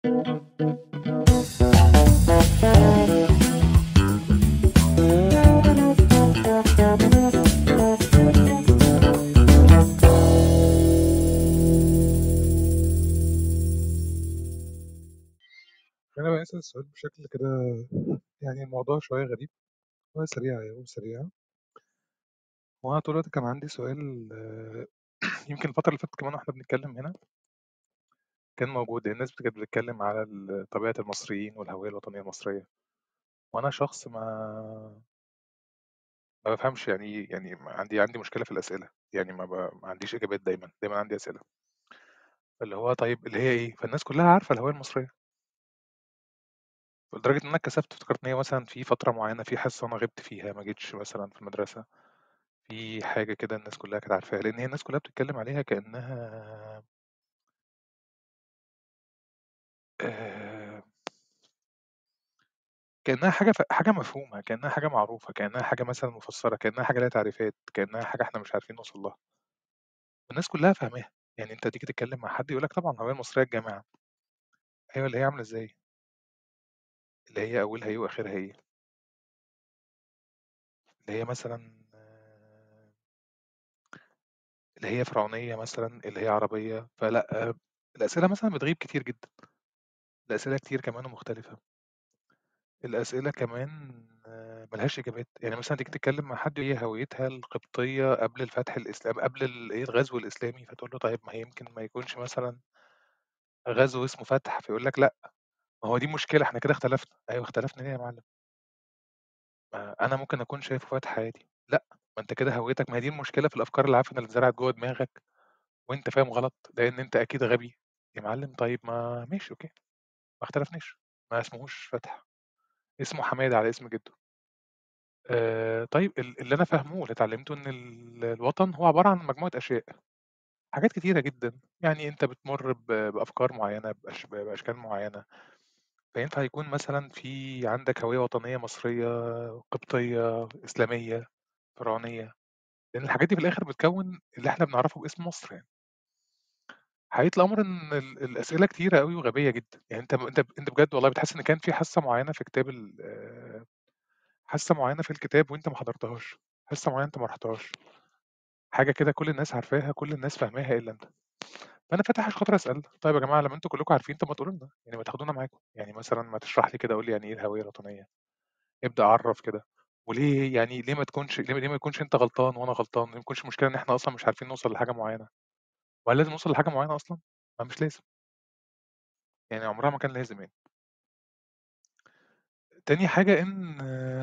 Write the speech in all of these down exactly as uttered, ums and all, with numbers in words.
خلينا بقى نسأل السؤال بشكل كده، يعني الموضوع شوية غريب. هو سريع يا سريع. وأنا طول الوقت كان عندي سؤال، آه، يمكن الفترة اللي فاتت كمان واحنا بنتكلم هنا كان موجود. الناس كانت بتتكلم على ال- طبيعة المصريين والهوية الوطنية المصرية، وأنا شخص ما ما بفهمش يعني إيه- يعني ما عندي عندي مشكلة في الأسئلة. يعني ما, ب... ما عنديش إجابات، دايما دايما عندي أسئلة. اللي هو طيب اللي هي إيه؟ فالناس كلها عارفة الهوية المصرية، لدرجة إن أنا اتكسفت، افتكرت إن هي مثلا في فترة معينة، في حصة أنا غبت فيها ما جيتش مثلا في المدرسة، في حاجة كده الناس كلها كانت عارفاها، لأن هي الناس كلها بتتكلم عليها كأنها آآ كأنها حاجة ف حاجة مفهومة، كأنها حاجة معروفة، كأنها حاجة مثلًا مفسّرة، كأنها حاجة ليها تعريفات، كأنها حاجة إحنا مش عارفين نوصل لها، والناس كلها فاهماها. يعني أنت تيجي تتكلم مع حد يقول لك طبعًا الهوية المصرية الجامعة. أيوه، اللي هي عاملة إزاي؟ اللي هي أولها إيه وآخرها إيه؟ اللي هي مثلًا آه، اللي هي فرعونية مثلًا، اللي هي عربية، فلأ. الأسئلة مثلًا بتغيب كتير جدًا، الأسئلة كتير كمان ومختلفة. الأسئلة كمان ما لهاش إجابات. يعني مثلًا تيجي تتكلم مع حد هي هويتها القبطية قبل الفتح الإسلام قبل ال إيه الغزو الإسلامي، فتقول له طيب ما هي يمكن ما يكونش مثلًا غزو اسمه فتح، فيقول لك لأ، ما هو دي مشكلة إحنا كده اختلفنا. أيوه، اختلفنا ليه يا معلم؟ ما أنا ممكن أكون شايفه فتح عادي. لأ، ما أنت كده هويتك، ما هي دي المشكلة في الأفكار العفنة اللي اتزرعت جوه دماغك وأنت فاهم غلط، لإن أنت أكيد غبي. يا معلم طيب ما ماشي أوكي، ما اختلفناش، ما اسمهوش فتح، اسمه حمادة على اسم جده. آآ طيب ال اللي أنا فاهمه واللي اتعلمته إن ال الوطن هو عبارة عن مجموعة أشياء، حاجات كتيرة جدًا. يعني أنت بتمُر ب بأفكار معيّنة، بأش بأشكال معيّنة، فينفع يكون مثلًا في عندك هوية وطنية مصرية، قبطية، إسلامية، فرعونية، لإن الحاجات دي في الآخر بتكوّن اللي إحنا بنعرفه باسم مصر يعني. حقيقة الأمر إن ال الأسئلة كتيرة أوي وغبية جدًا. يعني أنت ب أنت ب أنت بجد والله بتحس إن كان في حصة معيّنة في كتاب ال آآ حصة معيّنة في الكتاب وأنت ما حضرتهاش، حصة معيّنة أنت ما رحتهاش. حاجة كده كل الناس عارفاها، كل الناس فاهماها إلا أنت. فأنا فاتح عشان خاطر أسأل، طيب يا جماعة لمّا أنتم كلّكم عارفين طب ما تقولوا لنا، يعني ما تاخدونا معاكم. يعني مثلًا ما تشرح لي كده، قُل لي يعني إيه الهوية الوطنية، ابدأ عرّف كده. وليه يعني ليه ما تكونش ليه ليه ما يكونش أنت غلطان وأنا غلطان، ليه ما يكونش المشكلة إن إحنا أصلًا مش عارفين نوصل لحاجة معيّنة، وهل لازم نوصل لحاجة معيّنة أصلًا؟ ما مش لازم، يعني عمرها ما كان لازم يعني. تاني حاجة إن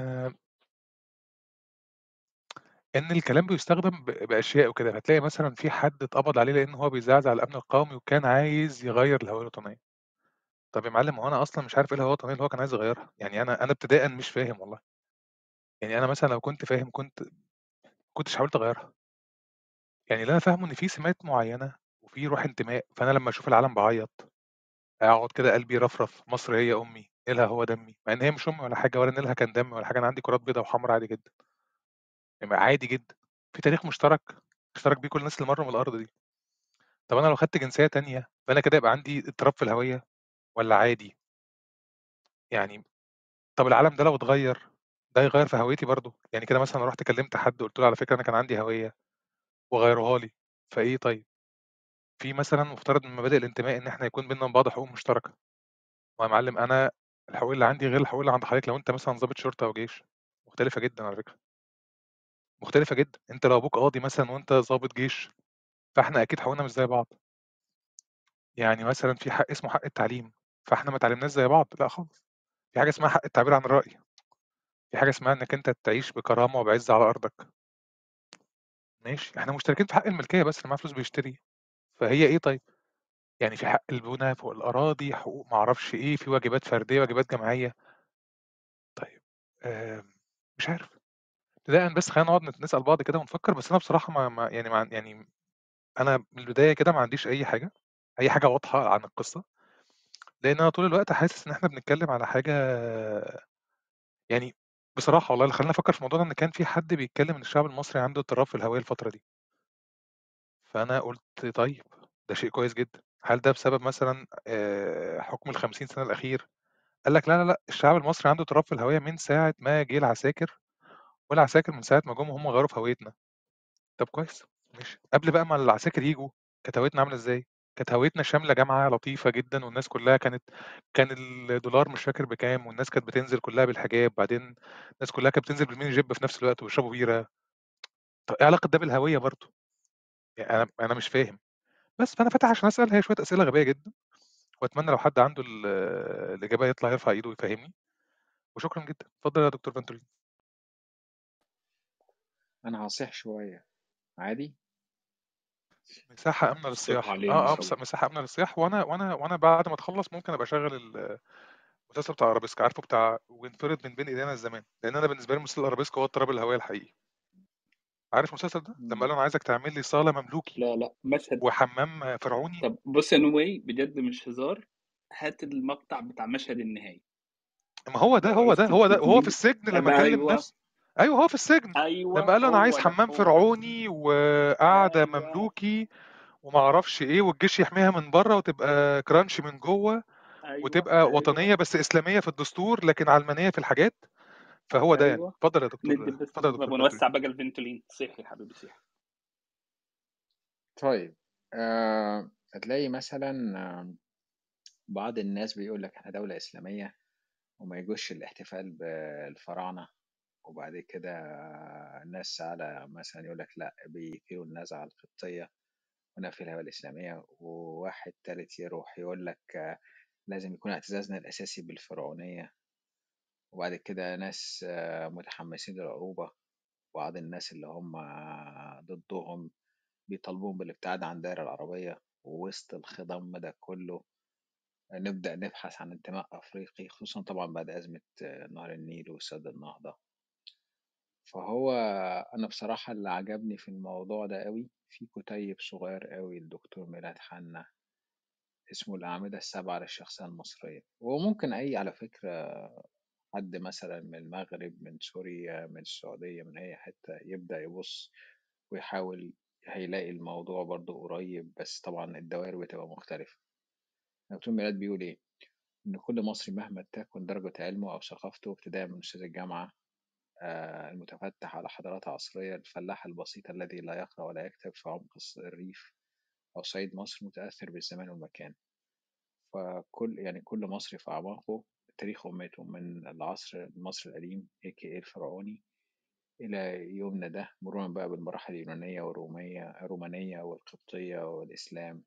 إن الكلام بيُستخدم ب بأشياء وكده، فتلاقي مثلًا في حد اتقبض عليه لإن هو بيزعزع الأمن القومي وكان عايز يغيّر الهوية الوطنية. طب يا معلم، ما هو أنا أصلًا مش عارف إيه الهوية الوطنية اللي هو كان عايز يغيّرها. يعني أنا أنا ابتداءً مش فاهم والله. يعني أنا مثلًا لو كنت فاهم كنت ما كنتش حاولت أغيّرها. يعني اللي أنا فاهمه إن في سمات معيّنة وفي روح انتماء، فأنا لمّا أشوف العلم باعيّط، أقعد كده قلبي يرفرف، مصر هي أمي، نيلها هو دمي، مع إن هي مش أمي ولا حاجة ولا نيلها كان دمي ولا حاجة. أنا عندي كرات بيضا وحمرا عادي جدًا، يعني عادي جدًا. في تاريخ مشترك، اشترك بيه كل الناس اللي مرّوا من الأرض دي. طب أنا لو خدت جنسية تانية، فأنا كده يبقى عندي اضطراب في الهوية والّا عادي؟ يعني طب العلم ده لو اتغيّر، ده هيغيّر في هويتي برضه؟ يعني كده مثلًا لو رُحت كلمت حد وقُلت له على فكرة أنا كان عندي هوية وغيّروها لي، فإيه طيب؟ في مثلًا مفترض من مبادئ الانتماء إن إحنا يكون بيننا وبين بعض حقوق مشتركة. ما يا معلم أنا الحقوق اللي عندي غير الحقوق اللي عند حضرتك لو أنت مثلًا ضابط شرطة أو جيش، مختلفة جدًا على فكرة، مختلفة جدًا. أنت لو أبوك قاضي مثلًا وأنت ضابط جيش، فإحنا أكيد حقوقنا مش زي بعض. يعني مثلًا في حق اسمه حق التعليم، فإحنا ما اتعلمناش زي بعض، لأ خالص. في حاجة اسمها حق التعبير عن الرأي، في حاجة اسمها إنك أنت تعيش بكرامة وبعِزّة على أرضك. ماشي، إحنا مشتركين في حق الملكية بس اللي معاه فلوس بيشتري، فهي إيه طيب؟ يعني في حق البُنى فوق الأراضي، حقوق ما أعرفش إيه، في واجبات فردية، واجبات جماعية. طيب آمم، مش عارف. ابتداءً بس خلّينا نقعد نت نسأل بعض كده ونفكّر. بس أنا بصراحة ما ما يعني ما يعني أنا من البداية كده ما عنديش أي حاجة، أي حاجة واضحة عن القصة، لإن أنا طول الوقت حاسس إن إحنا بنتكلّم على حاجة. يعني بصراحة والله اللي خلّاني أفكّر في الموضوع ده إن كان في حد بيتكلّم إن الشعب المصري عنده اضطراب في الهوية الفترة دي، فأنا قُلت طيب ده شيء كويس جدًا. هل ده بسبب مثلًا آآ حُكم الخمسين سَنة الأخير؟ قال لك: "لا، لا، لأ، الشعب المصري عنده تراب في الهوية من ساعة ما جه العساكر، والعساكر من ساعة ما جُم وهُم غيّروا في هويتنا." طب كويس، ماشي. قبل بقى ما العساكر ييجوا، كانت هويتنا عاملة إزاي؟ كانت هويتنا شاملة جامعة لطيفة جدًا، والناس كلّها كانت كان الدولار مش فاكر بكام، والناس كانت بتنزل كلّها بالحجاب، بعدين الناس كلّها كانت بتنزل بالميني جيب في نفس الوقت ويشربوا بيرة. طب إيه علاقة ده بالهوية برضه؟ يعني أنا أنا مش فاهم. بس فأنا فاتح عشان أسأل، هي شوية أسئلة غبية جدًا، وأتمنى لو حد عنده ال الإجابة يطلع يرفع إيده ويفهّمني، وشكرًا جدًا. اتفضل يا دكتور فانتولين. أنا هاصيح شوية، عادي؟ مساحة آمنة الصيح للصياح، علينا آه، آه، مس سوا. مساحة آمنة للصياح، وأنا وأنا وأنا بعد ما تخلّص ممكن أبقى أشغّل ال المسلسل بتاع أرابيسك، عارفه بتاع وانفرد من بين إيدينا الزمان، لأن أنا بالنسبة لي مسلسل أرابيسك هو اضطراب الهوية الحقيقي. عارف المسلسل ده؟ لمّا قال إمم. له: "أنا عايزك تعمل لي صالة مملوكي لا لا مشهد. وحمام فرعوني." طب بص يا نوي بجد مش هزار، هات المقطع بتاع مشهد النهاية ما هو ده، لو هو ده، عرفت هو ده، وهو في تديني. السجن لمّا أبقى كلم ايوه. ناس. أيوه هو في السجن، ايوه لمّا قال له: "أنا عايز هو ده حمام هو ده. فرعوني وقعدة ايوه مملوكي وما أعرفش إيه، والجيش يحميها من برّه وتبقى كرانشي من جوّه، ايوه وتبقى ايوه وطنية بس إسلامية في الدستور لكن علمانية في الحاجات." فهو ده يعني. ايوه. اتفضل يا دكتور، ندي بس اتفضل يا دكتور فانتولين. ونوسع بقى الفنتولين، صيح يا حبيبي صيح. طيب، آآ هتلاقي مثلًا آه، بعض الناس بيقول لك إحنا دولة إسلامية وما يجوزش الاحتفال بالفراعنة، وبعد كده ناس على مثلًا يقول لك لأ، بيثيروا النزعة القبطية ونفي الهوية الإسلامية، وواحد تالت يروح يقول لك آه، لازم يكون اعتزازنا الأساسي بالفرعونية، وبعد كده ناس آه، متحمسين للعروبة، وبعض الناس اللي هم ضدهم بيطالبون بالابتعاد عن الدائرة العربية. ووسط الخضم ده كله نبدأ نبحث عن انتماء أفريقي، خصوصا طبعا بعد أزمة آه، نهر النيل وسد النهضة. فهو أنا بصراحة اللي عجبني في الموضوع ده قوي في كتيب صغير قوي الدكتور ميلاد حنا اسمه الأعمدة السبعة للشخصية المصرية. وممكن أي على فكرة حد مثلا من المغرب من سوريا من السعودية من أي حتة يبدأ يبص ويحاول، هيلاقي الموضوع برضه قريب، بس طبعا الدوائر بتبقى مختلفة. دكتور ميلاد بيقول إيه؟ إن كل مصري مهما تكن درجة علمه أو ثقافته، ابتداء من أستاذ الجامعة آه، المتفتح على حضارات عصرية، الفلاح البسيط الذي لا يقرأ ولا يكتب في عمق الريف أو صعيد مصر، متأثر بالزمان والمكان. فكل يعني كل مصري في أعماقه تاريخ أمته، من العصر المصري القديم اي كي اي الفرعوني إلى يومنا ده، مرورا بقى بالمراحل اليونانية والرومية الرومانية والقبطية والإسلام.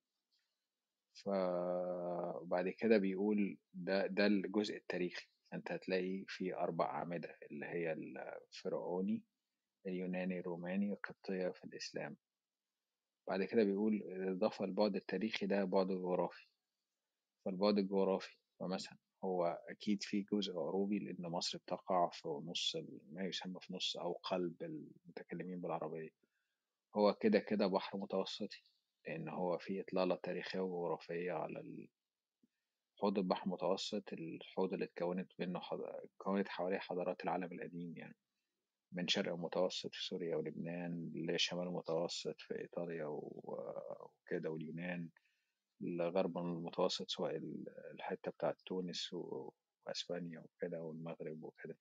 فبعد كده بيقول ده ده الجزء التاريخي. أنت هتلاقي في أربع أعمدة اللي هي الفرعوني اليوناني الروماني القبطية في الإسلام. بعد كده بيقول إضافة البعد التاريخي ده بعد جغرافي. فالبعد الجغرافي فمثلا هو أكيد في جزء عروبي، لأن مصر بتقع في نص ال- ما يسمى في نص أو قلب المتكلمين بالعربية. هو كده كده بحر متوسطي، لأن هو في إطلالة تاريخية وجغرافية على حوض البحر المتوسط، الحوض اللي اتكونت منه حض... اتكونت حواليه حضارات العالم القديم يعني، من شرق المتوسط في سوريا ولبنان لشمال المتوسط في إيطاليا و- وكده واليونان، لغرب المتوسط سواء ال- الحتة بتاعت تونس و- وأسبانيا وكده والمغرب وكده.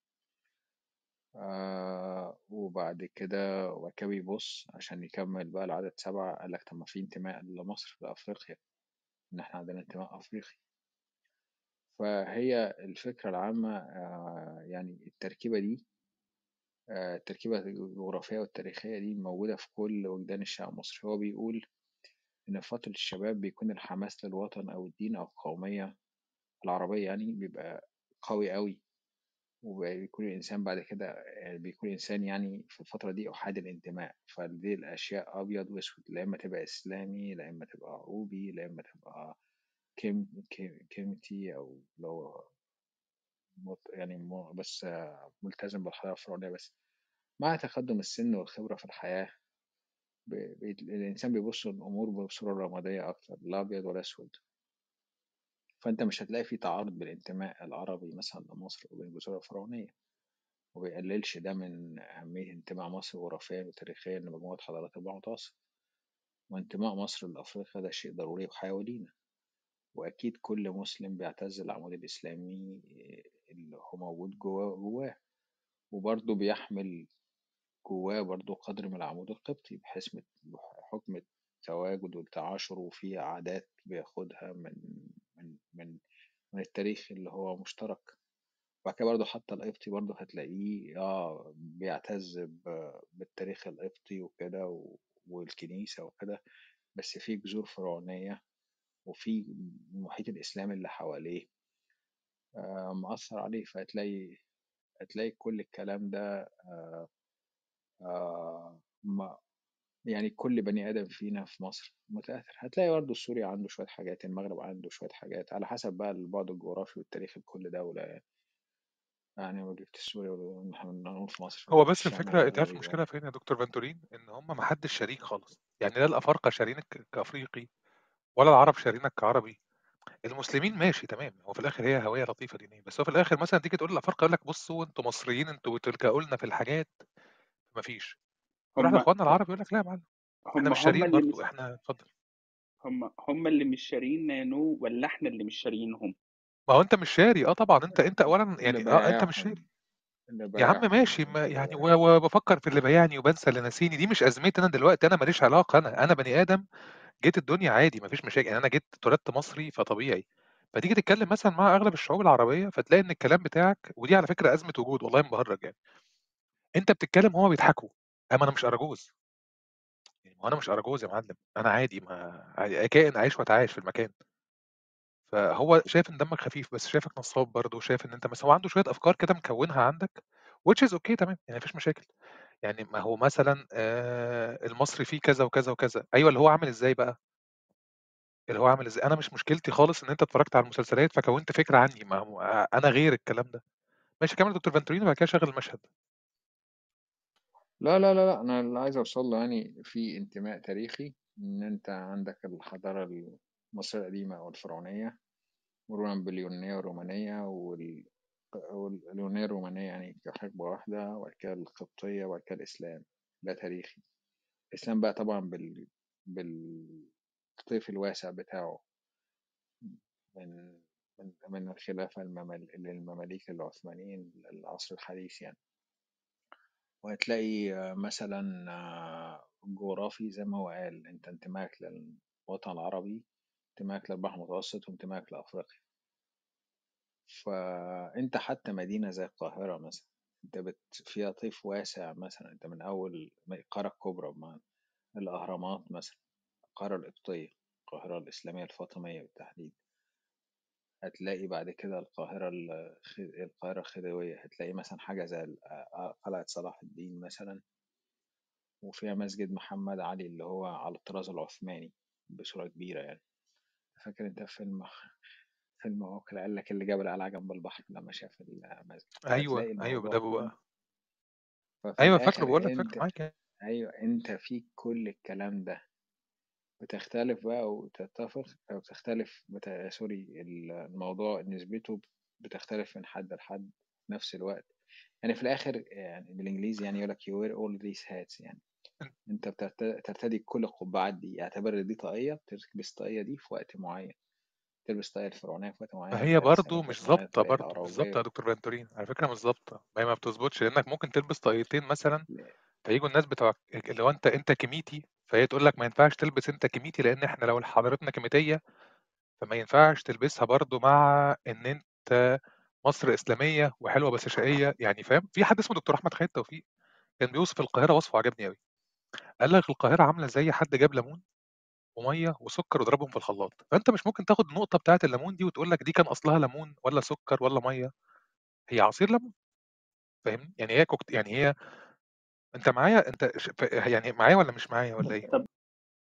آه وبعد كده وكان بيبص عشان يكمل بقى العدد سبعة، قال لك طب ما في انتماء لمصر لأفريقيا، إن إحنا عندنا انتماء أفريقي. فهي الفكرة العامة آه يعني التركيبة دي آه التركيبة الجغرافية والتاريخية دي موجودة في كل وجدان الشعب المصري. هو بيقول إن في فترة الشباب بيكون الحماس للوطن أو الدين أو القومية العربية يعني بيبقى قوي قوي، وبيكون الإنسان بعد كده يعني بيكون الإنسان يعني في الفترة دي أحاد الانتماء. فدي الأشياء أبيض وأسود، لا إما تبقى إسلامي لا إما تبقى عروبي لا إما تبقى كيم كيم كيمتي، أو لو مت- يعني م- بس آه، ملتزم بالحضارة الفرعونية بس. مع تقدم السن والخبرة في الحياة ب- ب- الإنسان بيبص للأمور بصورة رمادية أكتر، لا أبيض ولا أسود. فأنت مش هتلاقي في تعارض بالانتماء العربي مثلا لمصر وبين الجزر الفرعونية، وبيقللش ده من أهمية انتماء مصر جغرافيا وتاريخيا لمجموعة حضارات البحر المتوسط. وانتماء مصر لأفريقيا ده شيء ضروري وحيوي لينا. وأكيد كل مسلم بيعتز العمود الإسلامي اللي هو موجود جواه جواه وبرضه بيحمل جواه برضه قدر من العمود القبطي بحيث مت- بحكم التواجد والتعاشر وفي عادات بياخدها من من من من التاريخ اللي هو مشترك. وبعد كده برضه حتى القبطي برضه هتلاقيه اه بيعتز ب- بالتاريخ القبطي وكده و- والكنيسة وكده، بس في جذور فرعونية وفي المحيط الإسلامي اللي حواليه آه، مأثر عليه. فهتلاقي هتلاقي كل الكلام ده آه، ما يعني كل بني آدم فينا في مصر متأثر. هتلاقي برضه السوري عنده شوية حاجات، المغرب عنده شوية حاجات، على حسب بقى البعد الجغرافي والتاريخي لكل دولة يعني. يعني لو جبت السوري ونقول في مصر هو فجبت بس الشام الفكرة ولا أنت عارف غريبة المشكلة يعني. فين يا دكتور فانتورين؟ إن هم ما حدش شريك خالص، يعني لا الأفارقة شارينك كأفريقي ولا العرب شارينك كعربي. المسلمين ماشي تمام، هو في الآخر هي هوية لطيفة دينية، بس هو في الآخر مثلا تيجي تقول الأفارقة يقول لك بصوا أنتوا مصريين أنتوا بتلجأوا لنا في الحاجات، مفيش. تروح هم لإخواننا العرب يقول لك لا يا معلم إحنا هم مش هم شاريين اللي برضو، مش إحنا اتفضل. هم هم اللي مش شارين نانو ولا احنا اللي مش شارينهم؟ ما هو أنت مش شاري أه طبعا، أنت أنت أولا اللي يعني أه أنت مش شاري. بايعهم اللي يا عم بايعهم ماشي، ما انت اللي يعني بايعهم. و- وبفكر في اللي بايعني وبنسى اللي ناسيني، دي مش ازمتي انا دلوقتي، انا ماليش علاقه، انا انا بني ادم جيت الدنيا عادي مفيش مشاكل، يعني انا جيت اتولدت مصري فطبيعي. فتيجي تتكلم مثلا مع اغلب الشعوب العربيه فتلاقي ان الكلام بتاعك، ودي على فكره ازمه وجود والله ما بهرج يعني، انت بتتكلم هما بيضحكوا. اما انا مش اراجوز، يعني ما انا مش اراجوز يا معلم، انا عادي، ما عادي، كائن عايش واتعايش في المكان. فهو شايف ان دمك خفيف بس شايفك نصاب برضه، شايف ان انت مثلا هو عنده شويه افكار كده مكونها عندك which is okay تمام، يعني مفيش مشاكل. يعني ما هو مثلا آه، المصري فيه كذا وكذا وكذا، ايوه اللي هو عامل ازاي بقى، اللي هو عامل ازاي، انا مش مشكلتي خالص ان انت اتفرجت على المسلسلات فكونت فكره عني، ما هو آه، انا غير الكلام ده. ماشي كمل دكتور فانتورينو وبعد كده شغل المشهد. لا لا لا لا، انا اللي عايز اوصل له يعني في انتماء تاريخي، ان انت عندك الحضارة المصرية القديمة او الفرعونية مرورا باليونانية والرومانية وال... واليونانية الرومانية يعني كحقبة واحدة، وبعد كده القبطية وبعد كده الإسلام. ده تاريخي. الإسلام بقى طبعا بال... بالطيف الواسع بتاعه من من من الخلافة الممل... للمماليك العثمانيين للعصر الحديث يعني. وهتلاقي آه، مثلا آه، جغرافي زي ما هو قال، انت انتمائك للوطن العربي، انتمائك للبحر المتوسط، وانتمائك لأفريقيا. فانت حتى مدينة زي القاهرة مثلا، انت بت... فيها طيف واسع مثلا، انت من اول القاهرة الكبرى بمعنى الاهرامات مثلا، القاهرة القبطية، القاهرة الإسلامية الفاطمية بالتحديد. هتلاقي بعد كده القاهرة الخ... القاهرة الخديوية، هتلاقي مثلا حاجة زي ال- آه، قلعة صلاح الدين مثلا، وفيها مسجد محمد علي اللي هو على الطراز العثماني بصورة كبيرة يعني. فاكر انت فيلم فيلم عوكل قال لك اللي جاب القلعة جنب البحر لما شاف المسجد. ايوه فهتلاقي ايوه الموضوع ده كله. بقى. ففي ايوه فاكره الآخر بقول لك فاكره انت معاك يعني. ايوه انت فيك كل الكلام ده. بتختلف بقى وتتفق او تختلف بتا... سوري، الموضوع نسبته بتختلف من حد لحد في نفس الوقت. يعني في الآخر يعني بالإنجليزي يعني يقول لك you wear all these hats يعني. انت بترت- ترتدي كل القبعات دي، اعتبر دي طاقية، بتلبس الطاقية دي في وقت معين، تلبس الطاقية الفرعونية في وقت ما معين، هي تلبسها برضو في مش وقت معين ظابطه، الطاقية برضو مش ظابطه العربية. يا دكتور فانتورين، على فكره مش ظابطه، ما هي ما بتظبطش، لانك ممكن تلبس طاقيتين مثلا فيجوا الناس بتوع اللي هو انت انت كميتي، فهي تقول لك ما ينفعش تلبس انت كميتي لان احنا لو حضارتنا كميتيه، فما ينفعش تلبسها برضو مع ان انت مصر اسلاميه وحلوه بس شقيه، يعني فاهم؟ في حد اسمه دكتور احمد خالد توفيق كان بيوصف القاهره وصفه عجبني قوي، قال لك القاهره عامله زي حد جاب ليمون وميه وسكر وضربهم في الخلاط، فانت مش ممكن تاخد النقطه بتاعه الليمون دي وتقول لك دي كان اصلها ليمون ولا سكر ولا ميه، هي عصير ليمون. فاهمني؟ يعني هي كوكت، يعني هي، انت معايا؟ انت ش- ف- يعني معايا ولا مش معايا ولا ايه؟ طب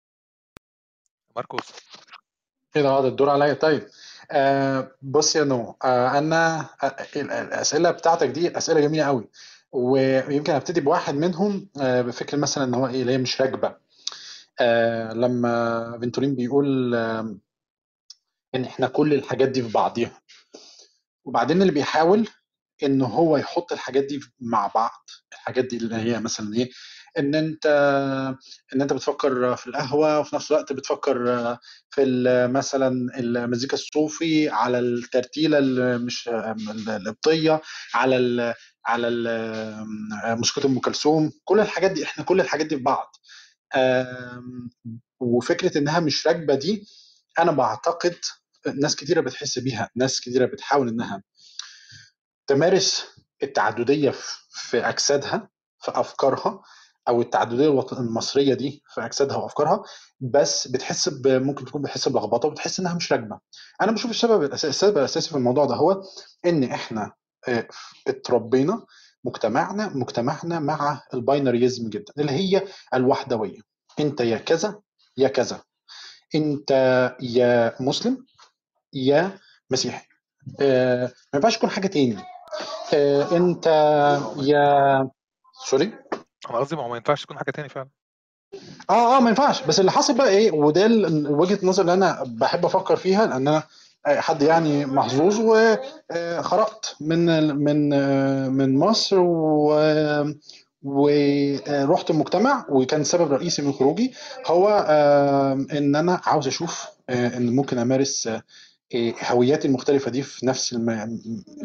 ماركوس. كده اه ده الدور عليا. طيب آه بص يا نو، آه انا آه ال- الاسئله بتاعتك دي اسئله جميله قوي، ويمكن ابتدي بواحد منهم آه بفكر مثلا ان هو ايه اللي هي مش راكبه. آه لما فينتورين بيقول آه ان احنا كل الحاجات دي في بعضيها، وبعدين اللي بيحاول ان هو يحط الحاجات دي مع بعض، الحاجات دي اللي هي مثلا ايه ان انت ان انت بتفكر في القهوه وفي نفس الوقت بتفكر في ال- مثلا المزيكا الصوفي، على الترتيله اللي مش القبطيه، على ال على ال- موسيقى ام كلثوم. كل الحاجات دي احنا كل الحاجات دي في بعض. آم، وفكره انها مش راكبه دي، انا بعتقد ناس كتيره بتحس بيها، ناس كتيره بتحاول انها تمارس التعدديه في في اجسادها، في افكارها، او التعدديه الوط- المصريه دي في اجسادها وافكارها، بس بتحس ب... ممكن تكون بتحس بلخبطه وبتحس انها مش راكبه. انا بشوف السبب الاساسي السبب الاساسي في الموضوع ده هو ان احنا آه، اتربينا، مجتمعنا مجتمعنا مع الباينريزم جدا، اللي هي الوحدويه. انت يا كذا يا كذا، انت يا مسلم يا مسيحي، آه، ما ينفعش تكون حاجه تاني. آه، انت يا سوري. انا قصدي ما هو ما ينفعش تكون حاجه تاني فعلا. اه اه ما ينفعش. بس اللي حاصل بقى ايه، وده ال- وجهة النظر اللي انا بحب افكر فيها، لان انا آه، حد يعني محظوظ وخرجت من ال- من آه، من مصر و ورحت المجتمع، وكان سبب رئيسي من خروجي هو آه، ان انا عاوز اشوف آه، ان ممكن امارس آه، هوياتي المختلفة دي في نفس الم...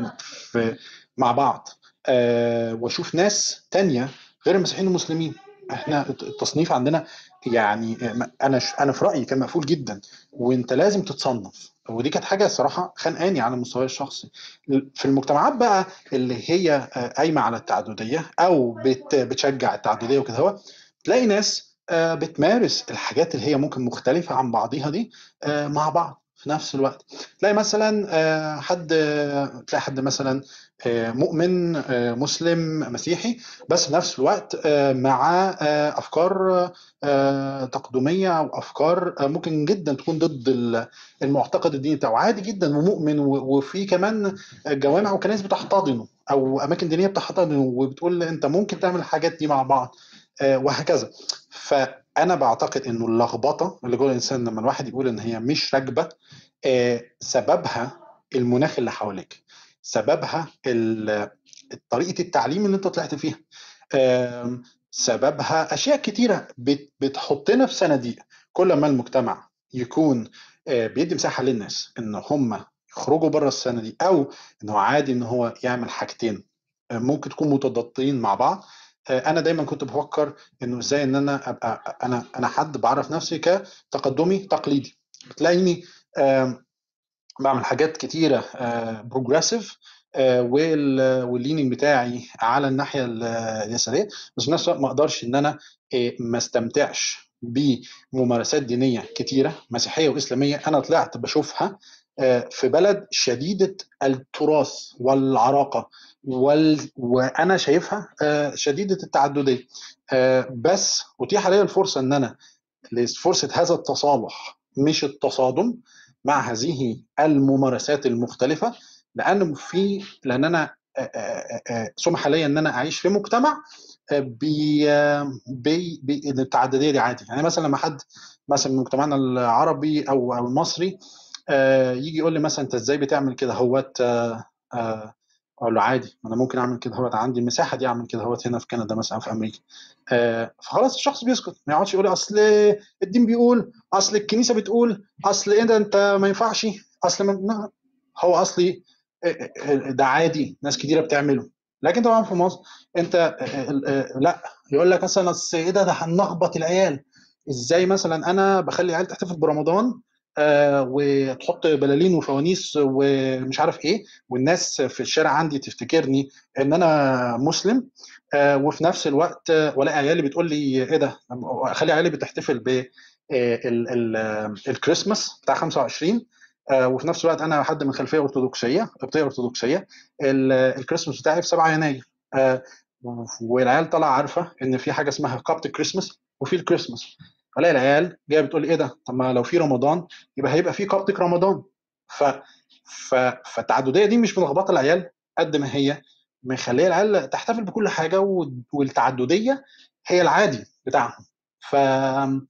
في مع بعض، آه، واشوف ناس تانية غير المسيحيين والمسلمين. احنا التصنيف عندنا يعني آه، انا ش... انا في رأيي كان مقفول جدا، وانت لازم تتصنف. ودي كانت حاجة صراحة خانقاني على المستوى الشخصي. في المجتمعات بقى اللي هي آه، قايمة على التعددية او بت... بتشجع التعددية وكده، هو تلاقي ناس آه، بتمارس الحاجات اللي هي ممكن مختلفة عن بعضيها دي آه، مع بعض في نفس الوقت. تلاقي مثلا آه، حد آه، تلاقي حد مثلا آه، مؤمن آه، مسلم مسيحي، بس في نفس الوقت آه، مع آه، افكار آه، تقدميه، او افكار آه، ممكن جدا تكون ضد ال- المعتقد الديني بتاعه، عادي جدا ومؤمن. و- وفي كمان جوامع وكنائس بتحتضنه، او اماكن دينيه بتحتضنه وبتقول انت ممكن تعمل الحاجات دي مع بعض، آه، وهكذا. فانا بعتقد انه اللخبطه اللي جوه الانسان لما الواحد يقول ان هي مش راكبه، آه، سببها المناخ اللي حواليك، سببها ال- طريقة التعليم اللي انت طلعت فيها، آم، سببها أشياء كتيرة بت- بتحطنا في صناديق. كل ما المجتمع يكون آه، بيدي مساحة للناس ان هم يخرجوا بره الصناديق، او ان هو عادي ان هو يعمل حاجتين آه، ممكن تكون متضادين مع بعض. آه، انا دايما كنت بفكر انه ازاي ان انا ابقى انا انا حد بعرف نفسي كتقدمي تقليدي. بتلاقيني آم، بعمل حاجات كتيرة بروجريسيف، والليننج بتاعي على الناحية ال- اليسارية، بس في نفس الوقت ما اقدرش ان انا آه، ما استمتعش بممارسات دينية كتيرة مسيحية وإسلامية أنا طلعت بشوفها آه، في بلد شديدة التراث والعراقة وال... وأنا شايفها آه، شديدة التعددية. آه، بس أتيح لي الفرصة أن أنا لفرصة هذا التصالح مش التصادم مع هذه الممارسات المختلفة. لأن في لأن أنا آه، آه، آه، سمح لي أن أنا أعيش في مجتمع آه، بي بي بي التعددية دي عادي. يعني مثلا لما حد مثلا من مجتمعنا العربي أو أو المصري آه، يجي يقول لي مثلا أنت إزاي بتعمل كده هوت، آه، آه، اقول له عادي، ما انا ممكن اعمل كده هوت، عندي المساحه دي اعمل كده هوت هنا في كندا مثلا في امريكا. آه، فخلاص الشخص بيسكت، ما يقعدش يقول اصل الدين بيقول، اصل الكنيسه بتقول، اصل ايه ده انت ما ينفعش، اصل ما... هو اصلي آه، آه، ده عادي ناس كتيره بتعمله. لكن طبعا في مصر انت آه، آه، آه، لا، يقول لك مثلا اصل ايه ده ده هنلخبط العيال. ازاي مثلا انا بخلي العيال تحتفل برمضان آه وتحط بلالين وفوانيس ومش عارف ايه، والناس في الشارع عندي تفتكرني ان انا مسلم، آه وفي نفس الوقت آه، والاقي عيالي بتقول لي ايه ده، اخلي عيالي بتحتفل ب آه، ال- ال- آه، الكريسماس بتاع خمسة وعشرين، آه وفي نفس الوقت انا حد من خلفيه ارثوذكسيه قبطيه ارثوذكسيه، ال- الكريسماس بتاعي في سبعة يناير. آه والعيال طالعه عارفه ان في حاجه اسمها كابت كريسماس وفي الكريسماس. الاقي العيال جايه بتقول لي ايه ده، طب ما لو في رمضان يبقى هيبقى في كابتك رمضان. ف... ف... فالتعدديه دي مش ملخبطه العيال قد ما هي مخليه العيال تحتفل بكل حاجه، و... والتعدديه هي العادي بتاعهم. فلما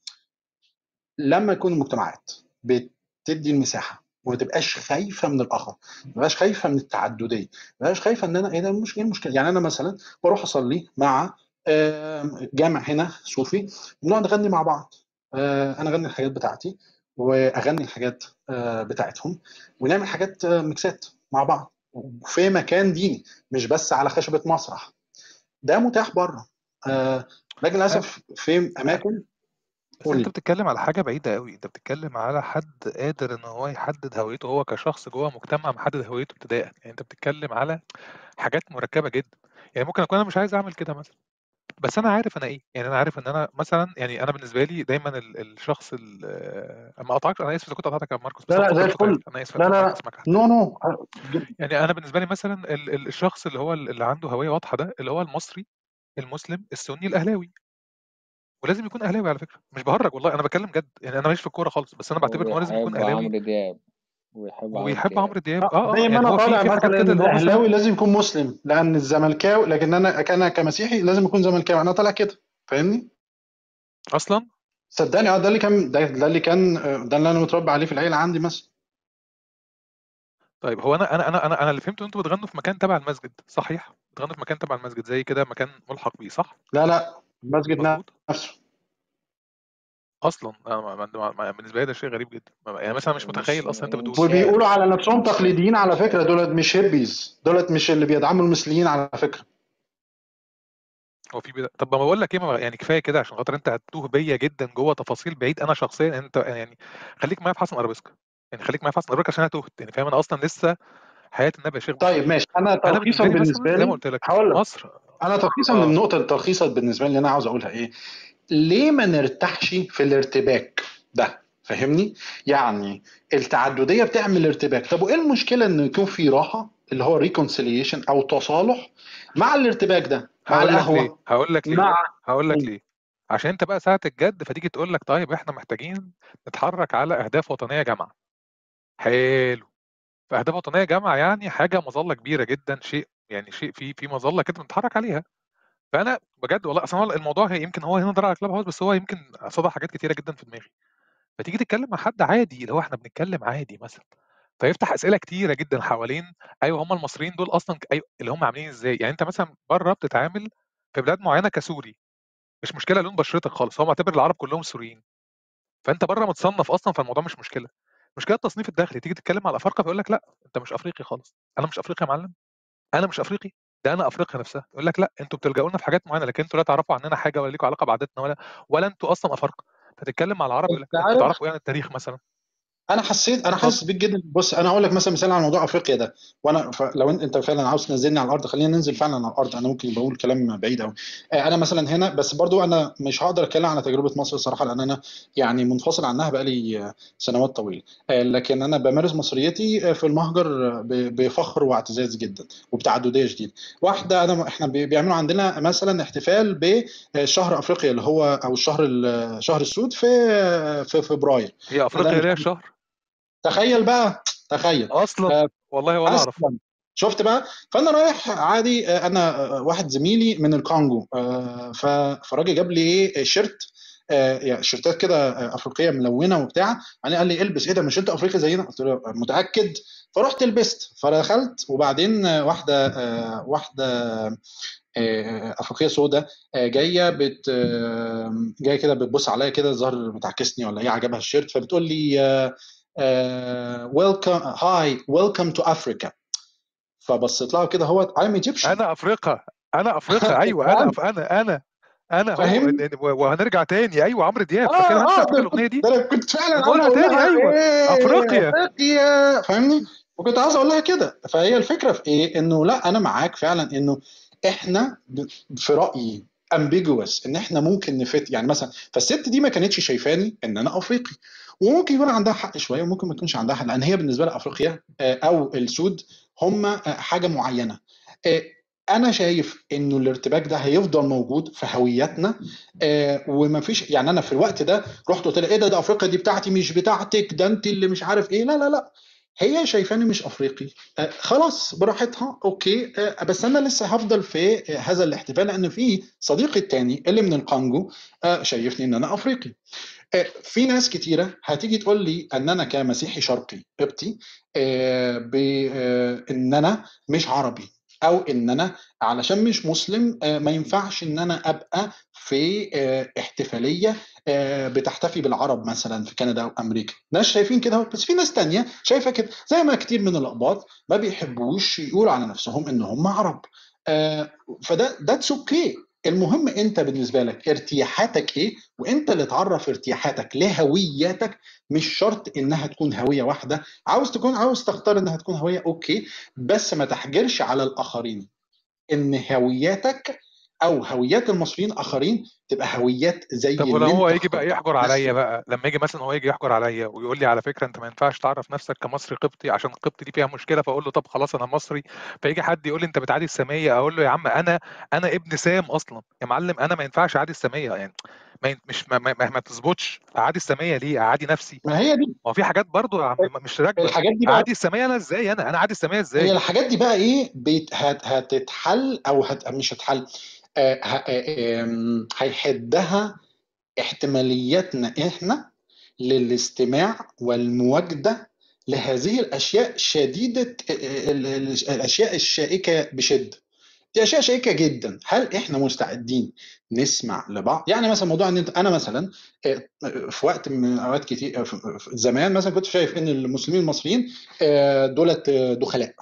يكون المجتمعات بتدي المساحه وما تبقاش خايفه من الاخر، ما تبقاش خايفه من التعدديه، ما تبقاش خايفه ان انا ايه ده، مش ايه المشكله. يعني انا مثلا بروح اصلي مع آه، جامع هنا صوفي، بنقعد نغني مع بعض. آه، انا اغني الحاجات بتاعتي واغني الحاجات آه، بتاعتهم، ونعمل حاجات آه، ميكسات مع بعض في مكان ديني، مش بس على خشبة مسرح. ده متاح بره. آه، لكن أيوة. للاسف في اماكن. بس انت قولي. بتتكلم على حاجة بعيدة قوي، انت بتتكلم على حد قادر ان هو يحدد هويته هو كشخص جوه مجتمع محدد هويته ابتداء، يعني انت بتتكلم على حاجات مركبة جدا. يعني ممكن اكون انا مش عايز اعمل كده مثلا، بس انا عارف انا ايه، يعني انا عارف ان انا مثلا، يعني انا بالنسبه لي دايما ال- الشخص ال- آه، ما اقطعكش، انا اسف اذا كنت قطعتك يا ماركوس، لا بس انا لا زي بفكر بصوت عالي، الفل. انا اسف لا لو سمعت لا اسمك احسن. نو نو. يعني انا بالنسبه لي مثلا ال- ال- الشخص اللي هو اللي عنده هويه واضحه ده اللي هو المصري المسلم السني الاهلاوي، ولازم يكون اهلاوي على فكره، مش بهرج والله، انا بتكلم جد، يعني انا ماليش في الكوره خالص، بس انا بعتبر ان هو لازم يكون وبيحب اهلاوي عمرو دياب، ويحب عمرو وبيحب دياب. عمرو دياب. آه، اه اه زي ما يعني انا هو في طالع في حاجات مثلا كده ان اللي هو مثلا الاهلاوي لازم يكون مسلم، لان الزملكاوي، لكن انا كان كمسيحي لازم يكون زملكاوي، انا طالع كده. فاهمني؟ اصلا. صدقني اه، ده اللي كان ده, ده اللي كان آه، ده اللي انا متربى عليه في العيله عندي مثلا. طيب هو انا انا انا انا انا اللي فهمته ان انتوا بتغنوا في مكان تبع المسجد، صحيح؟ بتغنوا في مكان تبع المسجد زي كده، مكان ملحق بيه، صح؟ لا لا، المسجد مظبوط. نفسه. اصلا أنا ما- ما- ما- ما- بالنسبه لي ده شيء غريب جدا، ما- يعني مثلا مش مش متخيل اصلا انت بتقول. مش شايف وبيقولوا على نفسهم مش شايف تقليديين على مش فكره، شايف دولت مش هيبيز، دولت مش اللي بيدعموا المثليين على فكره. هو في بدا... طب ما بقول لك ايه، ما يعني كفايه كده عشان خاطر انت هتتوه بيا جدا جوه تفاصيل بعيد انا شخصيا، انت يعني خليك معايا في حسن ارابيسكا، يعني خليك معايا في حسن ارابيسكا عشان انا تهت، يعني فاهم، انا اصلا لسه حياه النبي يا شيخ طيب بخير. ماشي، انا انا تلخيصا بالنسبه لي بالنسبه مثلا زي ما لي قلت لك هقول لك، مصر. انا تلخيصا اه النقطه التلخيصا بالنسبه لي اللي انا عاوز اقولها ايه، ليه ما نرتاحش في الارتباك ده؟ فاهمني؟ يعني التعدديه بتعمل ارتباك، طب وايه المشكله انه يكون في راحه اللي هو ريكونسيليشن او تصالح مع الارتباك ده، مع هقول لك ليه القهوه، هقول لك ليه مع. هقول لك ليه عشان انت بقى ساعه الجد فتيجي تقول لك طيب احنا محتاجين نتحرك على اهداف وطنيه جامعه. حلو. فاهداف وطنيه جامعه يعني حاجه مظله كبيره جدا، شيء يعني شيء في في مظله كده بنتحرك عليها. فانا بجد والله اصلا هو الموضوع هي يمكن هو هنا ضرر على كلاب هاوس، بس هو يمكن صدى حاجات كتيره جدا في دماغي. فتيجي تتكلم مع حد عادي اللي هو احنا بنتكلم عادي مثلا، فيفتح اسئله كتيره جدا حوالين ايوه هم المصريين دول اصلا ك- ايوه اللي هم عاملين ازاي، يعني انت مثلا بره بتتعامل في بلاد معينه كسوري، مش مشكله لون بشرتك خالص، هو معتبر العرب كلهم سوريين، فانت بره متصنف اصلا، فالموضوع مش مشكله. مشكله التصنيف الداخلي، تيجي تتكلم على الافارقه فيقول لك لا انت مش افريقي خالص. انا مش افريقي يا معلم، انا مش افريقي، ده انا افريقيا نفسها. يقول لك لا انتوا بتلجأوا لنا في حاجات معينه، لكن انتوا لا تعرفوا عننا حاجه ولا ليكوا علاقه بعاداتنا ولا ولا انتوا اصلا افارقه. فتتكلم مع العرب يقول انت لك انتوا عارف، تعرفوا ايه عن التاريخ مثلا. انا حسيت انا اتفضل. حاسس بيك جدا. بص انا هقول لك مثلا مثال على موضوع افريقيا ده، وانا ف... لو انت انت فعلا عاوز تنزلني على الارض خلينا ننزل فعلا على الارض، انا ممكن بقول كلام بعيد قوي. انا مثلا هنا، بس برضو انا مش هقدر اتكلم على تجربه مصر الصراحه، لان انا يعني منفصل عنها بقالي آه، سنوات طويله. آه، لكن انا بمارس مصريتي آه، في المهجر آه، ب- بفخر واعتزاز جدا وبتعدديه شديده. واحده انا احنا بي- بيعملوا عندنا مثلا احتفال بشهر افريقيا اللي هو او الشهر ال- شهر السود في آه، في فبراير. هي انا افريقيا ليها شهر تخيل بقى، تخيل. اصلا؟ آه، والله ولا اعرف. اصلا شفت بقى. فانا رايح عادي، آه، انا آه، واحد زميلي من الكونجو، آه، ف- فالراجل جاب لي ايه شيرت، آه، يعني شيرتات كده آه، افريقيه ملونه وبتاع، يعني قال لي البس، ايه ده مش انت افريقي زينا؟ قلت له متاكد. فرحت لبست فدخلت، وبعدين آه، واحده آه، واحده آه، افريقيه سوداء آه، جايه بت آه، جايه كده بتبص عليا كده، الظاهر بتعكسني ولا ايه، عجبها الشيرت فبتقول لي ويلكم هاي ويلكم تو افريكا. فبصيت لها كده، هو I'm Egyptian. انا افريقيا، انا افريقيا، انت ايوه انا فاهم؟ أف... انا انا انا هو فاهم؟ إن- إن- وهنرجع تاني، ايوه عمرو دياب، فاكر اه انت اه، فاكر ده الاغنيه كنت دي؟ ده انا كنت فعلا عاوز بنقولها اقول تاني، لها ايوه ايه افريقيا. افريقيا، فاهمني؟ وكنت عاوز اقول لها كده. فهي الفكره في ايه، انه لا انا معاك فعلا انه احنا ب- في رايي ambiguous، ان احنا ممكن نفت يعني مثلا. فالست دي ما كانتش شايفاني ان انا افريقي، وممكن يكون عندها حق شويه وممكن ما تكونش عندها حق، لان هي بالنسبه لها افريقيا آه، او السود هم آه، حاجه معينه. آه، انا شايف انه الارتباك ده هيفضل موجود في هويتنا. آه، وما فيش يعني، انا في الوقت ده رحت قلت لها ايه ده ده افريقيا دي بتاعتي مش بتاعتك، ده انت اللي مش عارف ايه. لا لا لا، هي شايفاني مش افريقي، آه خلاص براحتها اوكي. آه بس انا لسه هفضل في آه هذا الاحتفال، لان في صديقي التاني اللي من الكونجو آه شايفني ان انا افريقي. آه في ناس كتيره هتيجي تقول لي ان انا كمسيحي شرقي قبطي آه بان انا مش عربي. او ان انا علشان مش مسلم آه، ما ينفعش ان انا ابقى في آه، احتفاليه آه، بتحتفي بالعرب مثلا في كندا او امريكا. ناس شايفين كده، بس في ناس تانية شايفه كده، زي ما كتير من الاقباط ما بيحبوش يقولوا على نفسهم ان هم عرب. آه، فده ذاتس اوكي. المهم انت بالنسبه لك ارتياحاتك ايه، وانت اللي تعرف ارتياحاتك لهويتك. مش شرط انها تكون هويه واحده، عاوز تكون عاوز تختار انها تكون هويه اوكي، بس ما تحجرش على الاخرين ان هوياتك او هويات المصريين الاخرين تبقى هويات زي طب ولو اللي هو انت يجي بقى اخترتها. يحجر بس عليا بقى، لما يجي مثلا هو يجي يحجر عليا ويقول لي على فكره انت ما ينفعش تعرف نفسك كمصري قبطي عشان قبطي دي فيها مشكله، فاقول له طب خلاص انا مصري. فيجي حد يقول لي انت بتعادي الساميه، اقول له يا عم انا انا ابن سام اصلا يا معلم، انا ما ينفعش اعادي الساميه يعني. ما ين- مش ما, ما, ما ما تظبطش اعادي الساميه ليه؟ اعادي نفسي. ما هي دي ما هو في حاجات برضو يا عم مش راكبه. الحاجات دي بقى. اعادي الساميه انا ازاي؟ انا انا اعادي الساميه هي ازاي؟ الحاجات دي بقى ايه بيت هت هتتحل او هت مش هتحل. آه، ه- آه، آم، هيحدها احتمالياتنا احنا للاستماع والمواجدة لهذه الاشياء شديدة ال- ال- الاشياء الشائكة بشدة. دي اشياء شائكه جدا. هل احنا مستعدين نسمع لبعض؟ يعني مثلا موضوع ان انت انا مثلا آه، في وقت من اوقات كتير آه، في- في زمان مثلا كنت شايف ان المسلمين المصريين آه، دولت آه، دخلاء،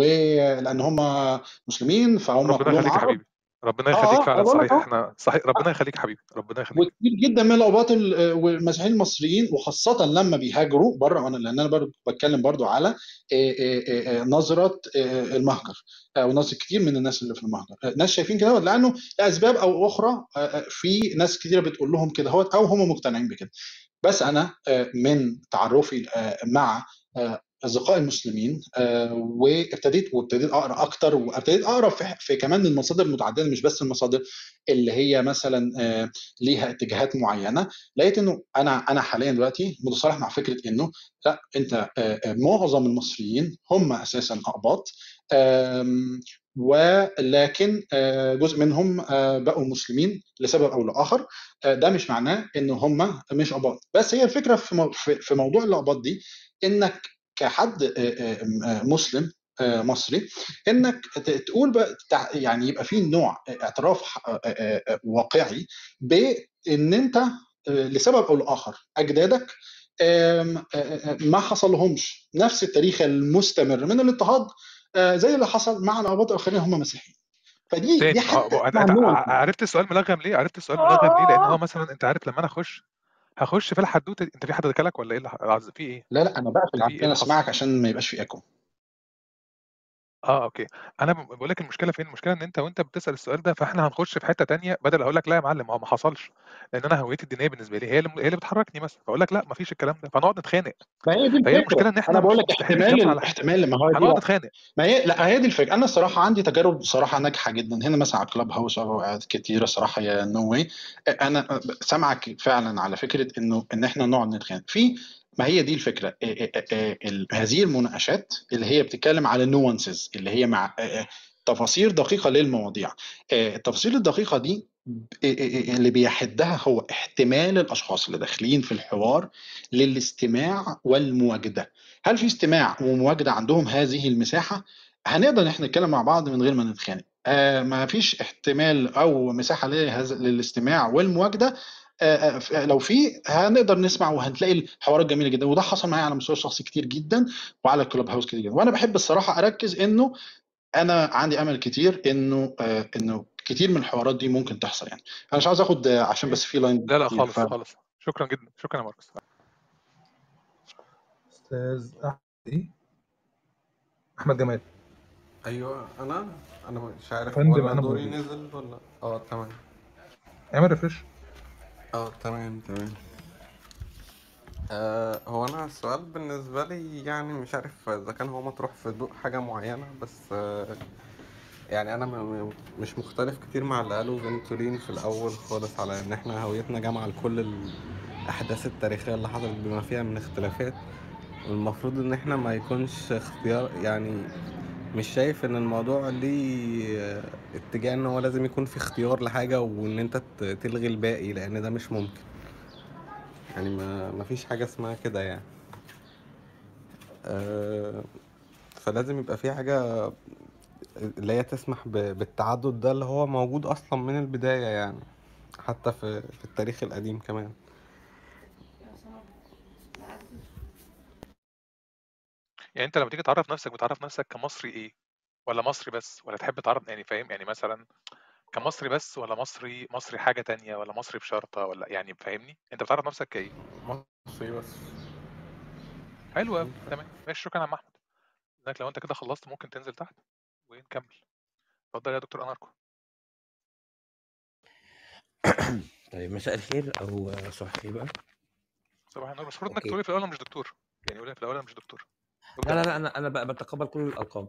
ولان هم مسلمين فهم ربنا كلهم يخليك يا عرب. حبيبي. ربنا اه يخليك اه انا فعلا، بقول لك صحيح اهو. احنا صحيح، ربنا يخليك يا حبيبي، ربنا يخليك. وكتير جدا من الاباط ال- والمسيحيين المصريين، وخاصه لما بيهاجروا بره، وانا لان انا برضو بتكلم برضو على آه، آه، آه، نظره آه، المهجر، او نظره كتير من الناس اللي في المهجر. آه، ناس شايفين كده لانه لاسباب او اخرى. آه، آه، في ناس كتيره بتقول لهم كده هوت، او هم مقتنعين بكده. بس انا آه، من تعرفي آه، مع آه، اصدقائي المسلمين آه، وابتديت وابتديت اقرا اكتر، وابتديت اقرا في, في كمان المصادر المتعدده، مش بس المصادر اللي هي مثلا آه، ليها اتجاهات معينه. لقيت انه انا انا حاليا دلوقتي متصالح مع فكره انه لا، انت آه، آه، معظم المصريين هم اساسا اقباط. آم، ولكن آه، جزء منهم آه، بقوا مسلمين لسبب او لاخر. آه، ده مش معناه ان هم مش قباط. بس هي الفكره في مو- في في موضوع القباط دي، انك كحد آه، آه، آه، مسلم آه، مصري، انك ت- تقول بقى تع- يعني يبقى في نوع اعتراف آه، آه، آه، واقعي بان انت آه، لسبب او لاخر اجدادك آم، آه، آه، ما حصل لهمش نفس التاريخ المستمر من الاضطهاد آه، زي اللي حصل مع الاباط الاخرين هم مسيحيين. فدي دي تاني ما هو حتى ما هو أنا- مع انت النوع. ع- عرفت السؤال ملغم ليه؟ عرفت السؤال ملغم ليه؟ لان هو مثلا انت عارف لما انا اخش هخش في الحدوته دي، انت في حد ذكرك ولا ايه اللي ح- في ايه؟ لا لا، انا بقفل في ايه عشان اللي حصل؟ اسمعك عشان ما يبقاش في ايكو. اه اوكي. انا ب- بقول لك المشكله فين. المشكله ان انت وانت بتسال السؤال ده فاحنا هنخش في حته تانية، بدل اقول لك لا يا معلم هو ما حصلش، لان انا هويتي الدينيه بالنسبه لي هي اللي هي اللي بتحركني مثلا، فاقول لك لا ما فيش الكلام ده، فنقعد نتخانق. ما هي دي فهي الفكره. المشكله ان انا احنا بقول مش لك مستحيل احتمال نتفق على حاجه، الاحتمال ما هو دي هنقعد بقى. نتخانق. ما هي لا، هي دي الفكره. انا الصراحه عندي تجارب صراحه ناجحه جدا هنا مثلا على كلاب هاوس او اوقات كتيره صراحه يا نو واي. انا سامعك فعلا على فكره انه ان احنا نقعد نتخانق في. ما هي دي الفكره. إيه إيه إيه ال- هذه المناقشات اللي هي بتتكلم على نوانسز، اللي هي مع إيه إيه تفاصيل دقيقه للمواضيع. إيه التفاصيل الدقيقه دي إيه إيه إيه اللي بيحدها هو احتمال الاشخاص اللي داخلين في الحوار للاستماع والمواجده. هل في استماع ومواجده عندهم هذه المساحه؟ هنقدر ان احنا نتكلم مع بعض من غير ما نتخانق. آه ما فيش احتمال او مساحه لهذا للاستماع والمواجده. آه آه ف- لو في هنقدر نسمع وهنلاقي الحوارات جميله جدا. وده حصل معايا على مستوى شخصي كتير جدا، وعلى الكلوب هاوس كتير جدا. وانا بحب الصراحه اركز انه انا عندي امل كتير انه آه انه كتير من الحوارات دي ممكن تحصل. يعني انا مش عاوز اخد آه، عشان بس في لاين لا لا كتير. خالص خالص، شكرا جدا، شكرا يا ماركوس. استاذ احمد ايه احمد جمال. ايوه انا انا مش يا عارف فندم ولا انا دوري موجود، نزل ولا اه تمام. اعمل ريفرش. اه تمام تمام. آه هو انا السؤال بالنسبه لي يعني مش عارف اذا كان هو مطروح في ضوء حاجه معينه، بس آه يعني انا م- م- مش مختلف كتير مع اللي قاله فينتولين في الاول خالص على ان احنا هويتنا جامعه لكل الاحداث التاريخيه اللي حصلت بما فيها من اختلافات. والمفروض ان احنا ما يكونش اختيار، يعني مش شايف ان الموضوع ليه آه، اتجاه ان هو لازم يكون في اختيار لحاجة وان انت ت- تلغي الباقي، لان ده مش ممكن. يعني ما ما فيش حاجة اسمها كده يعني. آه، فلازم يبقى في حاجة اللي هي تسمح ب- بالتعدد ده اللي هو موجود اصلا من البداية يعني، حتى في في التاريخ القديم كمان. يعني انت لما تيجي تعرف نفسك بتعرف نفسك كمصري ايه، ولا مصري بس، ولا تحب تعرف يعني فاهم يعني مثلا كمصري بس، ولا مصري مصري حاجة تانية، ولا مصري بشرطة، ولا يعني فاهمني انت بتعرف نفسك كايه؟ مصري بس. حلو قوي، تمام ماشي، شكرا يا عم احمد. لذلك لو انت كده خلصت ممكن تنزل تحت ونكمل. اتفضل يا دكتور اناركو. طيب مساء الخير او صباح الخير بقى. صباح النور. بس المفروض انك اوكي. تقولي في الاول انا مش دكتور، يعني قولي في الاول انا مش دكتور. لا ابدا لا انت. لا انا انا بقى بتقبل كل الالقاب.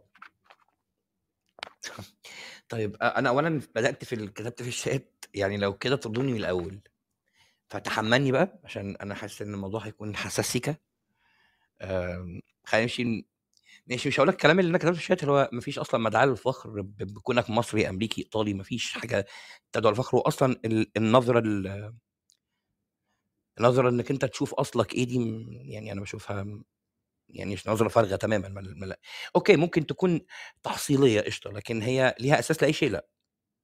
طيب انا اولا بدات في ال- كتبت في الشات، يعني لو كده تردوني من الاول، فتحملني بقى عشان انا حاسس ان الموضوع هيكون حساس سيكا. آم، خلينا نمشي. ماشي، مش هقول لك الكلام اللي انا كتبته في الشات اللي هو مفيش اصلا مدعاه للفخر ب- بكونك مصري امريكي ايطالي، مفيش حاجه تدعو للفخر. واصلا ال- النظره ال- النظره انك انت تشوف اصلك ايه دي، م- يعني انا بشوفها م- يعني مش نظره فارغه تماما. مل- مل- اوكي ممكن تكون تحصيليه قشطه، لكن هي ليها اساس لاي شيء؟ لا.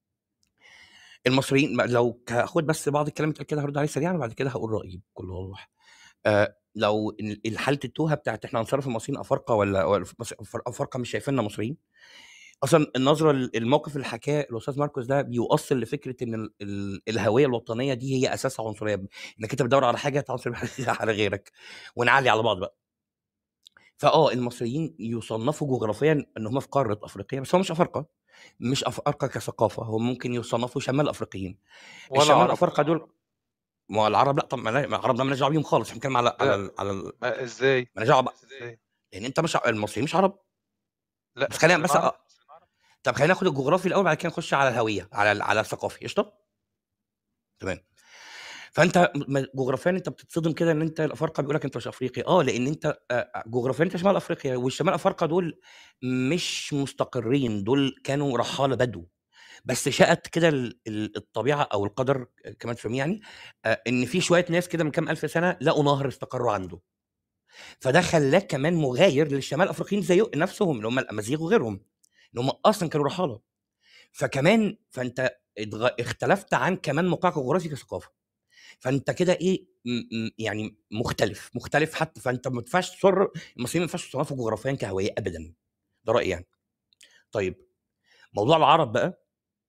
المصريين ما- لو هاخد بس بعض الكلام اللي اتقال كده هرد عليه سريعا وبعد كده هقول رايي بكل وضوح. آه لو ال- حاله التوهه بتاعت احنا هنصرف المصريين افارقه ولا ولا مص- افارقه مش شايفيننا مصريين. اصلا النظره الموقف اللي حكاه الاستاذ ماركوس ده بيوصل لفكره ان ال ال الهويه الوطنيه دي هي اساسها عنصريه، انك انت بتدور على حاجه تعنصر بيها على غيرك ونعلي على بعض بقى. فاه المصريين يصنفوا جغرافيا ان هم في قاره افريقيا، بس هم مش افارقه، مش افارقه كثقافه، هم ممكن يصنفوا شمال افريقيين. ولا الشمال عرب. الافارقه دول، ما هو العرب لا طبعا، ما العرب ده مالناش دعوه بيهم خالص، احنا بنتكلم على على لا ال- على ال- ما ازاي مالناش دعوه بقى، ازاي لان انت مش ع- المصريين مش عرب. لا بس خلينا المصريين بس عرب. أ... طب خلينا ناخد الجغرافي الاول بعد كده نخش على الهويه، على ال- على الثقافي قشطه. تمام. فانت م- جغرافيا انت بتتصدم كده ان انت الافارقه بيقول لك انت مش افريقي، اه لان انت آه، جغرافيا انت شمال افريقيا، والشمال افارقه دول مش مستقرين، دول كانوا رحاله بدو. بس شاءت كده ال- ال- الطبيعه او القدر كمان تفهم يعني، آه، ان في شويه ناس كده من كام الف سنه لقوا نهر استقروا عنده، فده خلاك كمان مغاير للشمال الافريقيين زي نفسهم اللي هم الامازيغ وغيرهم، اللي هم اصلا كانوا رحاله. فكمان فانت اتغ- اختلفت عن كمان موقعك الجغرافي كثقافه، فانت كده ايه م- م- يعني مختلف مختلف حتى. فانت ما ينفعش تصر المصريين ما ينفعش يصنفوا جغرافيا كهويه ابدا، ده رايي يعني. طيب موضوع العرب بقى،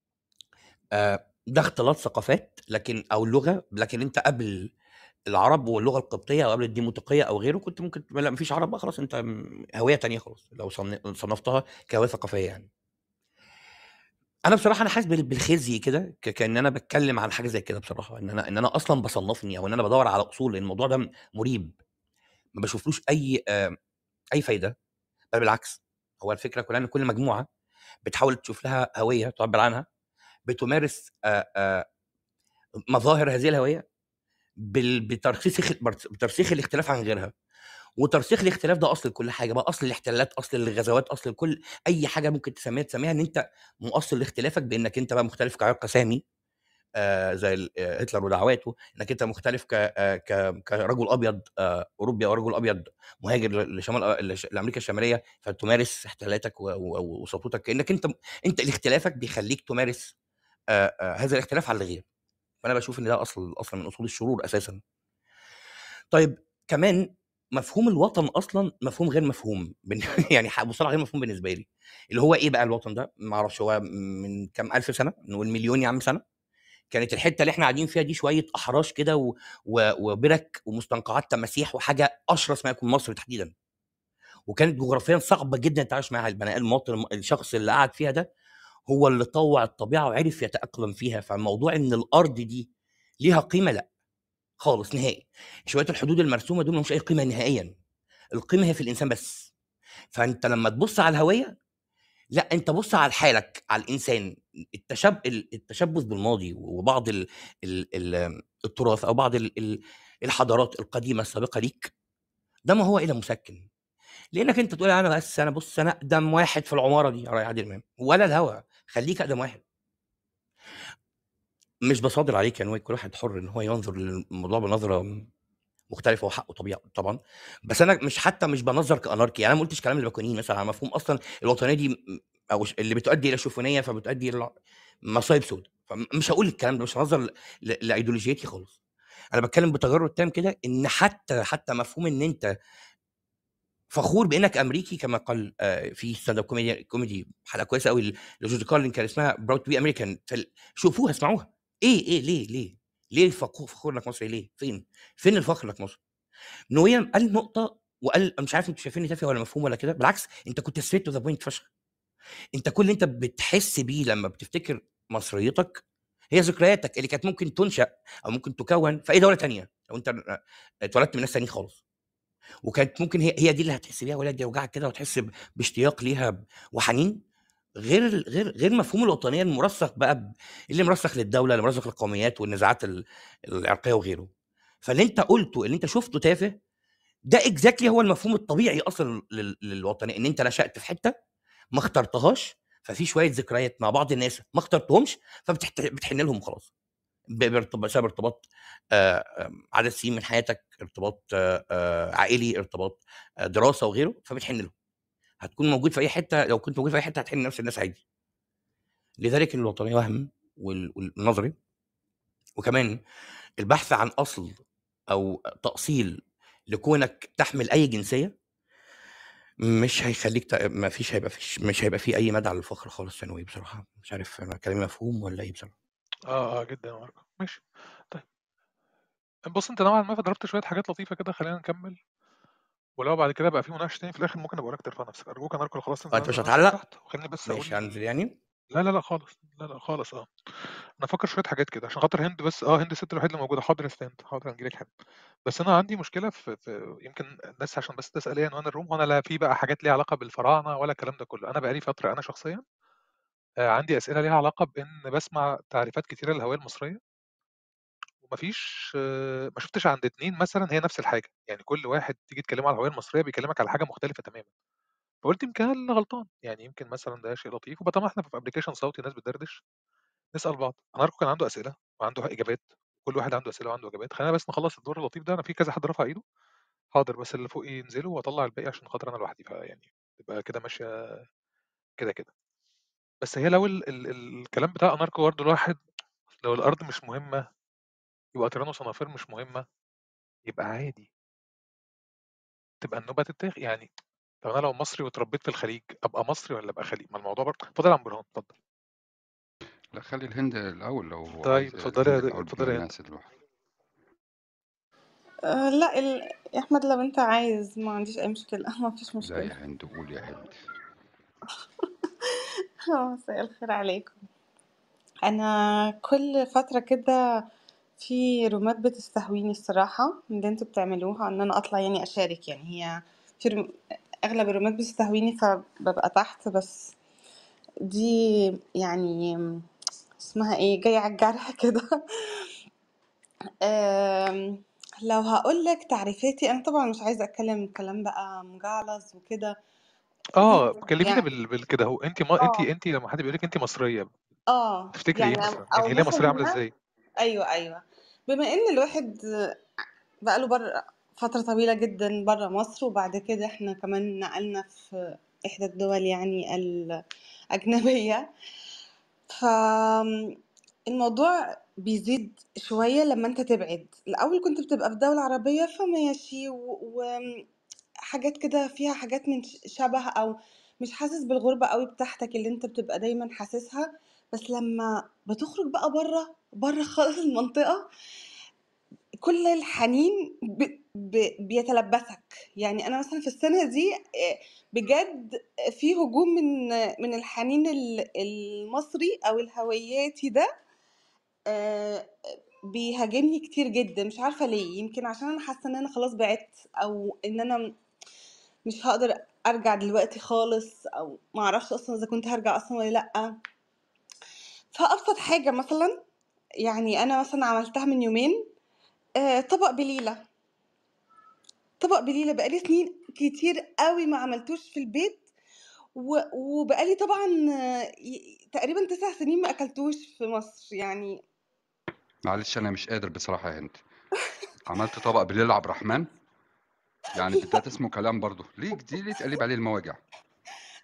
آه، ده اختلاط ثقافات لكن او اللغه، لكن انت قبل العرب واللغه القبطيه او قبل الديموطيقيه او غيره كنت ممكن لا مفيش عرب بقى خلاص، انت م- هويه تانية خلاص لو صن- صنفتها كهويه ثقافيه يعني. انا بصراحه انا حاسس بال- بالخزي كده، ك- كان انا بتكلم عن حاجه زي كده بصراحه، ان انا ان انا اصلا بصنفني او ان انا بدور على اصول، لان الموضوع ده م- مريب، ما بشوفلوش اي آه، اي فايده، بل بالعكس. هو الفكره كلها ان كل مجموعه بتحاول تشوف لها هويه تعبر عنها، بتمارس آه، آه، مظاهر هذه الهويه بال- بترسيخ بترسيخ الاختلاف عن غيرها. وترسيخ الاختلاف ده اصل كل حاجه بقى، اصل الاحتلالات، اصل الغزوات، اصل كل اي حاجه ممكن تسميها تسميها ان انت مؤصل لاختلافك بانك انت بقى مختلف كعرق سامي، آه زي ال- آه، هتلر ودعواته، انك انت مختلف ك آه ك كرجل ابيض آه اوروبي او رجل ابيض مهاجر ل- لشمال لش- لامريكا الشماليه، فتمارس احتلالاتك و- و- وسطوتك كانك انت انت اختلافك بيخليك تمارس آه آه هذا الاختلاف على الغير. فانا بشوف ان ده اصل اصلا من اصول الشرور اساسا. طيب كمان مفهوم الوطن اصلا مفهوم غير مفهوم بن- يعني ح- مصطلح غير مفهوم بالنسبه لي. اللي هو ايه بقى الوطن ده؟ ما اعرفش، هو من كام الف سنه، نقول مليون يا عم سنه، كانت الحته اللي احنا قاعدين فيها دي شويه احراش كده و... و... وبرك ومستنقعات تماسيح وحاجه اشرس ما يكون مصر تحديدا، وكانت جغرافيا صعبه جدا التعايش معاها. البني ادم المواطن الم- الشخص اللي قاعد فيها ده هو اللي طوع الطبيعه وعرف يتاقلم فيها. فموضوع ان الارض دي ليها قيمه، لا خالص نهائي. شويه الحدود المرسومه دول مش اي قيمه نهائيا، القيمه هي في الانسان بس. فانت لما تبص على الهويه، لا انت بص على حالك، على الانسان. التشب التشبث بالماضي وبعض ال... ال... ال... التراث او بعض ال... ال- الحضارات القديمه السابقه ليك، ده ما هو الا مسكن. لانك انت تقول انا بس انا بص انا اقدم واحد في العماره دي يا عادل امام، ولا الهوى خليك اقدم واحد. مش بصادر عليك يعني، كل واحد حر ان هو ينظر للموضوع بنظره مختلفه وحقه طبيعي طبعا. بس انا مش حتى مش بنظر كاناركي يعني، انا ما قلتش كلام الباكونيين مثلا على مفهوم اصلا الوطنيه دي. او ش- اللي بتؤدي الى شوفونيه فبتؤدي الى مصايب سوداء. فمش هقول الكلام ده، مش هنظر ل- ل- لايديولوجيتي خالص. انا بتكلم بتجرد تام كده ان حتى حتى مفهوم ان انت فخور بانك امريكي، كما قال آه، في ستاند اب كوميدي كوميدي حلقه كويسه قوي لجورج كارلين كان اسمها براود تو بي امريكان. شوفوها اسمعوها. ايه ايه ليه ليه ليه فخور فخور انك مصري؟ ليه؟ فين فين الفخر انك مصري؟ نويا قال نقطه وقال مش عارف انتوا شايفيني تافه ولا مفهوم ولا كده، بالعكس انت كنت ستريت تو ذا بوينت فشخ. انت كل اللي انت بتحس بيه لما بتفتكر مصريتك هي ذكرياتك اللي كانت ممكن تنشا او ممكن تكون في اي دوله تانية لو انت اتولدت من ناس تانيين خالص، وكانت ممكن هي هي دي اللي هتحس بيها، ولا دي يوجعك كده وتحس ب- باشتياق ليها ب- وحنين. غير غير غير مفهوم الوطنيه المرسخ بقى ب- اللي مرسخ للدوله، اللي مرسخ للقوميات والنزاعات ال- العرقيه وغيره. فاللي انت قلته اللي انت شفته تافه ده اكزاكتلي هو المفهوم الطبيعي اصلا لل- للوطنيه، ان انت نشأت في حته ما اخترتهاش، ففي شويه ذكريات مع بعض الناس ما اخترتهمش فبتحن لهم خلاص، ب- بارتب- بسبب ارتباط آه، آم، عدد سنين من حياتك، ارتباط آه، آه، عائلي، ارتباط آه، دراسه وغيره، فبتحن لهم. هتكون موجود في اي حته، لو كنت موجود في اي حته هتحن لنفس الناس عادي. لذلك الوطنيه وهم وال- والنظري، وكمان البحث عن اصل او تاصيل لكونك تحمل اي جنسيه مش هيخليك ت... ما فيش هيبقى فيش مش هيبقى في اي مدى على الفخر خالص ثانوي بصراحه. مش عارف انا كلامي مفهوم ولا ايه بصراحه. اه اه جدا يا ماركو، ماشي. طيب بص، انت نوعا ما ضربت شويه حاجات لطيفه كده، خلينا نكمل. ولو بعد كده بقى في مناقشه تاني في الاخر ممكن ابقى لك ترفع نفسك، ارجوك يا ماركو. لو خلاص آه، تنزل انت مش انزل نفسك هتعلق؟ تحت، وخليني بس ماشي اقول. هنزل يعني. لا لا لا خالص، لا لا خالص. اه انا افكر شويه حاجات كده عشان خاطر هند بس. اه هند الست الوحيده اللي موجوده. حاضر يا ستاند، حاضر هنجيلك هند. بس انا عندي مشكله في, في يمكن الناس عشان بس تسال ايه عنوان الروم، وانا لا في بقى حاجات ليها علاقه بالفراعنه ولا الكلام ده كله. انا بقالي فتره انا شخصيا آه، عندي اسئله ليها علاقه بان بسمع تعريفات كتيره للهويه المصريه، ومفيش آه، ما شفتش عند اتنين مثلا هي نفس الحاجه. يعني كل واحد تيجي تكلمه على الهويه المصريه بيكلمك على حاجه مختلفه تماما. فقلت يمكن انا اللي غلطان، يعني يمكن مثلا ده شيء لطيف. وبطبعا احنا في ابلكيشن صوتي ناس بتدردش، نسال بعض. انا عارف كان عنده اسئله وعنده اجابات، كل واحد عنده اسئله وعنده اجابات. خلينا بس نخلص الدور اللطيف ده. انا في كذا حد رفع ايده. حاضر، بس اللي فوق ينزلوا واطلع الباقي عشان خاطر انا لوحدي، فيعني تبقى كده ماشيه كده كده. بس هي لو ال ال ال الكلام بتاع اناركو برضه الواحد، لو الارض مش مهمه يبقى طيران وصنافير مش مهمه، يبقى عادي تبقى النوبه تتاخد يعني. طب انا لو مصري واتربيت في الخليج ابقى مصري ولا ابقى خليج؟ ما الموضوع برضه. اتفضل يا عم برهان، اتفضل. لا خلي الهند الأول، لو هو طيب عايز اتفضلي الهند يا الأول بما اتفضلي يا إنها هند. ست لوحدها. أه لا ال... يا احمد لو انت عايز ما عنديش اي مشكله ما فيش لا مشكله. يا هند، قول يا هند. مساء الخير عليكم. انا كل فتره كده في رومات بتستهويني الصراحه من اللي انتوا بتعملوها، ان انا اطلع يعني اشارك. يعني هي في روم... اغلب الرومات بتستهويني فببقى تحت، بس دي يعني اسمها ايه جايه على الجرح كده. أم، لو هقولك تعريفاتي، انا طبعا مش عايزه اتكلم كلام بقى مجعلص وكده. اه في كلمينا يعني بال بال كده. هو انت ما انت اه انت لما حد بيقول لك انت مصريه اه تفتكري يعني ايه او مثلا؟ أو يعني هي ليه مصريه عامله مثلا، ازاي؟ ايوه ايوه بما ان الواحد بقاله بره فتره طويله جدا بره مصر، وبعد كده احنا كمان نقلنا في احدى الدول يعني الاجنبيه، فالموضوع بيزيد شويه لما انت تبعد. الاول كنت بتبقى في دوله عربيه فماشي و... و... حاجات كده فيها حاجات من ش- شبه، او مش حاسس بالغربة قوي بتاعتك اللي انت بتبقى دايما حاسسها. بس لما بتخرج بقى بره بره خالص المنطقة، كل الحنين ب... ب... بيتلبسك. يعني انا مثلا في السنة دي آه، بجد في هجوم من من الحنين ال- المصري او الهوياتي ده، آه، بيهاجمني كتير جدا. مش عارفة ليه، يمكن عشان انا حاسة ان انا خلاص بعدت، او ان انا مش هقدر ارجع دلوقتي خالص، او ما اعرفش اصلا اذا كنت هرجع اصلا ولا لا. فابسط حاجه مثلا، يعني انا مثلا عملتها من يومين، آه، طبق بليله. طبق بليله بقالي سنين كتير قوي ما عملتوش في البيت، و- وبقالي طبعا آه، ي- تقريبا تسع سنين ما اكلتوش في مصر يعني. معلش أنا مش قادر بصراحة يا هند. عملت طبق بالليل عبد الرحمن، يعني بدات اسمه كلام برضه. ليه دي ليه تقلب عليه المواجع؟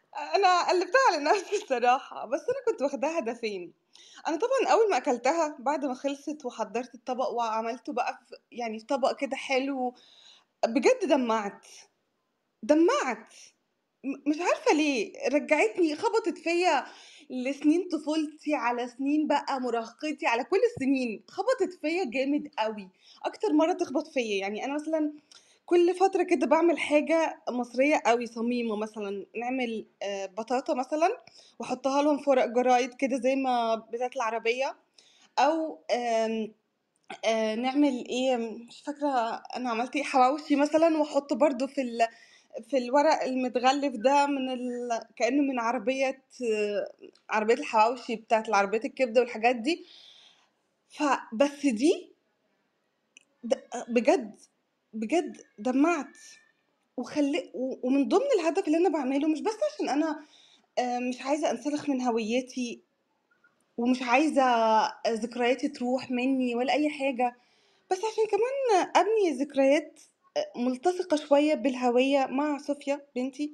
أنا قلّبتها على نفسي الصراحة، بس أنا كنت واخداها هدفين. أنا طبعًا أول ما أكلتها بعد ما خلصت وحضّرت الطبق وعملته بقى ف يعني في طبق كده حلو، بجد دمّعت، دمّعت. م مش عارفة ليه، رجّعتني خبطت فيّا لسنين طفولتي، على سنين بقى مراهقتي، على كل السنين، خبطت فيّا جامد أوي، أكتر مرّة تخبط فيّا. يعني أنا مثلًا كل فترة كده باعمل حاجة مصرية أوي صميمة، مثلًا نعمل آآ بطاطا مثلًا واحطها لهم في ورق جرايد كده زي ما بتاعة العربية، أو آمم آآ نعمل إيه، مش فاكرة أنا عملت إيه، حواوشي مثلًا واحطه برضه في ال في الورق المتغلف ده من ال كأنه من عربية عربية الحواوشي بتاعة العربيات الكبدة والحاجات دي. فبس دي د بجد، بجد دمّعت. وخل و ومن ضمن الهدف اللي أنا باعمله مش بس عشان أنا آآ مش عايزة أنسلخ من هويتي، ومش عايزة ذكرياتي تروح منّي ولا أي حاجة، بس عشان كمان أبني ذكريات أ ملتصقة شوية بالهوية مع صوفيا بنتي.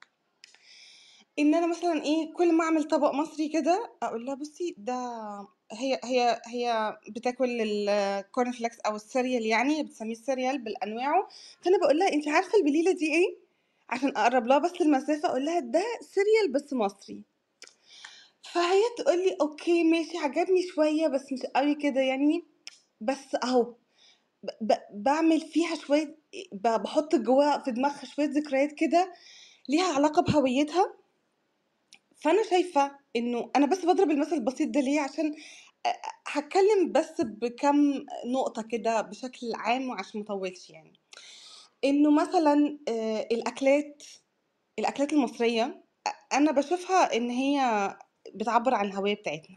إن أنا مثلًا إيه، كل ما أعمل طبق مصري كده أقول لها بُصّي ده هي هي هي بتاكل الcorn flakes أو الcereal يعني، هي بتسميه cereal بأنواعه، فأنا باقول لها أنتِ عارفة البليلة دي إيه؟ عشان أقرّب لها بس المسافة أقول لها ده cereal بس مصري. فهي تقول لي: "أوكي ماشي عجبني شوية بس مش أوي كده يعني." بس أهو ب ب باعمل فيها شوية ب باحط جواها في دماغها شوية ذكريات كده ليها علاقة بهويتها. فأنا شايفة إنه أنا بس باضرب المثل البسيط ده ليه، عشان أ أ هاتكلم بس بكام نقطة كده بشكل عام وعشان ما أطوّلش يعني. إنه مثلًا آآ الأكلات الأكلات المصرية أ أنا باشوفها إن هي بتعبّر عن الهوية بتاعتنا.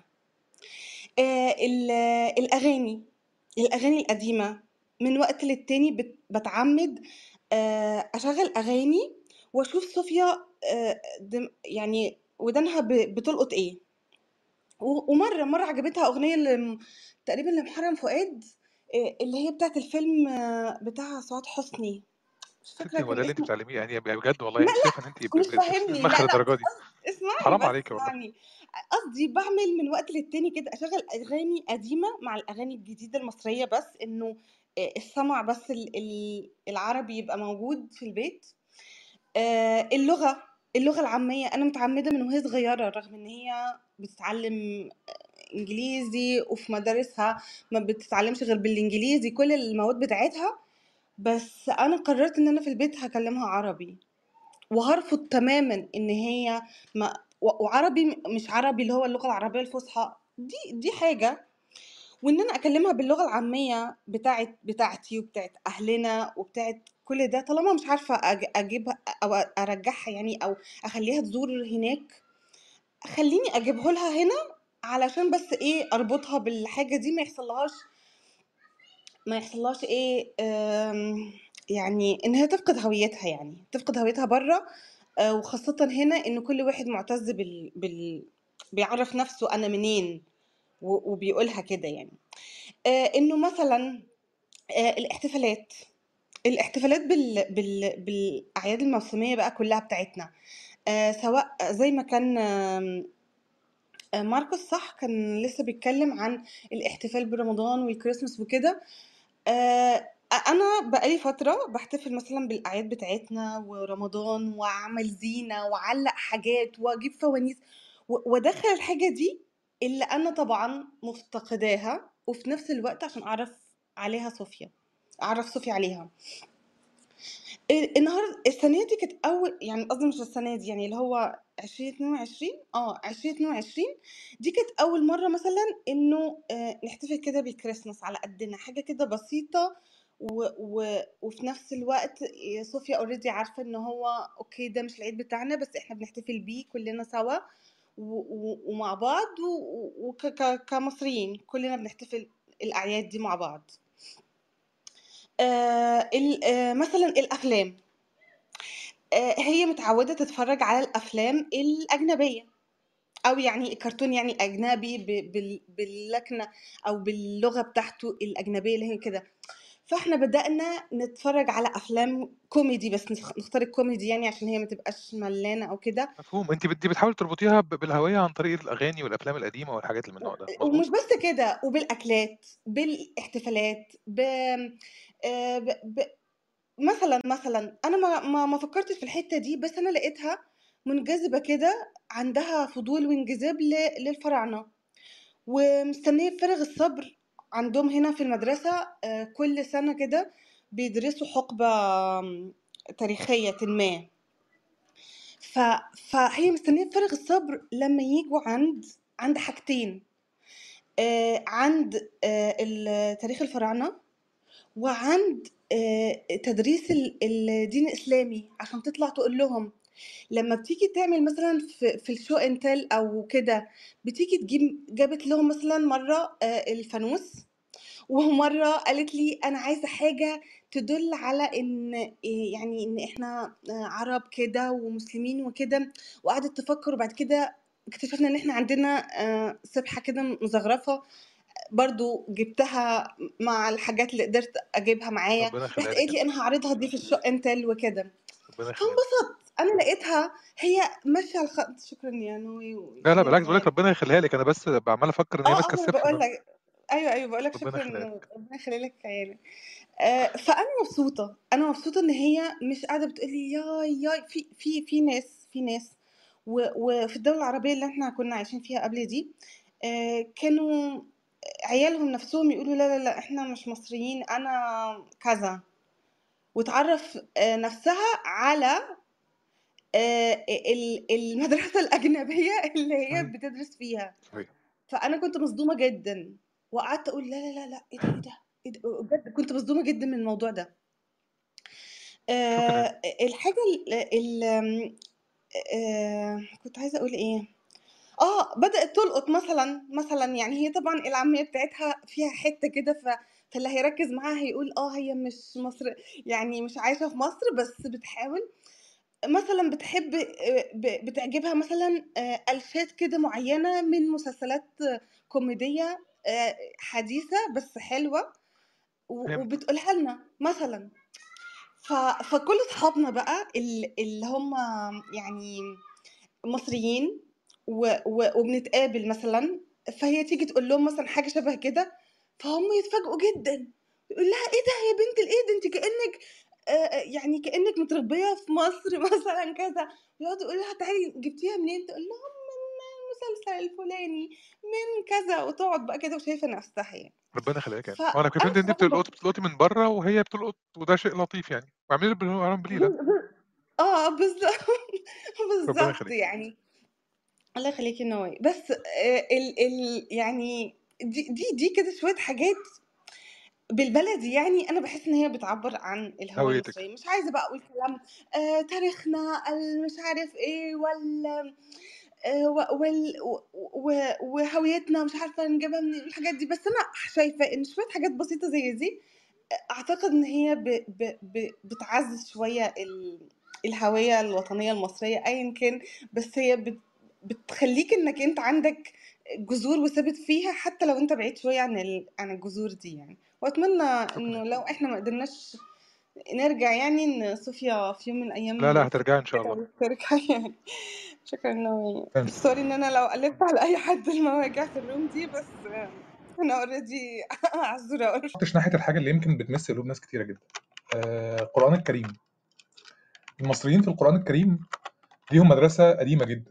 آآ ال الأغاني، الأغاني القديمة من وقت للتاني بت باتعمّد آآ أشغّل أغاني وأشوف صوفيا آآ دم يعني ودانها ب بتلقط إيه. و ومرّة، مرّة عجبتها أغنية لم تقريبًا لمحرم فؤاد آآ اللي هي بتاعة الفيلم بتاع سعاد حسني، مش فاكرة ستي هو كان ده اللي أنتِ اسمه بتعلميه يعني ب بجد والله لأ، أنتِ شايفة إن أنتِ ب لأ، مش ب بتوصلي فاهمني، لا، للمَخ لأ، للدرجة دي؟ قصد اسمعني حرام بس، عليكِ والله. اسمعني. قصدي باعمل من وقت للتاني كده أشغّل أغاني قديمة مع الأغاني الجديدة المصرية بس إنه آآ السَمَع بس ال ال العربي يبقى موجود في البيت. آآ اللغة، اللغة العامية أنا متعمّدة من وهي صغيرة رغم إن هي بتتعلّم إنجليزي وفي مدارسها ما بتتعلّمش غير بالإنجليزي كل المواد بتاعتها، بس أنا قررت إن أنا في البيت هاكلمها عربي، وهارفض تمامًا إن هي ما و وعربي م مش عربي اللي هو اللغة العربية الفصحى، دي دي حاجة، وإن أنا أكلمها باللغة العامية بتاعة بتاعتي وبتاعة أهلنا وبتاعة كل ده، طالما مش عارفة أج أجيبها أو أرجّعها يعني أو أخلّيها تزور هناك، خلّيني أجيبه لها هنا علشان بس إيه، أربطها بالحاجة دي ما يحصلّهاش ما يحصلّهاش إيه، آمم، يعني إن هي تفقد هويتها يعني، تفقد هويتها برّه. آآ، وخاصةً هنا إن كل واحد مُعتَز بال بال بيعرّف نَفْسه أنا منين و وبيقولها كده يعني. آآ، إنه مثلًا آآ، الاحتفالات، الاحتفالات بال بال بالأعياد الموسمية بقى كلّها بتاعتنا، آآ، سواء زي ما كان آمم آآ ماركوس صح، كان لسه بيتكلّم عن الاحتفال برمضان والChristmas وكده. آآ أ أنا بقى لي فترة باحتفل مثلًا بالأعياد بتاعتنا ورمضان وأعمل زينة وأعلّق حاجات وأجيب فوانيس و وأدخّل الحاجة دي اللي أنا طبعًا مفتقداها، وفي نفس الوقت عشان أعرف عليها صوفيا، أعرّف صوفيا عليها. آآ النهار السنة دي كانت أول يعني قصدي مش السنة دي، يعني اللي هو ألفين واتنين وعشرين آه، ألفين واتنين وعشرين دي كانت أول مرّة مثلًا إنه آآ نحتفل كده بالChristmas على قدّنا، حاجة كده بسيطة و و وفي نفس الوقت آآ صوفيا already عارفة إن هو أوكي ده مش العيد بتاعنا، بس إحنا بنحتفل بيه كُلّنا سوا و و ومع بعض و و وك ك كمصريين كُلّنا بنحتفل الأعياد دي مع بعض. آآ ال آآ مثلًا الأفلام. آآ هي متعوّدة تتفرّج على الأفلام الأجنبية، أو يعني الكرتون يعني أجنبي ب بال باللكنة أو باللغة بتاعته الأجنبية اللي هي كده. فاحنا بدأنا نتفرج على افلام كوميدي، بس نخ- نختار الكوميدي يعني عشان هي ما تبقاش ملانه او كده. مفهوم. انت بت- دي بتحاول تربطيها ب- بالهويه عن طريق الاغاني والافلام القديمه والحاجات اللي من النوع ده، ومش مظبوط؟ بس كده، وبالاكلات، بالاحتفالات، ب... آه، ب... ب... مثلا مثلا انا ما ما ما فكرتش في الحته دي، بس انا لقيتها منجذبه كده، عندها فضول وانجذاب ل- للفراعنه، ومستنيه بفارغ الصبر. عندهم هنا في المدرسه آه، كل سنه كده بيدرسوا حقبه آم، تاريخيه ما. ف... فهي مستنيه بفارغ الصبر لما يجوا عند عند حاجتين، آه، عند آه، ال- تاريخ الفراعنه، وعند آه، تدريس ال- الدين الإسلامي، عشان تطلع تقول لهم لما بتيجي تعمل مثلا في, في الشو انتل أو كده، بتيجي تجيب، جابت لهم مثلا مرة آه، الفانوس، ومرة قالت لي أنا عايزة حاجة تدل على إن إيه، يعني إن إحنا آه، عرب كده ومسلمين وكده. وقعدت تفكر، وبعد كده اكتشفنا إن إحنا عندنا آه، سبحة كده مزخرفة، برضو جبتها مع الحاجات اللي قدرت اجيبها معايا. ربنا رحت يخليها لك قالت يا لي نور. انا هعرضها دي في الشو انتل وكده، ربنا يخليها لك. فانبسطت. انا لقيتها هي ماشيه على الخط. شكرا يا نوي لا لا وشيماء بالعكس، بقول لك وهبه. ربنا يخليها لك، انا بس بعمل افكر ان هي اه ماسكه اه ما انا السبحه بقول ده. لك، ايوه ايوه بقول لك ربنا شكرا، يخليها لك. ربنا يخلي لك عيالي. آه فانا مبسوطه، انا مبسوطه ان هي مش قاعده بتقولي ياي ياي. في في في ناس في ناس و- وفي الدول العربيه اللي احنا كنا عايشين فيها قبل دي، آه كانوا عيالهم نفسهم يقولوا لا لا لا احنا مش مصريين، انا كذا، وتعرف آه، نفسها على آه، ال- المدرسة الأجنبية اللي هي صحيح بتدرس فيها. صحيح. فأنا كنت مصدومة جدا، وقعدت أقول لا لا لا لا إيه ده إيه ده إيه ده، بجد كنت مصدومة جدا من الموضوع ده. شكرا. آه، الحاجة ال ال- آه، كنت عايزة أقول إيه، اه بدأت تلقط مثلا مثلا يعني هي طبعا العامية بتاعتها فيها حتة كده، ف فاللي هيركز معاها هيقول اه هي مش مصر، يعني مش عايشة في مصر، بس بتحاول مثلا بتحب آه، ب- بتعجبها مثلا آه، ألفات كده معينة من مسلسلات آه، كوميدية آه، حديثة بس حلوة، و- فهمت. وبتقولها لنا مثلا. ف... فكل اصحابنا بقى ال- اللي هم يعني مصريين، و... و... وبنتقابل مثلا، فهي تيجي تقول لهم مثلا حاجة شبه كده، فهم يتفاجئوا جدا، يقول لها ايه ده يا بنت الايه ده، انت كأنك آه، آه، يعني كأنك متربية في مصر مثلا كذا. يقعدوا يقولوا لها تعالي جبتيها منين، تقول لهم من المسلسل الفلاني من كذا، وتقعد بقى كده وشايفة نفسها يعني. ربنا يخليها لك. وانا كنت فأنا فهمت ان انت بصراحة بتلقط ب... بتلقطي من بره وهي بتلقط، وده شيء لطيف يعني، وعاملين بالعالم ب... بليله. ب... اه بالظبط ربنا بالظبط يخليك. يعني. الله يخليكي نوي. بس آه، ال ال يعني دي دي دي كده شوية حاجات بالبلدي، يعني انا بحس ان هي بتعبر عن الهوية هويتك. المصرية. مش عايزة بقى اقول كلام آه تاريخنا مش عارف ايه، ولا آه و- وال و- و- وهويتنا مش عارفة نجيبها من الحاجات دي. بس انا شايفة ان شوية حاجات بسيطة زي دي اعتقد ان هي ب ب ب بتعزز شويه ال الهويه الوطنيه المصريه ايا كان، بس هي بت بتخليك انك انت عندك جذور وثابت فيها، حتى لو انت بعيد شويه عن ال... عن الجذور دي يعني. واتمنى شكرا. انه لو احنا ما قدرناش نرجع، يعني ان صوفيا في يوم من لا الايام لا تفتكر هترجعي ان شاء كده الله. وترجع يعني. شكرا نوي. فاهم. سوري ان انا لو قلبت على اي حد المواجع في الروم دي، بس انا اوريدي عذوره أوي. ما رحتش ناحيه الحاجه اللي يمكن بتمس قلوب ناس كتيره جدا. آه، القران الكريم. المصريين في القران الكريم ليهم مدرسه قديمه جدا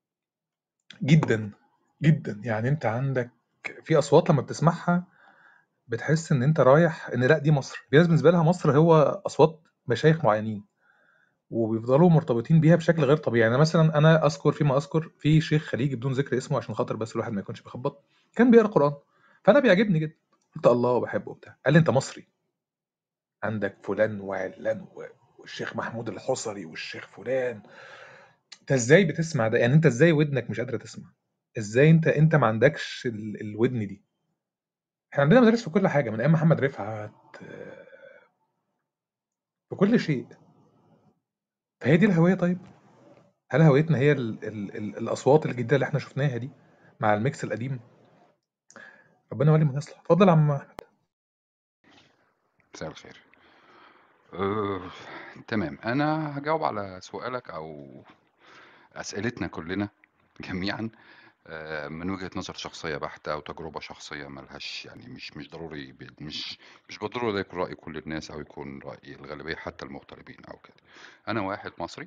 جدا جدا. يعني انت عندك في اصوات لما بتسمعها بتحس ان انت رايح ان لا دي مصر. في ناس بالنسبه لها مصر هو اصوات مشايخ معينين، وبيفضلوا مرتبطين بيها بشكل غير طبيعي. يعني مثلا انا اذكر فيما اذكر في شيخ خليجي بدون ذكر اسمه عشان خاطر بس الواحد ما يكونش بيخبط، كان بيقرا قران، فانا بيعجبني جدا، قلت الله وبحبه وبتاع. قال لي انت مصري، عندك فلان وعلان و- والشيخ محمود الحصري والشيخ فلان، انت ازاي بتسمع ده؟ يعني انت ازاي ودنك مش قادره تسمع؟ ازاي انت انت ما عندكش ال- الودن دي؟ احنا عندنا مدارس في كل حاجه من ايام محمد رفعت، آه، في كل شيء. فهي دي الهويه. طيب هل هويتنا هي ال ال ال الاصوات الجديده اللي احنا شفناها دي مع الميكس القديم؟ ربنا ولي من يصلح. اتفضل يا عم. مساء الخير. أه... تمام، انا هجاوب على سؤالك او اسئلتنا كلنا جميعا آه، من وجهة نظر شخصية بحتة او تجربة شخصية ملهاش يعني مش مش ضروري ب- مش مش بالضرورة ده يكون رأي كل الناس او يكون رأي الغالبية حتى المغتربين او كده. انا واحد مصري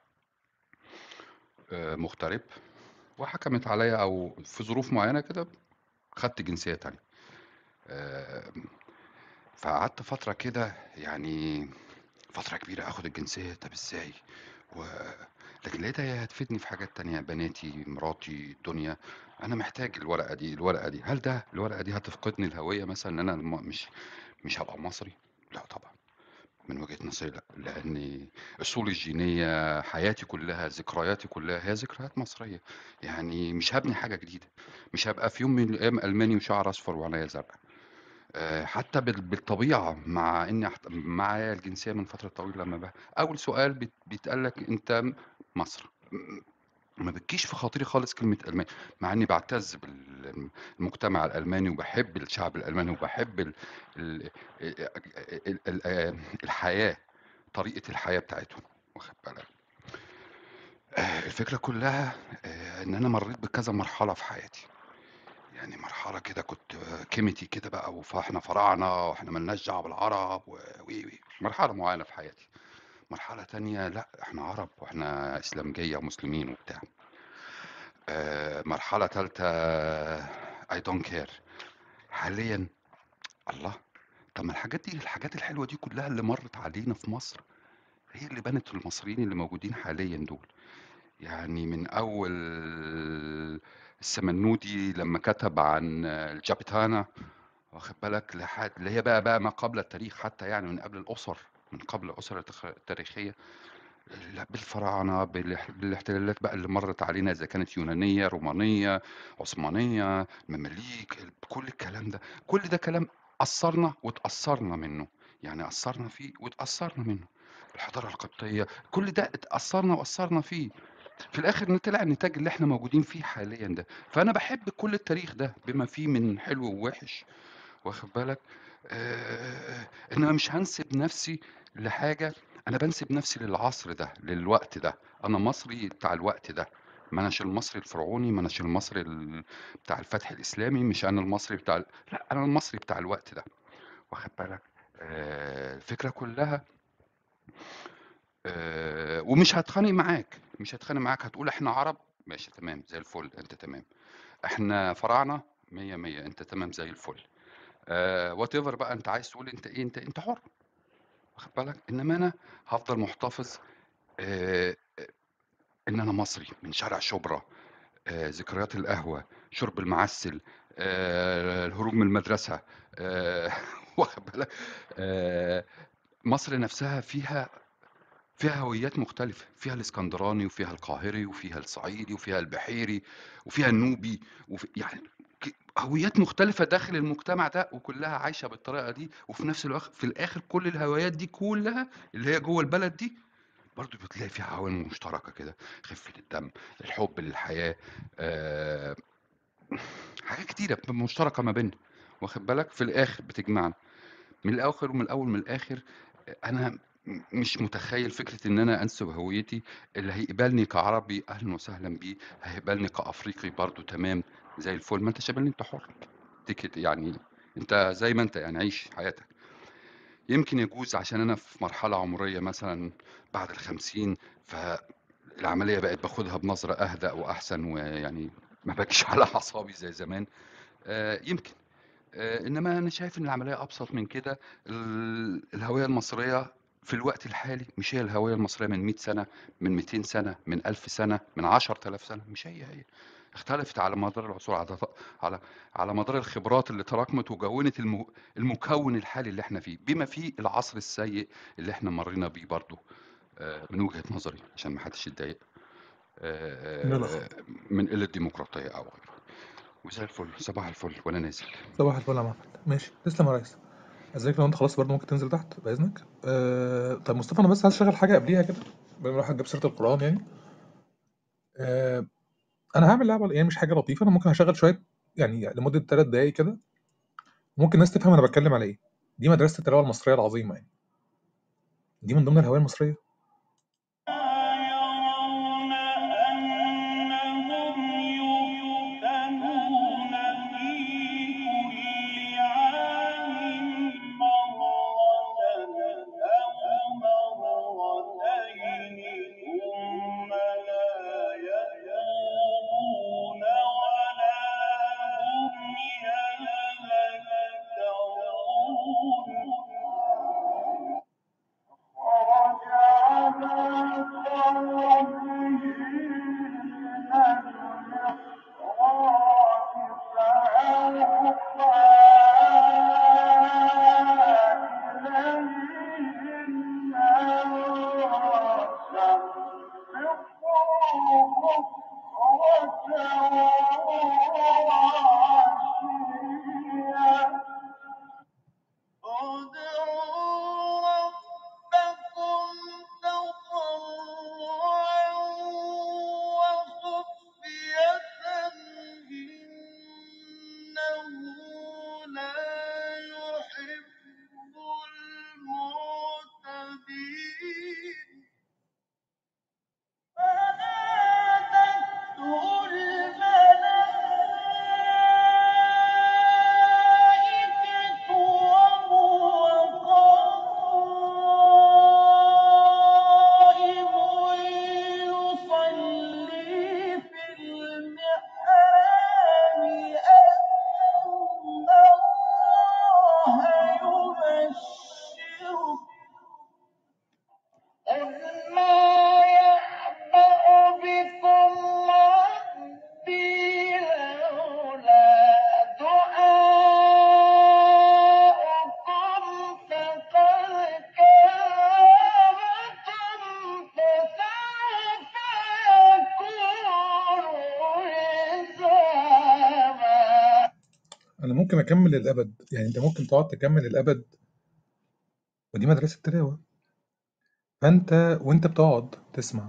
آه، مغترب، وحكمت عليا او في ظروف معينة كده خدت جنسية تانية. آه، فقعدت فترة كده يعني فترة كبيرة اخد الجنسية. طب ازاي؟ و... لكن لقيتها هي هتفيدني في حاجات تانية، بناتي، مراتي، الدنيا. انا محتاج الورقة دي الورقة دي هل ده الورقة دي هتفقدني الهوية مثلا ان انا الم- مش مش هبقى مصري؟ لا طبعا، من وجهة نظري لا، لان اصولي الجينية، حياتي كلها، ذكرياتي كلها هي ذكريات مصرية. يعني مش هبني حاجة جديدة، مش هبقى في يوم من الايام الماني وشعر اصفر وعينيا زرقاء. آه، حتى بال- بالطبيعة، مع إني أحت- معايا الجنسية من فترة طويلة. لما بقى أول سؤال بيت- بيتقال لك أنت مصر، م- ما بتجيش في خاطري خالص كلمة ألماني، مع إني بعتز بالمجتمع الألماني وبحب الشعب الألماني وبحب ال ال ال ال ال الحياة، طريقة الحياة بتاعتهم، واخد بالك. آه، الفكرة كلها آه، إن أنا مريت بكذا مرحلة في حياتي. يعني مرحلة كده كنت كيميتي كده بقى، وإحنا فراعنة وإحنا ملناش دعوة بالعرب و وي وي مرحلة معينة في حياتي. مرحلة تانية لأ، إحنا عرب وإحنا إسلامجية ومسلمين وبتاع. آه، مرحلة تالتة I don't care. حاليا الله، طب ما الحاجات دي الحاجات الحلوة دي كلها اللي مرت علينا في مصر هي اللي بنت المصريين اللي موجودين حاليا دول. يعني من أول السمنودي لما كتب عن الجابتانا، واخد بالك، لحد اللي هي بقى بقى ما قبل التاريخ حتى، يعني من قبل الأسر، من قبل الأسر التخ- التاريخية. لا، بالفراعنة، بالاح- بالاحتلالات بقى اللي مرت علينا، إذا كانت يونانية، رومانية، عثمانية، مماليك، ال- كل الكلام ده، كل ده كلام أثرنا واتأثرنا منه. يعني أثرنا فيه واتأثرنا منه. الحضارة القبطية، كل ده اتأثرنا وأثرنا فيه. في الآخر طلع النتاج اللي احنا موجودين فيه حاليا ده. فأنا بحب كل التاريخ ده بما فيه من حلو ووحش، واخد بالك. آه، انما مش هنسب نفسي لحاجه، انا بنسب نفسي للعصر ده، للوقت ده. انا مصري بتاع الوقت ده، ما اناش المصري الفرعوني، ما اناش المصري ال- بتاع الفتح الاسلامي، مش انا المصري بتاع ال- لا، انا المصري بتاع الوقت ده، واخد بالك. آه، الفكره كلها آه، ومش هتخانق معاك، مش هتخانق معاك، هتقول احنا عرب، ماشي تمام زي الفل، انت تمام. احنا فراعنه، مية مية، انت تمام زي الفل. وات ايفر بقى انت عايز تقول انت ايه، انت انت حر، واخد بالك. انما انا هفضل محتفظ آه، ان انا مصري من شارع شبرا. آه، ذكريات القهوه، شرب المعسل، آه، الهروب من المدرسه، آه، واخد بالك. آه، مصر نفسها فيها فيها هويات مختلفة، فيها الاسكندراني وفيها القاهري وفيها الصعيدي وفيها البحيري وفيها النوبي، وفي يعني ك- هويات مختلفة داخل المجتمع ده، وكلها عايشة بالطريقة دي. وفي نفس الوقت في الآخر كل الهويات دي كلها اللي هي جوه البلد دي برضو بتلاقي فيها عوامل مشتركة كده، خفة الدم، الحب للحياة، آه، حاجات كتيرة مشتركة ما بيننا، واخد بالك، في الآخر بتجمعنا. من الآخر ومن الأول من الآخر، أنا م- مش متخيل فكرة إن أنا أنسب هويتي. اللي هيقبلني كعربي أهلا وسهلا بيه، هيقبلني كأفريقي برضو تمام زي الفل. ما أنت قابلني، أنت حر، تيكت يعني، أنت زي ما أنت يعني عيش حياتك. يمكن يجوز عشان أنا في مرحلة عمرية مثلا بعد الخمسين، فالعملية بقت باخدها بنظرة أهدأ وأحسن، ويعني ما باجيش على أعصابي زي زمان. آه، يمكن آه، انما انا شايف ان العمليه ابسط من كده. ال- الهويه المصريه في الوقت الحالي مش هي الهويه المصريه من مئة سنه، من مئتين سنه، من ألف سنه، من عشرة آلاف سنه، مش هي هي. اختلفت على مدار العصور، على على على مدار الخبرات اللي تراكمت وكونت الم- المكون الحالي اللي احنا فيه، بما فيه العصر السيء اللي احنا مرينا بيه برضه. آه، من وجهه نظري عشان ما حدش يتضايق، يلا، آه، من قله ديمقراطيه او غيره. وزي الفل، صباح الفل وانا نازل. صباح الفل يا محمد. ماشي، تسلم يا ريس. ازيك؟ لو انت خلاص برضه ممكن تنزل تحت باذنك. أه... طب مصطفى، انا بس عايز اشغل حاجه قبليها كده، بما ان الواحد جاب سيره القران يعني. أه... انا هعمل لعبه يعني، مش حاجه لطيفه. انا ممكن هشغل شويه يعني لمده ثلاث دقايق كده، ممكن الناس تفهم انا بتكلم على ايه. دي مدرسة التلاوة المصرية العظيمة يعني، دي من ضمن الهوية المصرية. يرون أنهم يفتنون في كل عام مرة أو مرتين ثم لا يتوبون ولا هم يذكرون. ادعوا ربكم تضرعا وخفية إنه لا يحب المعتدين. فنادته الملائكة وهو قائم يصلي في المحراب أن الله يبشرك أن ما يعبأ بكم ربي لولا دعاؤكم فقد كذبتم فسوف يكون لزاما. أنا ممكن أكمل للأبد، يعني أنت ممكن تقعد تكمل للأبد، ودي مدرسة تلاوة. فأنت وأنت بتقعد تسمع،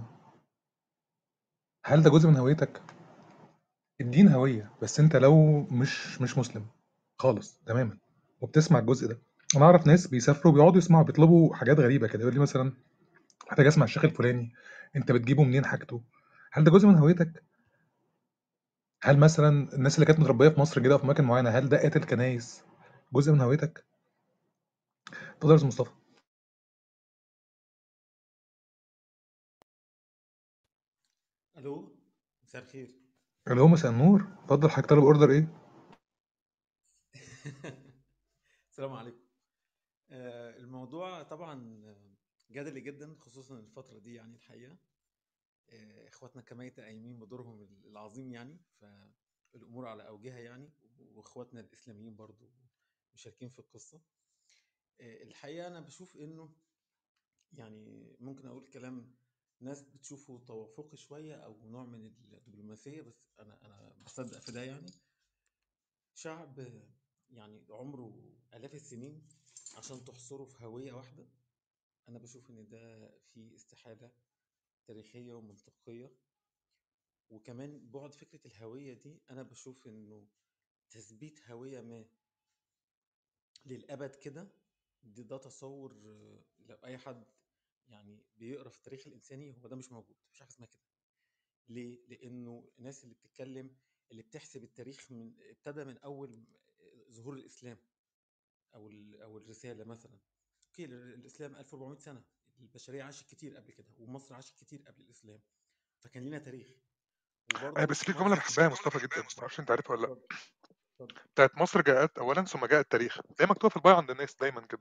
هل ده جزء من هويتك؟ الدين هوية، بس أنت لو مش مش مسلم خالص تماما وبتسمع الجزء ده، أنا أعرف ناس بيسافروا بيقعدوا يسمعوا، بيطلبوا حاجات غريبة كده، يقول لي مثلا محتاج أسمع الشيخ الفلاني، أنت بتجيبه منين حاجته؟ هل ده جزء من هويتك؟ هل مثلا الناس اللي كانت متربية في مصر كده في أماكن معينة، هل دقات الكنايس جزء من هويتك؟ اتفضل يا أستاذ مصطفى. الو، مساء الخير. اللي هو مساء النور، اتفضل حضرتك طالب اوردر ايه؟ السلام عليكم. آه، الموضوع طبعا جدلي جدا، خصوصا الفترة دي يعني الحقيقة. آه، اخواتنا كميتة قايمين بدورهم العظيم يعني، فالامور على اوجها يعني، واخواتنا الاسلاميين برضو مشاركين في القصة. آه، الحقيقة انا بشوف انه يعني ممكن اقول كلام ناس بتشوفه توافقي شوية او نوع من الدبلوماسية، بس انا انا بصدق في ده يعني. شعب يعني عمره آلاف السنين عشان تحصره في هوية واحدة، أنا بشوف إن ده فيه استحالة تاريخية ومنطقية. وكمان بعد فكرة الهوية دي، أنا بشوف إنه تثبيت هوية ما للأبد كده، ده, ده تصور آه، لو أي حد يعني بيقرأ في التاريخ الإنساني، هو ده مش موجود، مش حاجة اسمها كده. ليه؟ لأنه الناس اللي بتتكلم، اللي بتحسب التاريخ من ابتدى من أول ظهور الإسلام او او الرساله مثلا. اوكي، الاسلام ألف وأربعمائة سنه، البشريه عاشت كتير قبل كده، ومصر عاشت كتير قبل الاسلام، فكان لنا تاريخ. أيوة، وبرضه بس في مصر جملة بحبها يا مصطفى جدا، ما اعرفش انت عارفها ولا لا، اتفضل اتفضل. بتاعت مصر جاءت اولا ثم جاء التاريخ، دي مكتوبة في البايو عند الناس دايما كده.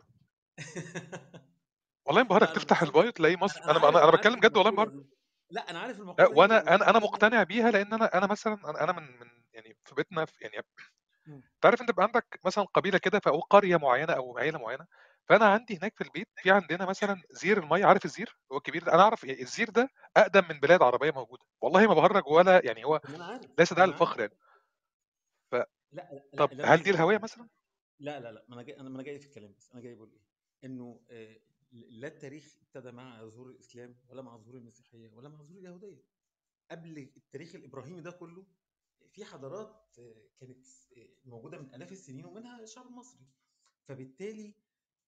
والله انبهرك لا انا تفتح بحسها، البايو تلاقي مصر، انا انا انا عارف انا انا انا عارف بتكلم جد والله المقوله انبهرك. دي. لا انا عارف لا، المقوله دي وانا انا انا وبحبها جدا. مقتنع بيها، لان انا انا مثلا انا انا من من يعني في بيتنا في يعني مم. تعرف انت بقى عندك مثلا قبيله كده في او قريه معينه او عيله معينه. فانا عندي هناك في البيت في عندنا مثلا زير الميه، عارف الزير هو الكبير ده، انا اعرف يعني الزير ده اقدم من بلاد عربيه موجوده، والله ما بهرج ولا يعني هو ما انا عارف ليس ما داعي انا عارف. للفخر يعني. لا لا لا، فطب اللي انا هل دي عايز اقوله الهويه لك، مثلا؟ لا لا لا، ما انا جاي انا ما انا جاي في الكلام، بس انا جاي بقول ايه، انه آه، لا التاريخ ابتدى مع ظهور الاسلام، ولا مع ظهور المسيحيه، ولا مع ظهور اليهوديه. قبل التاريخ الابراهيمي ده كله، في حضارات آه، كانت آه، موجوده من الاف السنين، ومنها الشعب المصري. فبالتالي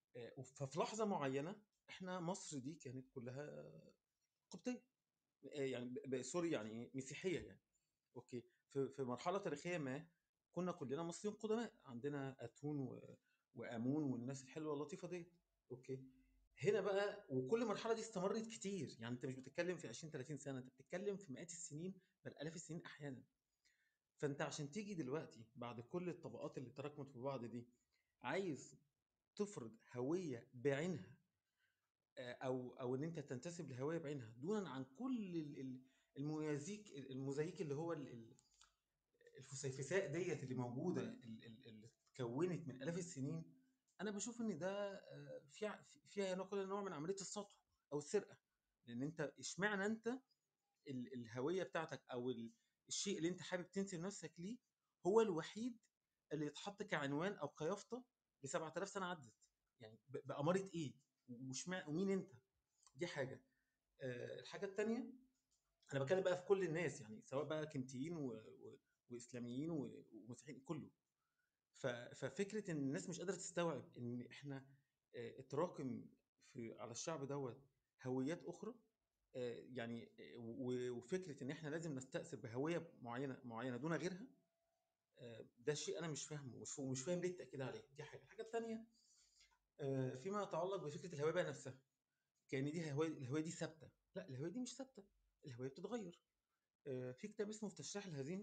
آه، ففي لحظه معينه احنا مصر دي كانت كلها قبطيه، آه، يعني ب- ب- سوري يعني إيه؟ مسيحيه يعني. اوكي، في في مرحله تاريخيه ما كنا كلنا مصريين قدماء، عندنا اتون و... وامون والناس الحلوه اللطيفه دي. اوكي، هنا بقى وكل مرحله دي استمرت كتير، يعني انت مش بتتكلم في عشرين ثلاثين سنه، انت بتتكلم في مئات السنين بل الاف السنين احيانا. فانت عشان تيجي دلوقتي بعد كل الطبقات اللي تراكمت في بعض دي عايز تفرض هويه بعينها، آه، او او ان انت تنتسب لهويه بعينها دونا عن كل ال- ال- الموازيك الموزايك اللي هو ال- ال- الفسيفساء ديت اللي موجوده ال- ال- اللي اتكونت من الاف السنين. انا بشوف ان ده آه، فيها فيها نوع كده نوع من عمليه السطو او السرقه، لان انت اشمعنى انت ال- الهويه بتاعتك او ال- الشيء اللي انت حابب تنسب نفسك ليه هو الوحيد اللي يتحط كعنوان او كيافطه ل سبعة آلاف سنه عدت، يعني ب- بأمارة ايه وشمع ومين انت؟ دي حاجه. آه، الحاجه الثانيه، انا بتكلم بقى في كل الناس، يعني سواء بقى كنتيين و... و... واسلاميين و... ومسيحيين كله. ف... ففكره ان الناس مش قادره تستوعب ان احنا آه، اتراكم في على الشعب دوت هويات اخرى، آه، يعني آه، و- وفكره ان احنا لازم نستأثر بهويه معينه معينه دون غيرها. آه، ده شيء انا مش فاهمه ومش ومش فاهم ليه التاكيد عليه. دي حاجه. الحاجه الثانيه فيما يتعلق بفكره الهويه بقى نفسها، كان دي هوية الهويه دي ثابته. لا، الهويه دي مش ثابته، الهويه بتتغير. آه، في كتاب اسمه في تشريح الهزيمه،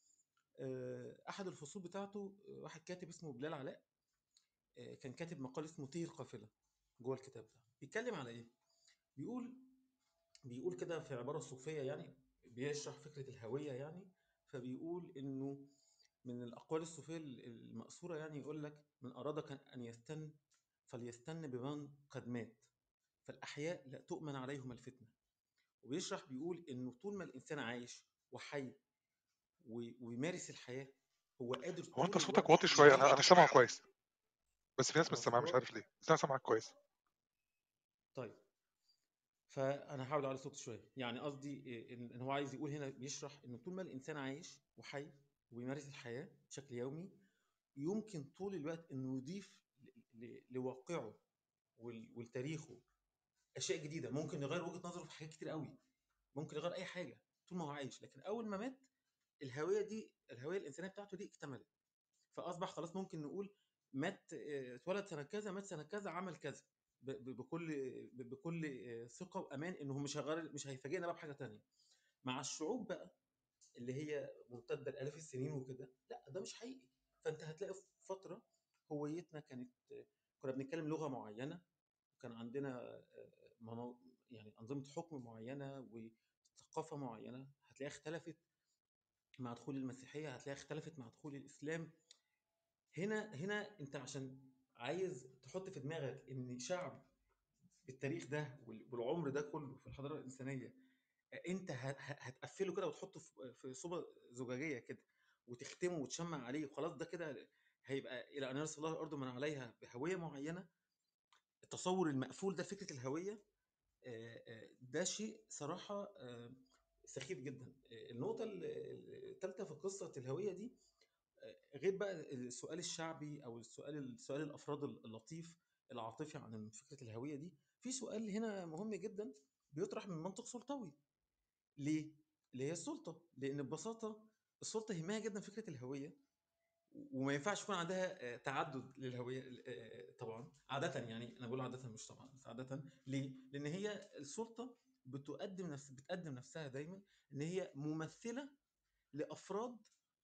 آه، احد الفصول بتاعته آه، واحد كاتب اسمه بلال علاء، آه، كان كاتب مقال اسمه طير قافله. جوه الكتاب ده بيتكلم على ايه؟ بيقول بيقول كده في عباره صوفيه، يعني بيشرح فكره الهويه يعني. فبيقول انه من الاقوال الصوفيه المأثوره، يعني يقول لك: من اراد كان ان يستن فليستن بمن قد مات، فالاحياء لا تؤمن عليهم الفتنه. وبيشرح بيقول انه طول ما الانسان عايش وحي و- ويمارس الحياه هو قادر هو انت طول صوتك الوقت واطي شويه، انا يضيف. انا سامعه كويس، بس في ناس مش انا سامعه صوتي مش واطي. عارف ليه، بس انا سامعك كويس. طيب، فانا هحاول اعلي صوتي شويه. يعني قصدي إيه، ان إن هو عايز يقول هنا، بيشرح ان طول ما الانسان عايش وحي وبيمارس الحياه بشكل يومي يمكن طول الوقت انه يضيف ل- ل- لواقعه ول- ولتاريخه اشياء جديده، ممكن يغير وجهه نظره في حاجات كتير قوي، ممكن يغير اي حاجه طول ما هو عايش. لكن اول ما مات الهويه دي الهويه الانسانيه بتاعته دي اكتملت، فاصبح خلاص ممكن نقول مات، آه، اتولد سنه كذا، مات سنه كذا، عمل كذا، ب- ب- بكل ب- بكل آه، ثقه وامان انه مش هيغير، مش هيفاجئنا بقى بحاجه تانية. مع الشعوب بقى اللي هي ممتده لالاف السنين وكده، لا ده مش حقيقي. فانت هتلاقي في فتره هويتنا كانت، كنا بنتكلم لغه معينه، وكان عندنا آه، منا- يعني انظمه حكم معينه وثقافه معينه، هتلاقيها اختلفت مع دخول المسيحيه، هتلاقيها اختلفت مع دخول الاسلام. هنا هنا انت عشان عايز تحط في دماغك ان شعب بالتاريخ ده وال- والعمر ده كله في الحضاره الانسانيه، انت ه- ه- هتقفله كده وتحطه في في صوبه زجاجيه كده وتختمه وتشمع عليه وخلاص، ده كده هيبقى الى ان يرث الله الارض من عليها بهويه معينه. التصور المقفول ده، فكره الهويه، آه، آه، ده شيء صراحه آه، سخيف جدا. آه، النقطه الثالثه في قصه الهويه دي، غير بقى السؤال الشعبي او السؤال السؤال الافراد اللطيف العاطفي عن فكره الهويه دي، في سؤال هنا مهم جدا بيطرح من منطق سلطوي. ليه؟ اللي هي السلطه، لان ببساطه السلطه يهمها جدا فكره الهويه، وما ينفعش يكون عندها آه، تعدد للهويه. آه، طبعا عاده، يعني انا بقول عاده مش طبعا، بس عاده. ليه؟ لان هي السلطه بتقدم نفس بتقدم نفسها دايما ان هي ممثله لافراد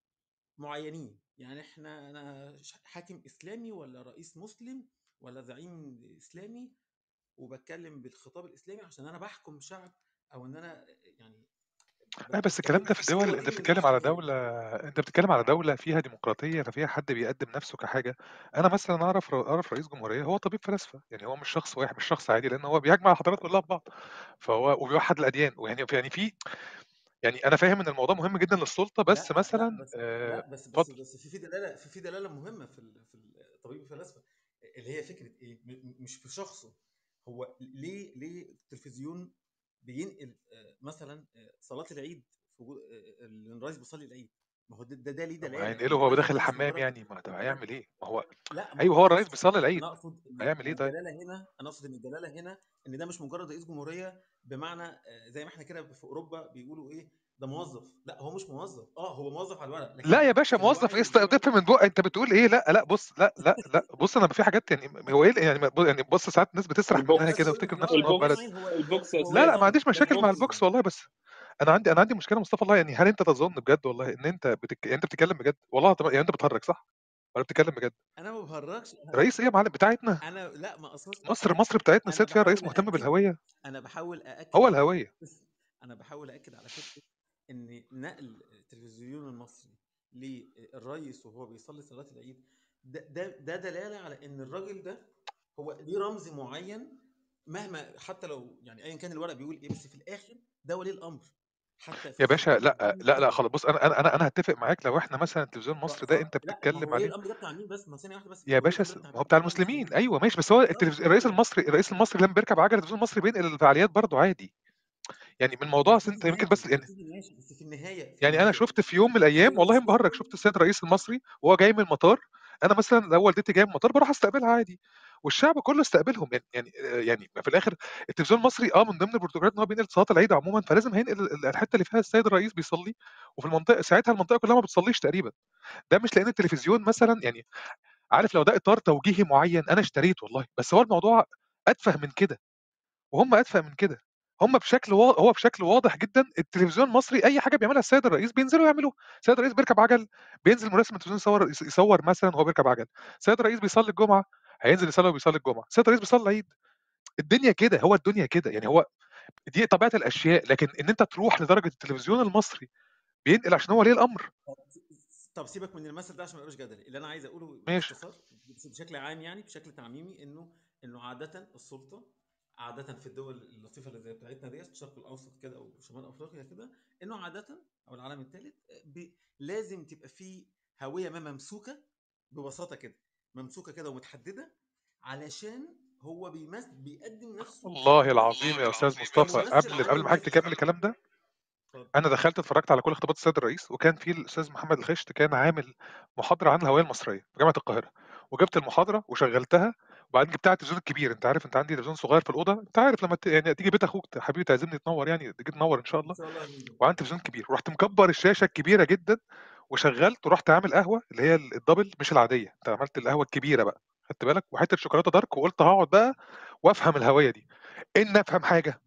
معينين. يعني احنا انا ش- حاكم اسلامي ولا رئيس مسلم ولا زعيم اسلامي، وبتكلم بالخطاب الاسلامي عشان انا بحكم شعب، او ان انا يعني اه ب- بس الكلام بتكلم ده في في الصوره دول، دي انت من بتتكلم على البشريه. دولة، انت بتتكلم على دولة فيها ديمقراطية، ففيها حد بيقدم نفسه كحاجة. انا مثلا اعرف اعرف رئيس جمهورية هو طبيب فلسفة، يعني هو مش شخص واحد، مش شخص عادي، لان هو بيجمع الحضارات كلها ببعض، فهو وبيوحد الاديان، ويعني يعني في يعني انا فاهم ان الموضوع مهم جدا للسلطة، بس لا لا مثلا بس آه، لا بس بس اتفضل. بس في في دلاله في في دلاله مهمه في ال- في الطبيب الفلاسفه، اللي هي فكره ايه، م- م- مش في شخصه هو. ليه ليه التلفزيون بينقل آه، مثلا آه، صلاه العيد في وجود- آه، آه، اللي الرئيس بيصلي العيد، ما هو ده ده, ده ليه طب ما دلاله هينقله وهو الدلاله داخل هنا مش الحمام مجرد يعني، ما طب الدلاله هيعمل ايه؟ ما هو لا ما ايوه هو هو انا الرئيس اقصد بيصلي العيد، انا اقصد ان هيعمل ان ايه طيب؟ الدلاله هنا انا اقصد ان الدلاله هنا ان ده مش مجرد رئيس جمهوريه بمعنى آه، زي ما احنا كده في اوروبا بيقولوا ايه ده موظف. لا هو مش موظف، اه هو موظف على الورق، لا لكن يا باشا في موظف الوعي ايه؟ است- الجمعي تفهم من بق انت بتقول ايه؟ لا لا بص، لا لا لا بص، انا في حاجات يعني هو ايه يعني يعني بص، ساعات الناس بتسرح منها البوكس كده بقول لك وافتكر في الوعي نفسه ان هو في الجمعي بلد. البوكس هو البوكس هو يا هو لا ليه لا ما استاذ، امر عنديش ده مشاكل مع موظف البوكس يعني. والله، بس انا عندي انا عندي مشكله مصطفى الله، يعني هل انت تظن بجد والله ان انت بتك... يعني انت بتتكلم بجد والله؟ طب يعني انت بتهرج صح ولا بتتكلم بجد؟ انا ما بهرجش، رئيس ايه يا معلم بتاعتنا؟ انا لا ما اقصدش، مصر مصر بتاعتنا انا السيد فيها رئيس بحاول مهتم ااكد بالهويه، انا بحاول هو ااكد الهويه. انا بحاول ااكد على فكره ان نقل التلفزيون المصري للرئيس وهو بيصلي صلاه العيد ده ده ده دلاله على ان الراجل ده هو ليه رمز معين، مهما حتى لو يعني ايا كان الورق بيقول ايه، بس في الاخر ده ولي الامر حتى يا في باشا الشريعه لا الدين لا لا كده. خلاص بص، انا انا انا انا هتفق معاك لو احنا مثلا التلفزيون ف... المصري ف... ده انت لا ما هو بتتكلم ولي عليه. الامر ده بتاع مين بس؟ ما ثانيه واحده بس، يا ولي باشا الامر س- ده بتاع ما هو مين؟ بتاع بتاع المسلمين، المسلمين. ايوه ماشي، بس هو بالظبط التلفز... هو الرئيس كده. المصري الرئيس المصري لما بيركب عجله التلفزيون المصري بينقل الفعاليات برضه عادي. يعني من الموضوع يا أصل سيدي انت يمكن ماشي بس يا يعني سيدي ماشي بس في النهايه في يعني انا النهايه شفت في يوم من الايام هو والله مش ما بهرج، مسؤول. شفت السيد الرئيس المصري وهو جاي من المطار. انا مثلا لو والدتي جايه من المطار بروح استقبلها عادي، والشعب كله استقبلهم يعني يعني يعني في الاخر التلفزيون المصري اه من ضمن البروتوكولات ان هو بينقل صلاه العيد عموما، فلازم هينقل ال- الحته اللي فيها السيد الرئيس بيصلي، وفي المنطقه ساعتها المنطقه كلها ما بتصليش تقريبا. ده مش لان التلفزيون مثلا يعني عارف، لو ده اطار توجيهي معين انا اشتريت والله، بس هو الموضوع اتفه من كده وهم اتفه من كده. هم بشكل وا... هو بشكل واضح جدا التلفزيون المصري اي حاجه بيعملها السيد الرئيس بينزلوا يعملوها. السيد الرئيس بيركب عجل، بينزل مراسم التلفزيون يصور يصور مثلا وهو بيركب عجل. السيد الرئيس بيصلي الجمعه، هينزل يصلي وبيصلي الجمعه. السيد الرئيس بيصلي العيد. الدنيا كده، هو الدنيا كده يعني، هو دي طبيعه الاشياء. لكن ان انت تروح لدرجه التلفزيون المصري بينقل عشان هو ولي الامر. طب طب سيبك من المثل ده عشان ما يبقاش جدلي. اللي انا عايز اقوله ماشي. باختصار بشكل عام يعني بشكل تعميمي انه انه عاده السلطه عاده في الدول اللطيفه اللي زي بتاعتنا ديت في الشرق الاوسط كده او شمال افريقيا كده، انه عاده او العالم الثالث لازم تبقى فيه هويه ما ممسوكه، ببساطه كده ممسوكه كده ومتحدده، علشان هو بيمثل بيقدم نفسه والله العظيم يا استاذ مصطفى، كممثل قبل عام قبل ما حضرتك للناس. تكمل الكلام ده، اتفضل. انا دخلت اتفرجت على كل خطابات السيد الرئيس، وكان في الاستاذ محمد الخشت كان عامل محاضره عن الهويه المصريه في جامعه القاهره، وجبت المحاضره وشغلتها، وبعدين جبتها على التلفزيون الكبير. انت عارف انت عندي تلفزيون صغير في الاوضه، انت عارف لما ت... يعني تيجي بيت اخوك حبيبي تعزمني تنور، يعني تيجي تنور ان شاء ان الله. شاء الله يا فندم. وعندي تلفزيون كبير، ورحت مكبر الشاشه الكبيره جدا وشغلت، ورحت عامل قهوه اللي هي الدبل مش العاديه، انت عملت القهوه الكبيره بقى، خدت بالك، وحته شوكولاته دارك، وقلت هقعد بقى وافهم الهويه دي. ان افهم حاجه،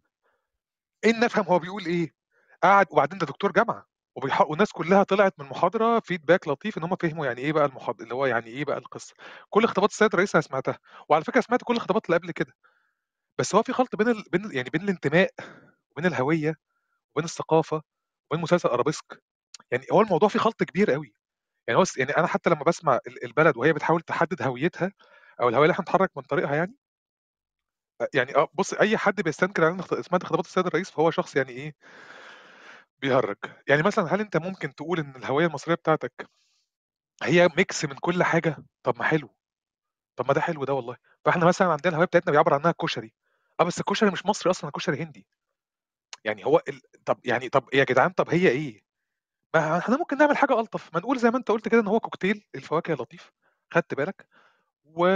ان افهم هو بيقول ايه. قعد، وبعدين ده دكتور جامعه وبيح... والناس كلها طلعت من المحاضره فيدباك لطيف ان هم فهموا يعني ايه بقى المحاضره، اللي هو يعني ايه بقى القصه. كل خطابات السيد الرئيس انا سمعتها، وعلى فكره سمعت كل الخطابات اللي قبل كده. بس هو في خلط بين ال... بين يعني بين الانتماء وبين الهويه وبين الثقافه وبين مسلسل ارابيسك. يعني هو الموضوع فيه خلط كبير قوي. يعني هو س- يعني انا حتى لما بسمع ال- البلد وهي بتحاول تحدد هويتها او الهويه اللي احنا نتحرك من طريقها يعني، يعني اه بص، اي حد بيستنكر على إن سمعت خطابات السيد الرئيس فهو شخص يعني ايه، بيهرج. يعني مثلا هل انت ممكن تقول ان الهويه المصريه بتاعتك هي ميكس من كل حاجه؟ طب ما حلو، طب ما ده حلو ده والله. فاحنا مثلا عندنا الهويه بتاعتنا بيعبر عنها الكشري، اه بس الكشري مش مصري اصلا، الكشري هندي. يعني هو ال... طب يعني طب يا جدعان، طب هي ايه؟ ما احنا ممكن نعمل حاجه الطف، ما نقول زي ما انت قلت كده ان هو كوكتيل الفواكه لطيف، خدت بالك، و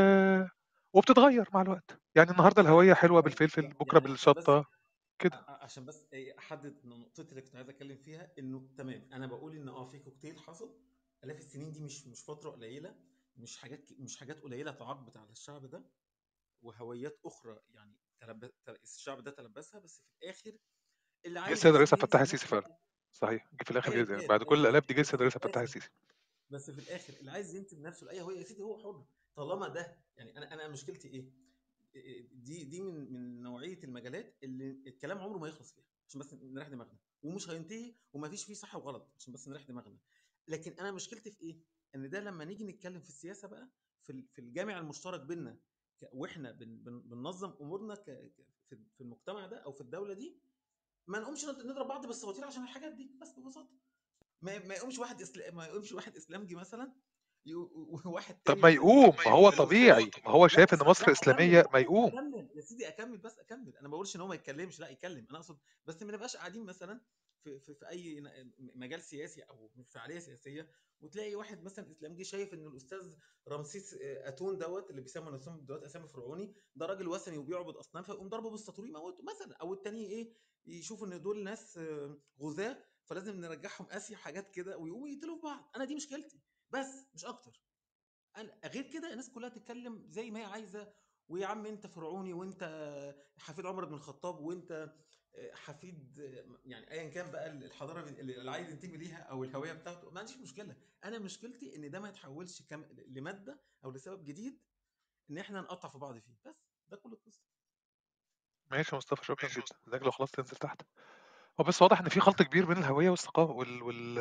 وبتتغير مع الوقت. يعني النهارده الهويه حلوه طيب بالفلفل، ي- بكره يعني عشان بس بالشطه ع- كده. ع- عشان بس إيه احدد نقطتي اللي كنت عايز اتكلم فيها، انه تمام انا بقول ان اه في كوكتيل حصل الاف السنين، دي مش مش فتره قليله، مش حاجات ك- مش حاجات قليله تعبت على الشعب ده، وهويات اخرى يعني تلب... تل- الشعب ده تلبسها، بس في الاخر اللي جه عايز السيد الرئيس يسيب عبد الفتاح ينسب السيسي نفسه فعلا، بقى. صحيح، جه في الاخر ايا جه كان بعد ايا كل كان الآلاف دي جه بس السيد في الرئيس عبد الفتاح الاخر السيسي. بس في الاخر اللي عايز ينسب نفسه لاي هويه يا سيدي هو حر. طالما ده يعني انا انا مشكلتي ايه؟ دي دي من من نوعيه المجالات اللي الكلام عمره ما يخلص فيها، عشان بس نريح دماغنا، ومش هينتهي ومفيش فيه صح وغلط، عشان بس نريح دماغنا. لكن انا مشكلتي في ايه؟ ان ده لما نيجي نتكلم في السياسه بقى، في ال- في الجامع المشترك بيننا، ك- واحنا بن بن بننظم امورنا ك- ك- في في المجتمع ده او في الدوله دي، ما نقومش نض- نضرب بعض بالسواطير عشان الحاجات دي بس ببساطه. ما ما يقومش واحد إسلا... ما يقومش واحد اسلامجي مثلا يو- وواحد طب تاني ما مثلا يقوم، ما هو بلوشتاش. طبيعي، ما هو لا شايف ان اس- مصر لا اكمل اسلاميه، بقى ما يقوم. اكمل يا سيدي اكمل بس اكمل. انا ما بقولش ان هو ما يتكلمش، لا يتكلم، انا اقصد بس ما نبقاش قاعدين مثلا في في, في اي ن- مجال سياسي او فعاليه سياسيه، وتلاقي واحد مثلا اسلامجي شايف ان الاستاذ رمسيس آه، اتون دوت اللي بيسموا نفسهم دلوقتي اسامي فرعوني ده راجل وثني وبيعبد اصنام، فيقوم ضربه بالساطور يموته مثلا. او التاني ايه، يشوف ان دول ناس آه، غزاة فلازم نرجعهم اسيا حاجات كده، ويقوموا يقتلوا في بعض. انا دي مشكلتي بس مش اكتر. أنا غير كده الناس كلها تتكلم زي ما هي عايزه، ويا عم انت فرعوني، وانت حفيد عمر بن الخطاب، وانت حفيد يعني ايا كان بقى الحضاره اللي عايز ينتمي ليها او الهويه بتاعته، ما عنديش مشكله. انا مشكلتي ان ده ما يتحولش كم لماده او لسبب جديد ان احنا نقطع في بعض فيه. بس ده كل القصه. ماشي يا مصطفى، شكرا جدا. لك لو خلاص تنزل تحت. هو بس واضح ان في خلط كبير بين الهويه والثقافه وال, وال...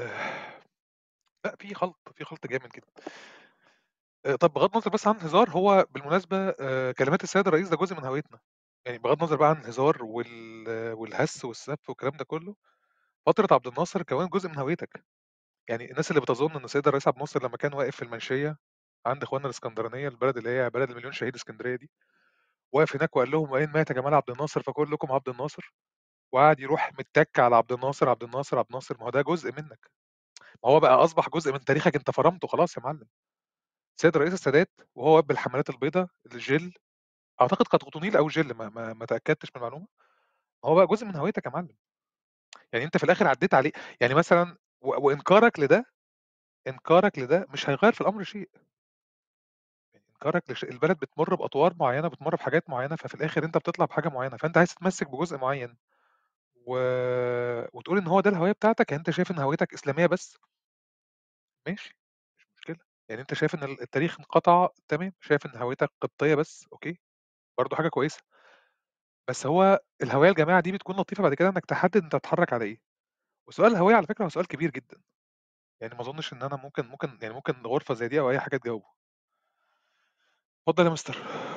لا، في خلط في خلط جامد جدا. آه، طب بغض النظر بس عن الهزار، هو بالمناسبه آه، كلمات السيد الرئيس ده جزء من هويتنا. يعني بغض النظر بقى عن الهزار وال... والهس والسف والكلام ده كله، فتره عبد الناصر كونت جزء من هويتك. يعني الناس اللي بتظن ان السيد الرئيس عبد الناصر لما كان واقف في المنشيه عند اخواننا الاسكندرانيه، البلد اللي هي بلد المليون شهيد، اسكندريه دي، واقف هناك وقال لهم وإن مات جمال عبد الناصر فكلكم عبد الناصر، وقعد يروح متك على عبد الناصر عبد الناصر عبد الناصر. ما هو ده جزء منك، ما هو بقى اصبح جزء من تاريخك، انت فرمته خلاص يا معلم. السيد الرئيس السادات وهو واقف بالحملات البيضاء الجل، اعتقد كانت قطنيل او جل، ما, ما, ما تاكدتش من المعلومه. هو بقى جزء من هويتك يا معلم. يعني انت في الاخر عديت عليه. يعني مثلا و- وانكارك لده، انكارك لده مش هيغير في الامر شيء. يعني انكارك لش... البلد بتمر باطوار معينه، بتمر بحاجات معينه، ففي الاخر انت بتطلع بحاجه معينه، فانت عايز تتمسك بجزء معين و... وتقول ان هو ده الهويه بتاعتك. يعني انت شايف ان هويتك اسلاميه بس، ماشي، مش مشكله. يعني انت شايف ان ال- التاريخ انقطع، تمام. شايف ان هويتك قبطيه بس، اوكي، برضو حاجه كويسه. بس هو الهويه الجماعه دي بتكون لطيفه بعد كده انك تحدد انت تتحرك على ايه. وسؤال الهويه على فكره هو سؤال كبير جدا. يعني ما اظنش ان انا ممكن ممكن يعني ممكن غرفه زي دي او اي حاجه تجاوبه. اتفضل يا مستر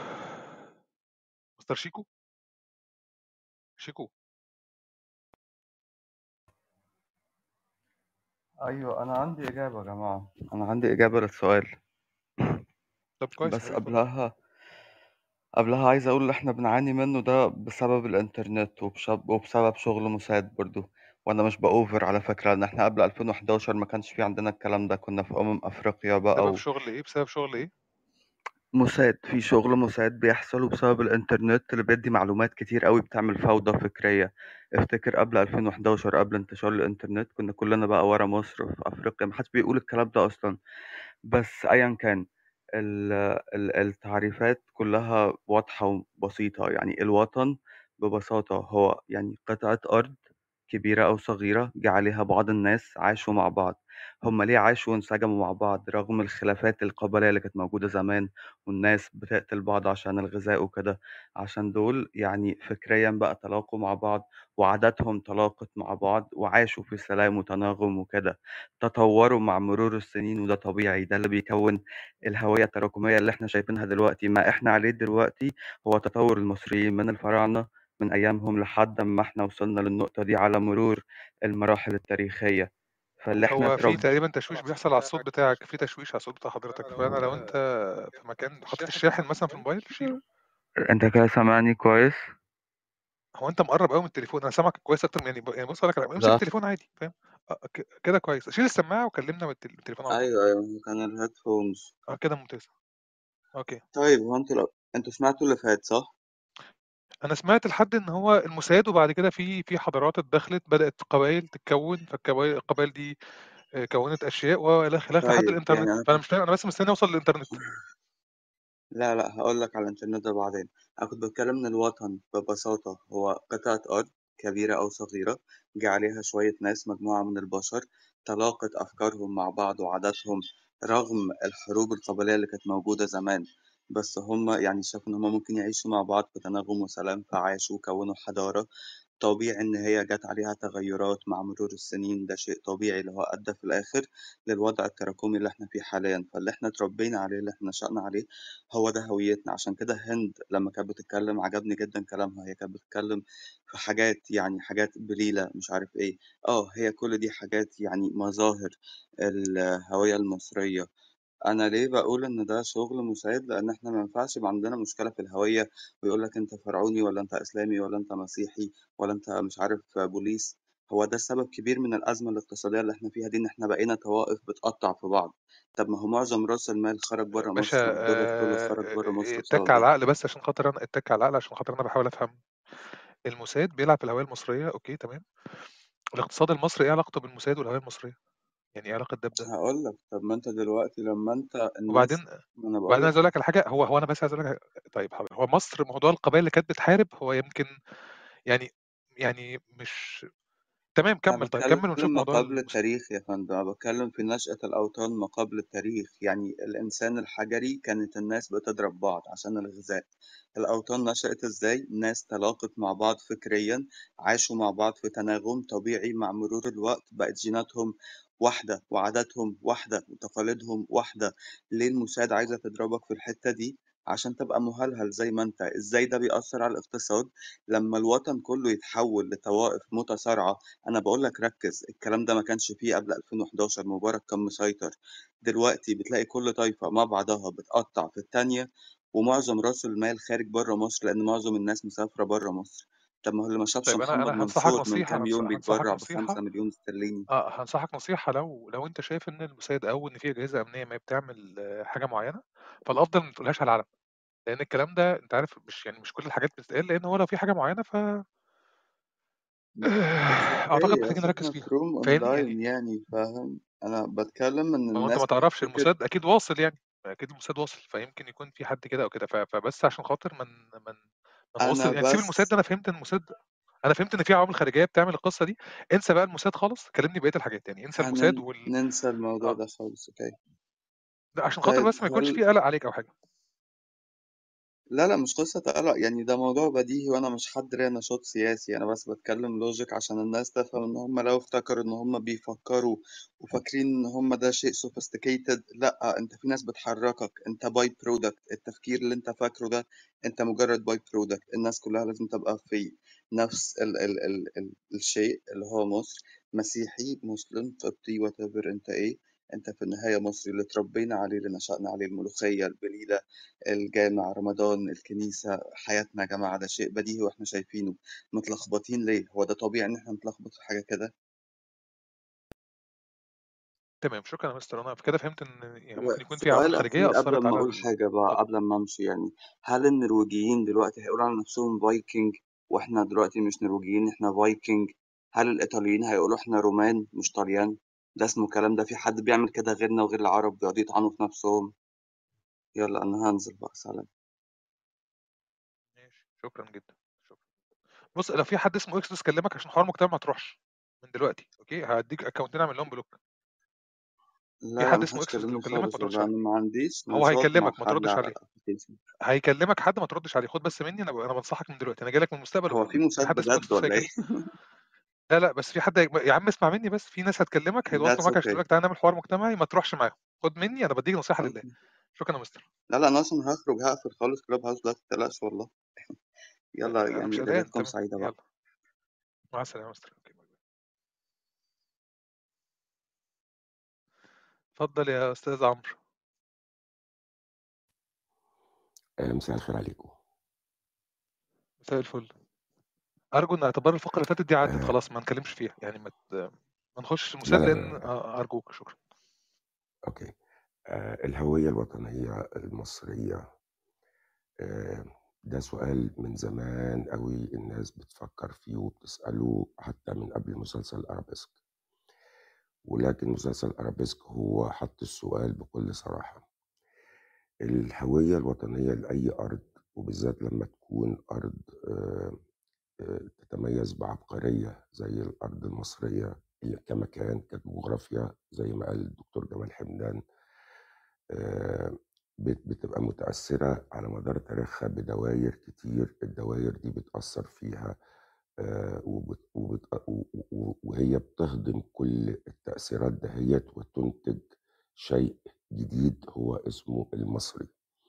مستر شيكو. شيكو. ايوه انا عندي اجابه يا جماعه، انا عندي اجابه للسؤال. طب كويس يا بس حبيبي، اتفضل. قبلها قبلها عايز اقول اللي احنا بنعاني منه ده بسبب الانترنت وبشب... وبسبب شغل مساعد برضو. وانا مش باوفر على فكره، ان احنا قبل ألفين وحداشر ما كانش في عندنا الكلام ده، كنا في امم افريقيا بقى. بسبب شغل ايه؟ بسبب شغل ايه؟ ومساعد في شغل مساعد بيحصل، وبسبب الانترنت اللي بيدي معلومات كتير قوي بتعمل فوضى فكريه. افتكر قبل ألفين وحداشر قبل انتشار الانترنت كنا كلنا بقى ورا مصر في افريقيا، محدش بيقول الكلام ده اصلا. بس ايا كان، ال- ال- التعريفات كلها واضحة وبسيطة. يعني الوطن ببساطة هو يعني قطعة أرض كبيرة أو صغيرة جه عليها بعض الناس عاشوا مع بعض. هم ليه عاشوا وانسجموا مع بعض رغم الخلافات القبلية اللي كانت موجودة زمان، والناس بتقتل بعض عشان الغذاء وكده؟ عشان دول يعني فكريا بقى تلاقوا مع بعض، وعاداتهم تلاقت مع بعض، وعاشوا في سلام وتناغم وكده. تطوروا مع مرور السنين، وده طبيعي، ده اللي بيكون الهوية التراكمية اللي احنا شايفينها دلوقتي. ما احنا عليه دلوقتي هو تطور المصريين من الفراعنة من أيامهم لحد ما احنا وصلنا للنقطة دي على مرور المراحل التاريخية. فاللي احنا هو في اترب تقريبا تشويش بيحصل على الصوت بتاعك، في تشويش على الصوت بتاع حضرتك، فانا لو انت في مكان حاطط الشاحن مثلا في الموبايل شيله. انت كده سامعني كويس؟ هو انت مقرب قوي من التليفون، انا سامعك كويس اكتر من يعني يعني بص اقول لك على حاجة، امسك لا. التليفون عادي، فاهم؟ آه، ك- كده كويس. شيل السماعه وكلمنا من التل- بالتليفون على طول. ايوه ايوه كان الهيدفونز. اه كده ممتاز. اوكي. طيب هو انتوا لو انتوا سمعتوا اللي فات صح؟ انا سمعت لحد ان هو الموساد، وبعد كده في في حضارات اتدخلت، بدات قبائل تتكون، فالقبائل القبائل دي آه، كونت اشياء والى خلاف لحد طيب الانترنت. يعني انا فانا كنت مش فاهم، انا بس مستني اوصل للانترنت. لا لا هقول لك على الانترنت ده بعدين. انا كنت بتكلم ان الوطن ببساطة هو قطعة ارض كبيرة او صغيرة جه عليها شوية ناس، مجموعة من البشر تلاقت افكارهم مع بعض وعاداتهم رغم الحروب القبلية اللي كانت موجودة زمان. بس هم يعني شافوا ان هم ممكن يعيشوا مع بعض في تناغم وسلام، فعاشوا وكونوا حضارة. طبيعي إن هي جات عليها تغيرات مع مرور السنين، ده شيء طبيعي اللي هو أدى في الآخر للوضع التراكمي اللي احنا فيه حاليا. فاللي احنا اتربينا عليه اللي احنا نشأنا عليه هو ده هويتنا. عشان كده هند لما كانت بتتكلم عجبني جدا كلامها. هي كانت بتتكلم في حاجات يعني حاجات بليلة مش عارف ايه. اه هي كل دي حاجات يعني مظاهر الهوية المصرية. انا ليه بقول ان ده شغل مساعد؟ لان احنا ما ينفعش يبقى عندنا مشكله في الهويه ويقول لك انت فرعوني ولا انت اسلامي ولا انت مسيحي ولا انت مش عارف بوليس. هو ده سبب كبير من الأزمة الاقتصادية اللي إحنا فيها دي، إن إحنا بقينا طوائف بتقطّع في بعض. طب ما هو معظم رأس المال خرج برّه باشا مصر والدولار كله آآ خرج برّه مصر اتَّك بسبب على إيه؟ العقل بس عشان خاطر أنا اتَّك على العقل عشان خاطر أنا باحاول أفهم. الموساد بيلعب في الهوية المصرية أوكي تمام، الاقتصاد المصري إيه علاقته بالموساد والهوية المصرية؟ يعني إيه علاقة ده بده؟ هاقول لك، طب ما أنت دلوقتي لمّا أنت وبعدين الناس ما أنا باقول وبعدين لك عايز أقول لك على حاجة، هو هو أنا بس عايز أقول لك طيب حاضر، هو مصر موضوع القبايل اللي كانت بتحارب هو يمكن يعني يعني مش تمام أنا كمّل طيب، كمّل باتكلم ونشوف ما موضوع قبل الموساد. التاريخ يا فندم، أنا باتكلم في نشأة الأوطان ما قبل التاريخ، يعني الإنسان الحجري كانت الناس بتضرب بعض عشان الغذاء. الأوطان نشأت إزاي؟ ناس تلاقت مع بعض فكريًا، عاشوا مع بعض في تناغم طبيعي، مع مرور الوقت بقت جيناتهم واحدة وعاداتهم واحدة وتقاليدهم واحدة. ليه الموساد عايزة تضربك في الحتة دي؟ عشان تبقى مهلهل زي ما أنت. إزاي ده بيأثر على الاقتصاد؟ لما الوطن كله يتحول لطوائف متصارعة. أنا باقول لك ركّز، الكلام ده ما كانش فيه قبل ألفين وحداشر، مبارك كان مسيطر. دلوقتي بتلاقي كل طايفة مع بعضها بتقطّع في التانية، ومعظم رأس المال خارج برّه مصر، لإن معظم الناس مسافرة برّه مصر. طب ما هو اللي ما شافش طيب أنا محمد أنا هانصحك منصور من نصيحة كام هانص يوم هانصحك بيتبرّع نصيحة بخمسة مليون استرليني. آه، هانصحك نصيحة لو لو أنت شايف إن الموساد أو إن في أجهزة أمنية ما هي بتعمل حاجة معيّنة، فالأفضل ما تقولهاش على العلن، لإن الكلام ده أنت عارف مش يعني مش كل الحاجات بتتقال، لإن هو لو في حاجة معيّنة ف م It's أعتقد okay محتاجين أصل نركّز إحنا فيها، في room فاهمني؟ online يعني يعني فاهم؟ أنا باتكلم إن ما هو أنت ما الناس تعرفش بتفتكر الموساد أكيد واصل يعني، أكيد الموساد واصل، فيمكن يكون في حد كده أو كده، ف فبس عشان خاطر ما ن ما ن ما نوصّل أنا يعني سيب الموساد ده. بس أنا فهمت إن الموساد أنا فهمت إن في عوامل خارجية بتعمل القصة دي، انسى بقى الموساد خالص، كلمني بقية الحاجات، يعني انسى الموساد هنن وال ننسى الموضوع آه. ده خالص، أوكي. لأ عشان خاطر طيب بس ما يكونش هل في قلق عليك أو حاجة. لا، لأ، مش قصة قلق، يعني ده موضوع بديهي وأنا مش حد ليّا نشاط سياسي، أنا بس باتكلم logic عشان الناس تفهم إن هم لو افتكروا إن هم بيفكروا وفاكرين إن هم ده شيء sophisticated. لأ، أنت في ناس بتحركك، أنت by product. التفكير اللي أنت فاكره ده أنت مجرد by product. الناس كلها لازم تبقى في نفس ال ال ال ال الشيء اللي هو مصر. مسيحي، مسلم، قبطي، whatever أنت إيه. أنت في النهاية مصري، اللي اتربينا عليه، اللي نشأنا عليه، الملوخية، البليلة، الجامع، رمضان، الكنيسة، حياتنا يا جماعة، ده شيء بديهي وإحنا شايفينه. متلخبطين ليه؟ هو ده طبيعي إن إحنا نتلخبط في حاجة كده؟ تمام، شكرًا يا مستر، أنا كده فهمت إن يعني ممكن يكون في عوامل وسؤال خارجية أخير قبل أثّرت أمّا على أقول ال حاجة بقى، اتفضل. قبل أمّا أمشي يعني. هل النرويجيين دلوقتي هيقولوا على نفسهم Viking وإحنا دلوقتي مش نرويجيين، إحنا Viking؟ هل الإيطاليين هيقولوا إحنا رومان مش طليان؟ ده اسمه كلام؟ ده في حد بيعمل كده غيرنا وغير العرب بيقعدوا يطعنوا في نفسهم؟ يلا أنا هانزل بقى، سلام. ماشي، شكرًا جدًا، شكرًا. بُص لو في حد اسمه إكسوس كلمك عشان حوار مجتمع ما تروحش من دلوقتي، أوكي، هادّيك أكونتين اعمل لهم بلوك. في لا، لأ، حد ما اسمه حدش إكسوس لو كلمني كلمك ما خالص تردش والله، عليه، أنا ما عنديش هو نشاط مع هيكلمك ما حد تردش على عليه، الapplication. هيكلمك حد ما تردش عليه، خُد بس مني أنا ب أنا بانصحك من دلوقتي، أنا جاي لك من المستقبل هو وباقول في لك، في موساد حد اسمه بجد إكسوس والّا هيكل إيه؟ لا، لأ، بس في حد هي يا عم اسمع مني بس، في ناس هتكلمك هيتواصلوا that's معاك عشان okay. يقولوا لك تعالَ نعمل حوار مجتمعي ما تروحش معاهم، خُد مني أنا بادّيك نصيحة لله. أوكي. شكرًا يا مستر. لا، لأ، أنا أصلًا هاخرج هاقفل خالص clubhouse دلوقتي، ما تقلقش والله. يالّا آآ أنا يعني مش قلقان، ليلتكم تمام، سعيدة بقى. يالّا، مع السلامة يا مستر، أوكي، باي، باي. اتفضل يا أستاذ عمرو. آآ مساء الخير عليكم. مساء الفل. أرجو إن اعتبار الفقرة اللي فاتت دي عدِّت آآ خلاص ما نتكلمش فيها، يعني ما ت ما نخشش في لا، الموساد لا، لا، لإن لا، لأ. آه، أرجوك، شكرًا. أوكي. آآ الهوية الوطنية المصرية، آآ ده سؤال من زمان أوي الناس بتفكّر فيه وبتسأله حتى من قبل مسلسل أرابيسك. ولكن مسلسل أرابيسك هو حَط السؤال بكل صراحة. الهوية الوطنية لأي أرض وبالذات لمّا تكون أرض آآ آآ تتميّز بعبقرية زي الأرض المصرية هي كمكان، كجغرافيا زي ما قال الدكتور جمال حمدان، آآ بت بتبقى متأثّرة على مدار تاريخها بدواير كتير، الدواير دي بتأثّر فيها آآ وبت وبت و و وهي بتهضم كل التأثيرات دهيّة وتنتج شيء جديد هو اسمه المصري.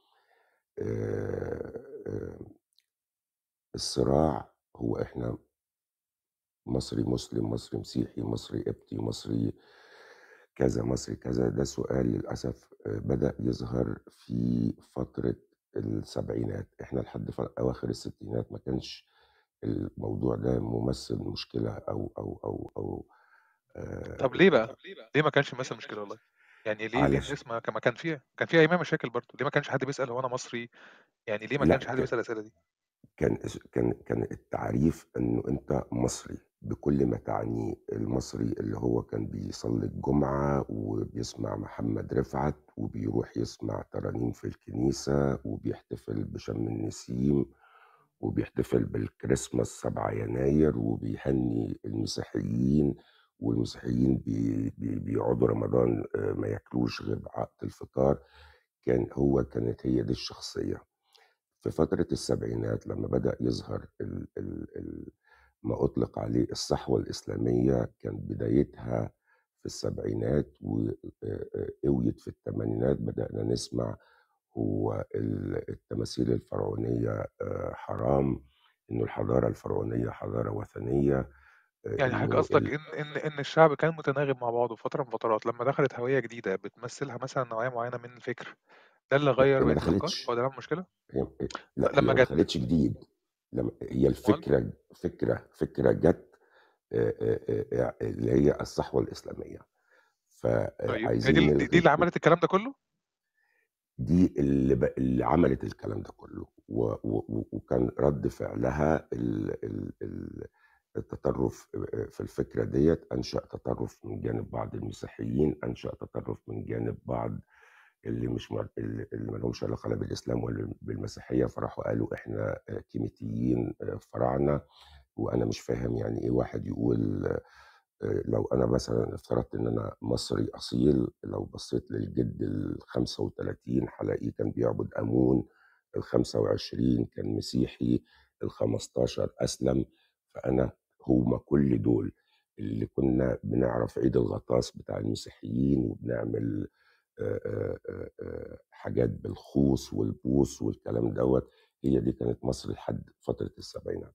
آآ آآ الصراع هو إحنا مصري مسلم، مصري مسيحي، مصري قبطي، مصري كذا، مصري كذا، ده سؤال للأسف آآ بدأ يظهر في فترة السبعينات، إحنا لحد ف أواخر الستينات ما كانش الموضوع ده ممثل مشكلة أو أو أو أو آه، طب ليه بقى؟ ليه ما كانش مثلا مشكلة والله؟ يعني ليه ليه علش الناس ما ما كان فيها كان فيها أيام مشاكل برضه، ليه ما كانش حد بيسأل هو أنا مصري؟ يعني ليه ما لا كانش حد ك- بيسأل الأسئلة دي؟ كان كان كان التعريف انه انت مصري بكل ما تعنيه المصري، اللي هو كان بيصلي الجمعة وبيسمع محمد رفعت وبيروح يسمع ترانيم في الكنيسة وبيحتفل بشم النسيم وبيحتفل بالكريسماس سبعة يناير وبيهني المسيحيين، والمسيحيين بي بي بيقعدوا رمضان آه، ما ياكلوش غير بعقد الفطار. كان هو كانت هي دي الشخصية. في فترة السبعينات لما بدأ يظهر ال ال ال ما أطلق عليه الصحوة الإسلامية، كان بدايتها في السبعينات وقويت في الثمانينات. بدأنا نسمع هو ال- التماثيل الفرعونية آه، حرام، إنه الحضارة الفرعونية حضارة وثنية، آه، يعني حضرتك إنه قصدك ال- إن إن إن الشعب كان متناغم مع بعضه فترة من فترات، لما دخلت هوية جديدة بتمثلها مثلًا نوعية معينة من الفكر، ده اللي لا غيّر هي ما بقية الأفكار؟ دخلتش، هو ده المشكلة؟ هي لا هي لما ما جات، دخلتش جديد. لما هي أُمّال؟ الفكرة فكرة فكرة جت آه، آه، آه، اللي هي الصحوة الإسلامية. طيب هي دي فعايزين ال دي دي نلغي اللي عملت الكلام ده كله؟ دي اللي, ب... اللي عملت الكلام ده كله و... و... وكان رد فعلها ال... ال... ال... التطرف في الفكرة ديت. أنشأ تطرف من جانب بعض المسيحيين، أنشأ تطرف من جانب بعض اللي مش مر... اللي اللي ما لهمش علاقة لا بالإسلام ولا بالمسيحية، فراحوا قالوا إحنا كيميتيين فراعنة. وأنا مش فاهم يعني إيه واحد يقول آه، لو انا مثلا افترضت ان انا مصري اصيل، لو بصيت للجد ال خمسة وثلاثين هلاقيه كان بيعبد امون، ال خمسة وعشرين كان مسيحي، ال خمستاشر اسلم. فانا هما كل دول اللي كنا بنعرف عيد الغطاس بتاع المسيحيين وبنعمل آه، آه، آه، آه، حاجات بالخوص والبوص والكلام دوت. هي دي كانت مصر لحد فترة السبعينات.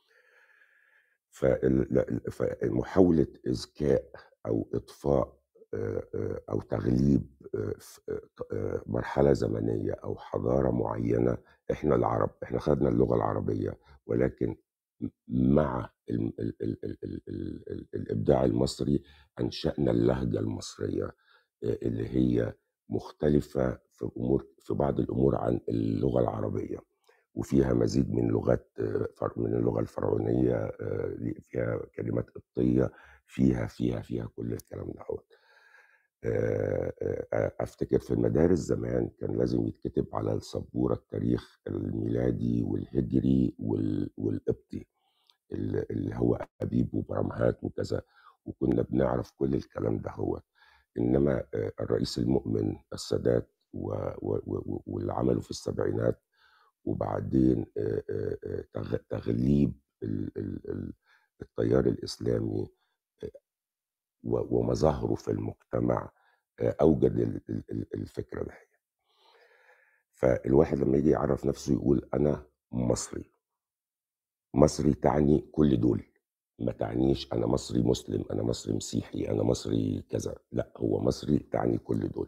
فال- لا- فمحاولة إذكاء أو إطفاء آه، آه، أو تغليب آه، ف- آه، آه، مرحلة زمنية أو حضارة معينة. إحنا العرب إحنا خدنا اللغة العربية، ولكن مع ال ال ال ال ال ال ال الإبداع المصري أنشأنا اللهجة المصرية آه، اللي هي مختلفة في أمور في بعض الأمور عن اللغة العربية، وفيها مزيج من لغات آه، فر- من اللغة الفرعونية، آه، فيها كلمات قبطية، فيها فيها فيها كل الكلام ده. آه، آه، افتكر في المدارس زمان كان لازم يتكتب على السبورة التاريخ الميلادي والهجري وال- والقبطي، اللي اللي هو أبيب وبرمهات وكذا، وكنا بنعرف كل الكلام ده. هو إنما آه، الرئيس المؤمن السادات و- و- و- واللي عمله في السبعينات، وبعدين آه، آه، آه، تغ- تغليب ال- ال- ال- التيار الإسلامي آه، و- ومظاهره في المجتمع، آه، أوجد ال- ال- ال- الفكرة ده. فالواحد لما يجي يعرف نفسه يقول أنا مصري. مصري تعني كل دول، ما تعنيش أنا مصري مسلم، أنا مصري مسيحي، أنا مصري كذا. لا، هو مصري تعني كل دول.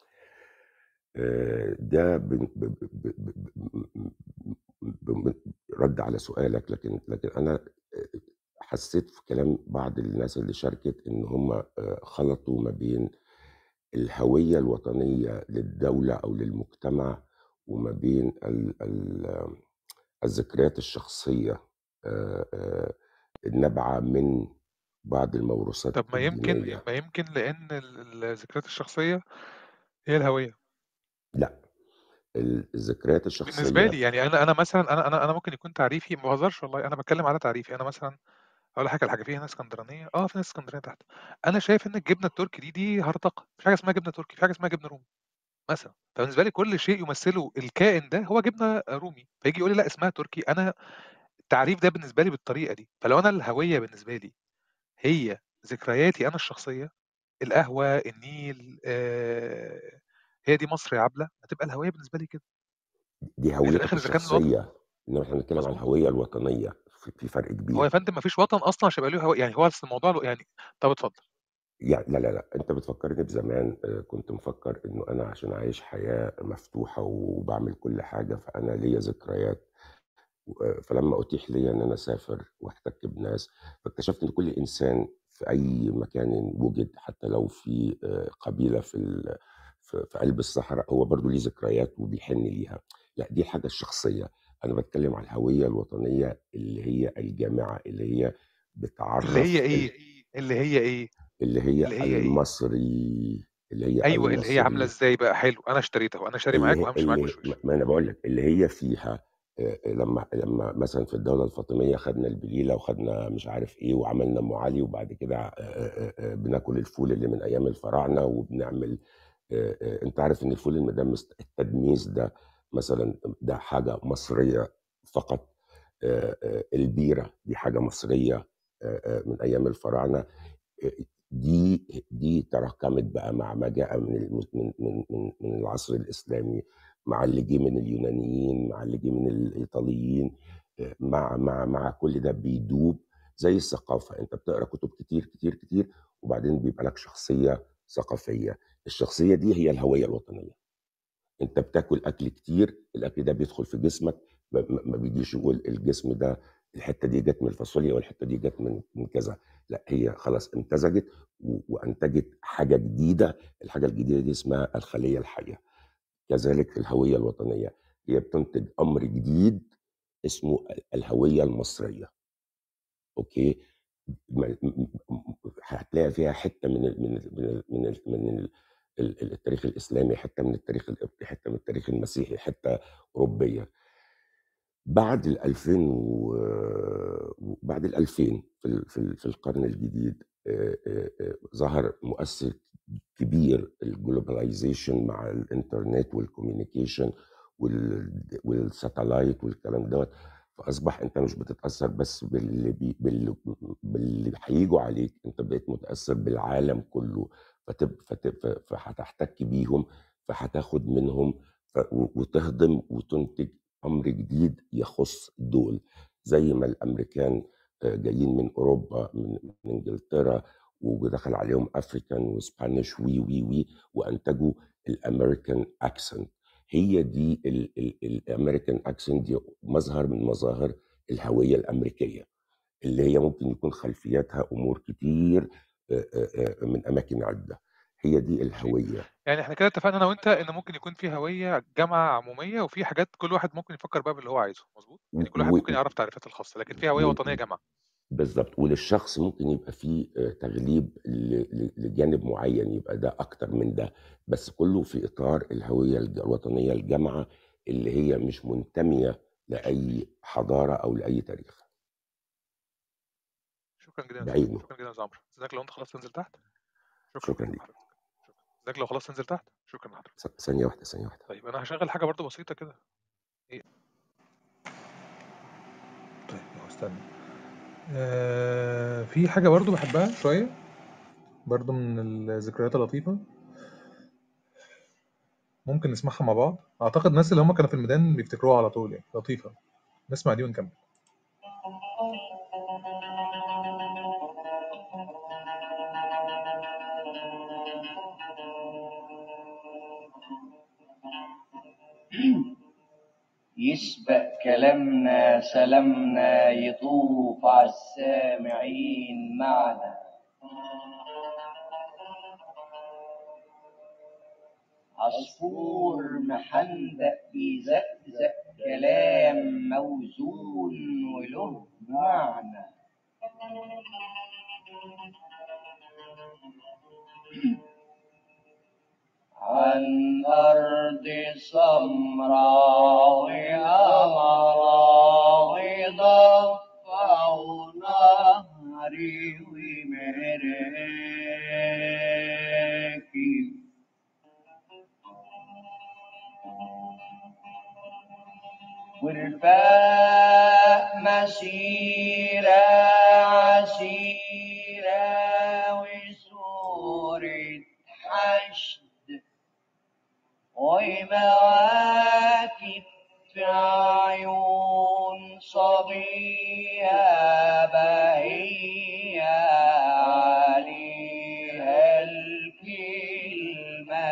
آه، ده بن- ب- ب- ب- ب- ب- ب- رد على سؤالك. لكن لكن انا آه، حسيت في كلام بعض الناس اللي شاركت ان هم آه، خلطوا ما بين الهوية الوطنية للدولة او للمجتمع وما بين ال- ال- الذكريات الشخصية آه، آه، النابعة من بعض الموروثات طب ما يمكن الدينية. ما يمكن لأن ال الذكريات الشخصية هي الهوية. لا، الذكريات بالنسبة الشخصية لي يعني أنا أنا مثلًا أنا أنا أنا ممكن يكون تعريفي ما باهزرش والله، أنا باتكلم على تعريفي. أنا مثلًا هاقول لك على حاجة، في هنا اسكندرانية، آه في ناس اسكندرانية تحت. أنا شايف إن الجبنة التركي دي دي هرطقة، ما فيش حاجة اسمها جبنة تركي، في حاجة اسمها جبنة رومي مثلًا. فبالنسبة لي كل شيء يمثله الكائن ده هو جبنة رومي، فييجي يقول لي لأ اسمها تركي. أنا التعريف ده بالنسبة لي بالطريقة دي. فلو أنا الهوية بالنسبة لي هي ذكرياتي أنا الشخصية، القهوة، النيل، آآ هي دي مصر يا عبلة، هتبقى الهوية بالنسبة لي كده. دي يعني في هويتك الآخر إذا كان الوطن الشخصية، إنما إحنا بنتكلم عن مضبوط. الهوية الوطنية. في في فرق هو يا كبير. فندم ما فيش وطن أصلًا عشان يبقى له هوية، يعني هو أصل الموضوع له يعني. طب اتفضل. يعني لا لا لا، أنت بتفكرني بزمان. آه، كنت مفكر إنه أنا عشان عايش حياة مفتوحة وبعمل كل حاجة فأنا ليا ذكريات. و- فلما اتيح لي ان انا اسافر واحتك بناس، فاكتشفت ان كل انسان في اي مكان وجد، حتى لو في آه، قبيله في ال- في في قلب الصحراء، هو برضو ليه ذكريات وبيحن ليها. لا، دي الحاجه الشخصيه. انا بتكلم عن الهويه الوطنيه اللي هي الجامعه، اللي هي اللي هي بتعرف ال- ايه اللي هي ايه اللي هي اللي هي ايه المصري، اللي هي ايوه اللي هي عامله المصري ازاي بقى؟ حلو، انا اشتريتها وانا شاري اللي معاك هي وهمشي معاك اللي وش وش. ما انا بقول لك اللي هي فيها آه، آه، لما لما مثلا في الدوله الفاطميه خدنا البليله وخدنا مش عارف ايه وعملنا ام علي، وبعد كده آه، آه، آه، بناكل الفول اللي من ايام الفراعنه وبنعمل آه، آه، انت عارف ان الفول المدمس التدميس ده مثلا ده حاجه مصريه فقط. آه، آه، البيره دي حاجه مصريه آه، آه، من ايام الفراعنه. دي دي تراكمت بقى مع ما جاء من الم- من من من من العصر الاسلامي، مع اللي جه من اليونانيين، مع اللي جه من الايطاليين، مع مع مع كل ده بيدوب زي الثقافه. انت بتقرا كتب كتير كتير كتير، وبعدين بيبقى لك شخصيه ثقافيه. الشخصيه دي هي الهويه الوطنيه. انت بتاكل اكل كتير، الاكل ده بيدخل في جسمك، ما ما- ما بيجيش يقول الجسم ده الحته دي جت من الفاصوليا والحته دي جت من من كذا. لا، هي خلاص امتزجت و- وانتجت حاجه جديده. الحاجه الجديده دي اسمها الخليه الحيه. كذلك الهويه الوطنيه هي بتنتج امر جديد اسمه الهويه المصريه. اوكي. م- م- م- هتلاقي فيها حته من ال من ال من ال من ال من ال ال- التاريخ الاسلامي، حته من التاريخ القبطي، حته من التاريخ المسيحي، حته اوروبيه. بعد ال ألفين و بعد ال ألفين في ال في ال في القرن الجديد آه، آه، آه، ظهر مؤثر كبير، الجلوباليزيشن مع الانترنت والكوميونيكيشن والساتلايت والكلام دوت. فاصبح انت مش بتتاثر بس باللي بي باللي, باللي هيجوا عليك، انت بقيت متاثر بالعالم كله. فتب فتب فهتحتك بيهم، فهتاخد منهم ف- وتهضم وتنتج امر جديد يخص دول. زي ما الامريكان آه، جايين من اوروبا، من من انجلترا، ودخل عليهم افريكان وسبانيش وي وي وي وانتجوا الامريكان اكسنت. هي دي الامريكان اكسنت دي مظهر من مظاهر الهويه الامريكيه، اللي هي ممكن يكون خلفياتها امور كتير آه، آه، آه، من اماكن عده. هي دي ماشي، الهويه. يعني احنا كده اتفقنا انا وانت ان ممكن يكون في هويه جامعه عموميه، وفي حاجات كل واحد ممكن يفكر بقى باللي هو عايزه، مظبوط؟ يعني كل واحد و- ممكن يعرف تعريفات الخاصه، لكن في هويه و- وطنيه جامعه. بالظبط. وللشخص ممكن يبقى فيه آه، تغليب ل- ل- لجانب معين، يبقى ده اكتر من ده، بس كله في اطار الهويه الج- الوطنيه الجامعه، اللي هي مش منتميه لاي حضاره او لاي تاريخ شكرا جدا يا يوسف، بعينه. شكرا جدا يا أستاذ عمرو. ازيك لو انت خلاص تنزل تحت؟ شكرا شكرا جدا ليك. لحضرتك. شكرا. ازيك لو خلاص تنزل تحت؟ شكرا لحضرتك. ث- ثانيه واحده ثانيه واحده. طيب انا هشغل حاجه برضو بسيطه كده. ايه؟ طيب أهو استنى. آه في حاجة برضو بحبها شوية، برضو من الذكريات اللطيفة، ممكن نسمعها مع بعض. أعتقد الناس اللي هم كانوا في الميدان بيفتكروها على طول، يعني لطيفة. نسمع دي ونكمل. يسبق كلامنا سلامنا يطوف عالسامعين معنا، عصفور محندق بيزقزق كلام موزون وله معنى. عن أرض سمراء وأمراء ضفة ونهري ومراكي، ورفاق مسيرة عسيرة وصورة حشد ومواكب في عيون صبية بهية عليها الكلمة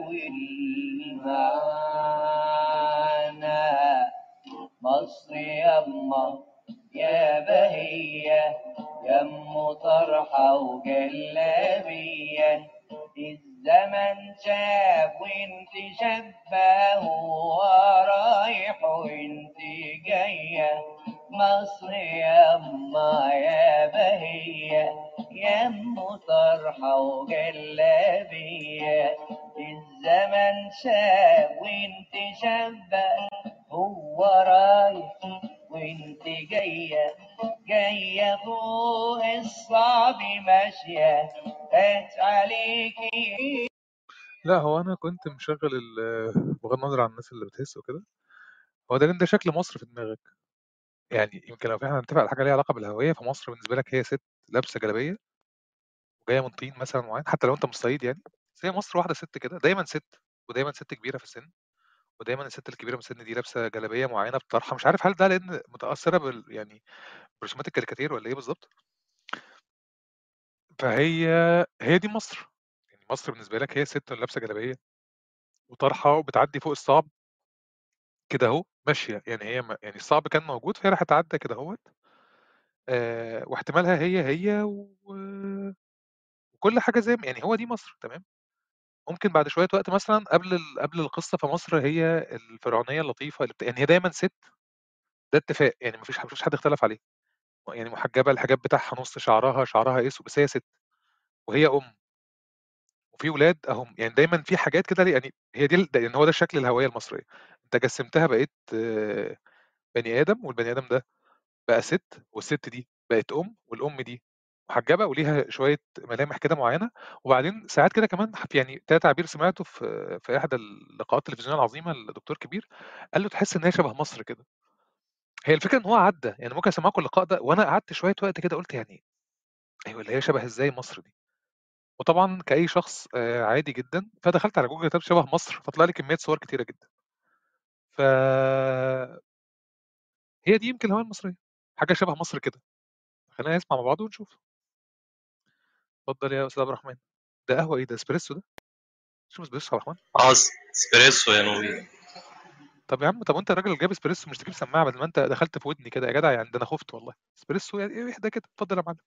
والمعنى. مصر يا يما يا بهية يم طرحة وجلابية الزمن شاف وانت شابة هو رايح وانت جاية مصر يما يا بهية يم طرحة وجلابية الزمن شاف وانت شابة هو رايح وانت جاية جاية فوق الصعب ماشية فات عليكي. لا هو انا كنت مشغل ال- بغض النظر عن الناس اللي بتهس وكده، هو ده لان ده شكل مصر في دماغك. يعني يمكن لو احنا هنتفق على حاجه ليها علاقه بالهويه، فمصر بالنسبه لك هي ست لابسه جلابيه وجايه من طين مثلا معين، حتى لو انت مش صعيد يعني. بس هي مصر واحده ست كده، دايما ست، ودايما ست كبيره في السن، ودايما الست الكبيره في السن دي لابسه جلابيه معينه بطرحه. مش عارف هل ده لان متاثره بال يعني برسومات الكاريكاتير ولا ايه بالظبط. فهي هي دي مصر. يعني مصر بالنسبه لك هي ست لابسه جلابيه وطرحه وبتعدي فوق الصعب كده اهو ماشيه. يعني هي ما يعني الصعب كان موجود فهي راح تعدى كده اهوت. آه واحتمالها هي هي و... وكل حاجه زي ما يعني هو دي مصر تمام. ممكن بعد شويه وقت مثلا قبل ال... قبل القصه فمصر هي الفرعونيه اللطيفه اللي بت... يعني هي دايما ست. ده اتفاق يعني مفيش مفيش حد اختلف عليه. يعني محجبه الحجاب بتاعها نص شعرها شعرها اسود بس هي ست وهي ام وفي ولاد اهم. يعني دايما في حاجات كده يعني هي دي ال- ده يعني هو ده شكل الهويه المصريه. انت جسمتها بقيت آه، بني ادم، والبني ادم ده بقى ست، والست دي بقت ام، والام دي محجبه وليها شويه ملامح كده معينه. وبعدين ساعات كده كمان يعني ده تعبير سمعته في في احدى اللقاءات التلفزيونيه العظيمه للدكتور كبير، قال له تحس ان هي شبه مصر كده. هي الفكره ان هو عدى يعني ممكن اسمعكم اللقاء ده وانا قعدت شويه وقت كده قلت يعني ايوه اللي هي شبه ازاي مصر دي. وطبعا كأي شخص آه، عادي جدا فدخلت على جوجل كتبت شبه مصر فطلع لي كمية صور كتيرة جدا. ف هي دي يمكن الهوية المصرية، حاجة شبه مصر كده. خلينا نسمع مع بعض ونشوف. اتفضل يا أستاذ عبد الرحمن. ده قهوة إيه ده؟ اسبريسو ده؟ شوف اسبريسو يا عبد الرحمن. اه اسبريسو يا نوبي. طب يا عم طب وأنت الراجل اللي جاب اسبريسو مش تجيب سماعة بدل ما أنت دخلت في ودني كده يا جدع؟ يعني ده أنا خفت والله. اسبريسو يعني إيه ده كده؟ اتفضل يا معلم.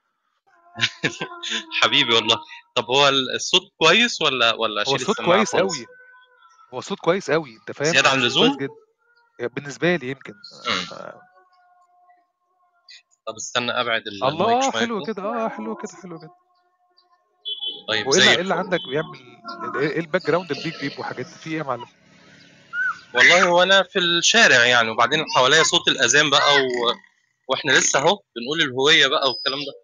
حبيبي والله. طب هو الصوت كويس ولا ولا هو اشيل الصوت السماعه كويس خالص؟ قوي. هو الصوت كويس قوي أنت فاهم زياده عن يعني الصوت كويس اللزوم؟ جدا بالنسبة لي يمكن. مم. آه. طب استنى ابعد الله المايك اه شويه حلو كده. كده اه حلو كده حلو كده. طيب وايه اللي زي ايه اللي الفل. عندك بيعمل ايه إيه الباك جراوند البيب بيب وحاجات في ايه يا معلم؟ والله هو انا في الشارع يعني، وبعدين حواليا صوت الاذان بقى و... واحنا لسه اهو بنقول الهويه بقى والكلام ده.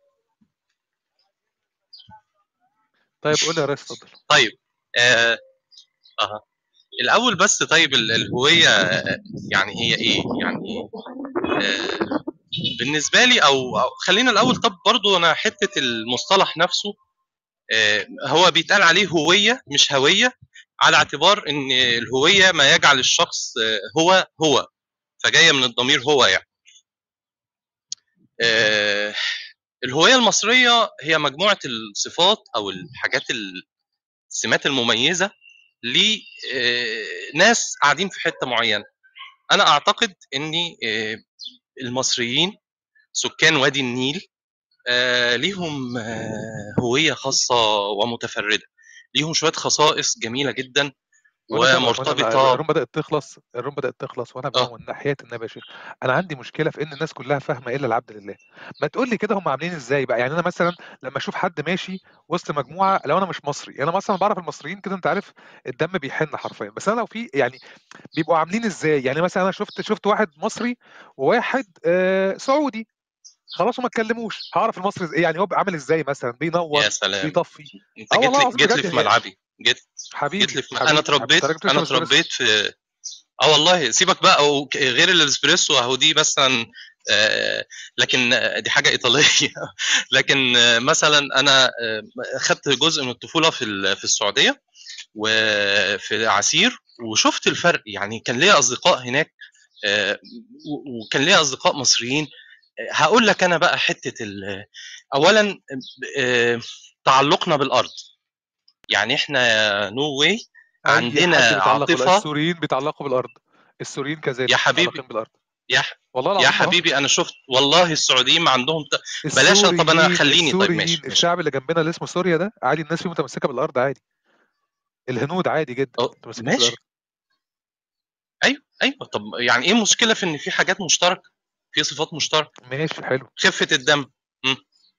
طيب قول لي يا ريس اتفضل. طيب اه اها الاول بس طيب ال- الهويه يعني هي ايه يعني؟ آه بالنسبه لي او, أو خلينا الاول. طب برضو انا حته المصطلح نفسه آه هو بيتقال عليه هويه مش هويه، على اعتبار ان الهويه ما يجعل الشخص آه هو هو، فجايه من الضمير هو يعني. آه الهويه المصريه هي مجموعه الصفات او الحاجات السمات المميزه لناس قاعدين في حته معينه. انا اعتقد ان آه، المصريين سكان وادي النيل آه، ليهم آه، هويه خاصه ومتفرده، ليهم شويه خصائص جميله جدا وانا فاهم وانا ومرتبطه. الروم بدات تخلص الروم بدات تخلص وانا اه فاهم من ناحيه النبي يا شيخ. انا عندي مشكله في ان الناس كلها فاهمه الا العبد لله. ما تقول لي كده هم عاملين ازاي بقى؟ يعني انا مثلا لما اشوف حد ماشي وسط مجموعه، لو انا مش مصري انا مثلا بعرف المصريين كده انت عارف الدم بيحن حرفيا، بس انا لو في يعني بيبقوا عاملين ازاي؟ يعني مثلا انا شفت شفت واحد مصري وواحد آه سعودي خلاص وما اتكلموش، هعرف المصري ازاي؟ يعني هو عامل ازاي مثلا بينور يا سلام، بيطفي. انت اه جيت والله لي العظيم جيت لي بجد في يعني. ملعبي. جيت جيت حبيبي لي في م... انا حبيبي حبيبي انت اتربيت راجل انا بتشرب اسبريسو. اتربيت في اه والله سيبك بقى. أو ك- غير الاسبريسو اهو دي مثلا آه، لكن آه، دي حاجه ايطاليه. لكن آه، مثلا انا آه، خدت جزء من الطفوله في ال- في السعوديه وفي عسير، وشفت الفرق. يعني كان ليا اصدقاء هناك آه، و- وكان ليا اصدقاء مصريين. آه، هقول لك انا بقى حته ال- اولا آه، تعلقنا بالارض. يعني احنا نو واي اي عندنا حد بيتعلق بالارض، عاطفه. السوريين بيتعلقوا بالارض، السوريين يا كذلك حبيبي متعلقين بالارض. يا ح... والله يا العظيم ما هو حبيبي انا شفت والله السعوديين ما عندهم ت... بلاش. طب انا السوريين خليني طيب السوريين ماشي ماشي الشعب اللي جنبنا اللي اسمه سوريا ده عادي، الناس فيه متمسكه بالارض عادي. الهنود عادي جدا أه، متمسكين بالارض. ماشي. ايوه ايوه، طب يعني ايه المشكله في ان في حاجات مشتركه، في صفات مشتركه؟ ماشي حلو. خفه الدم. م.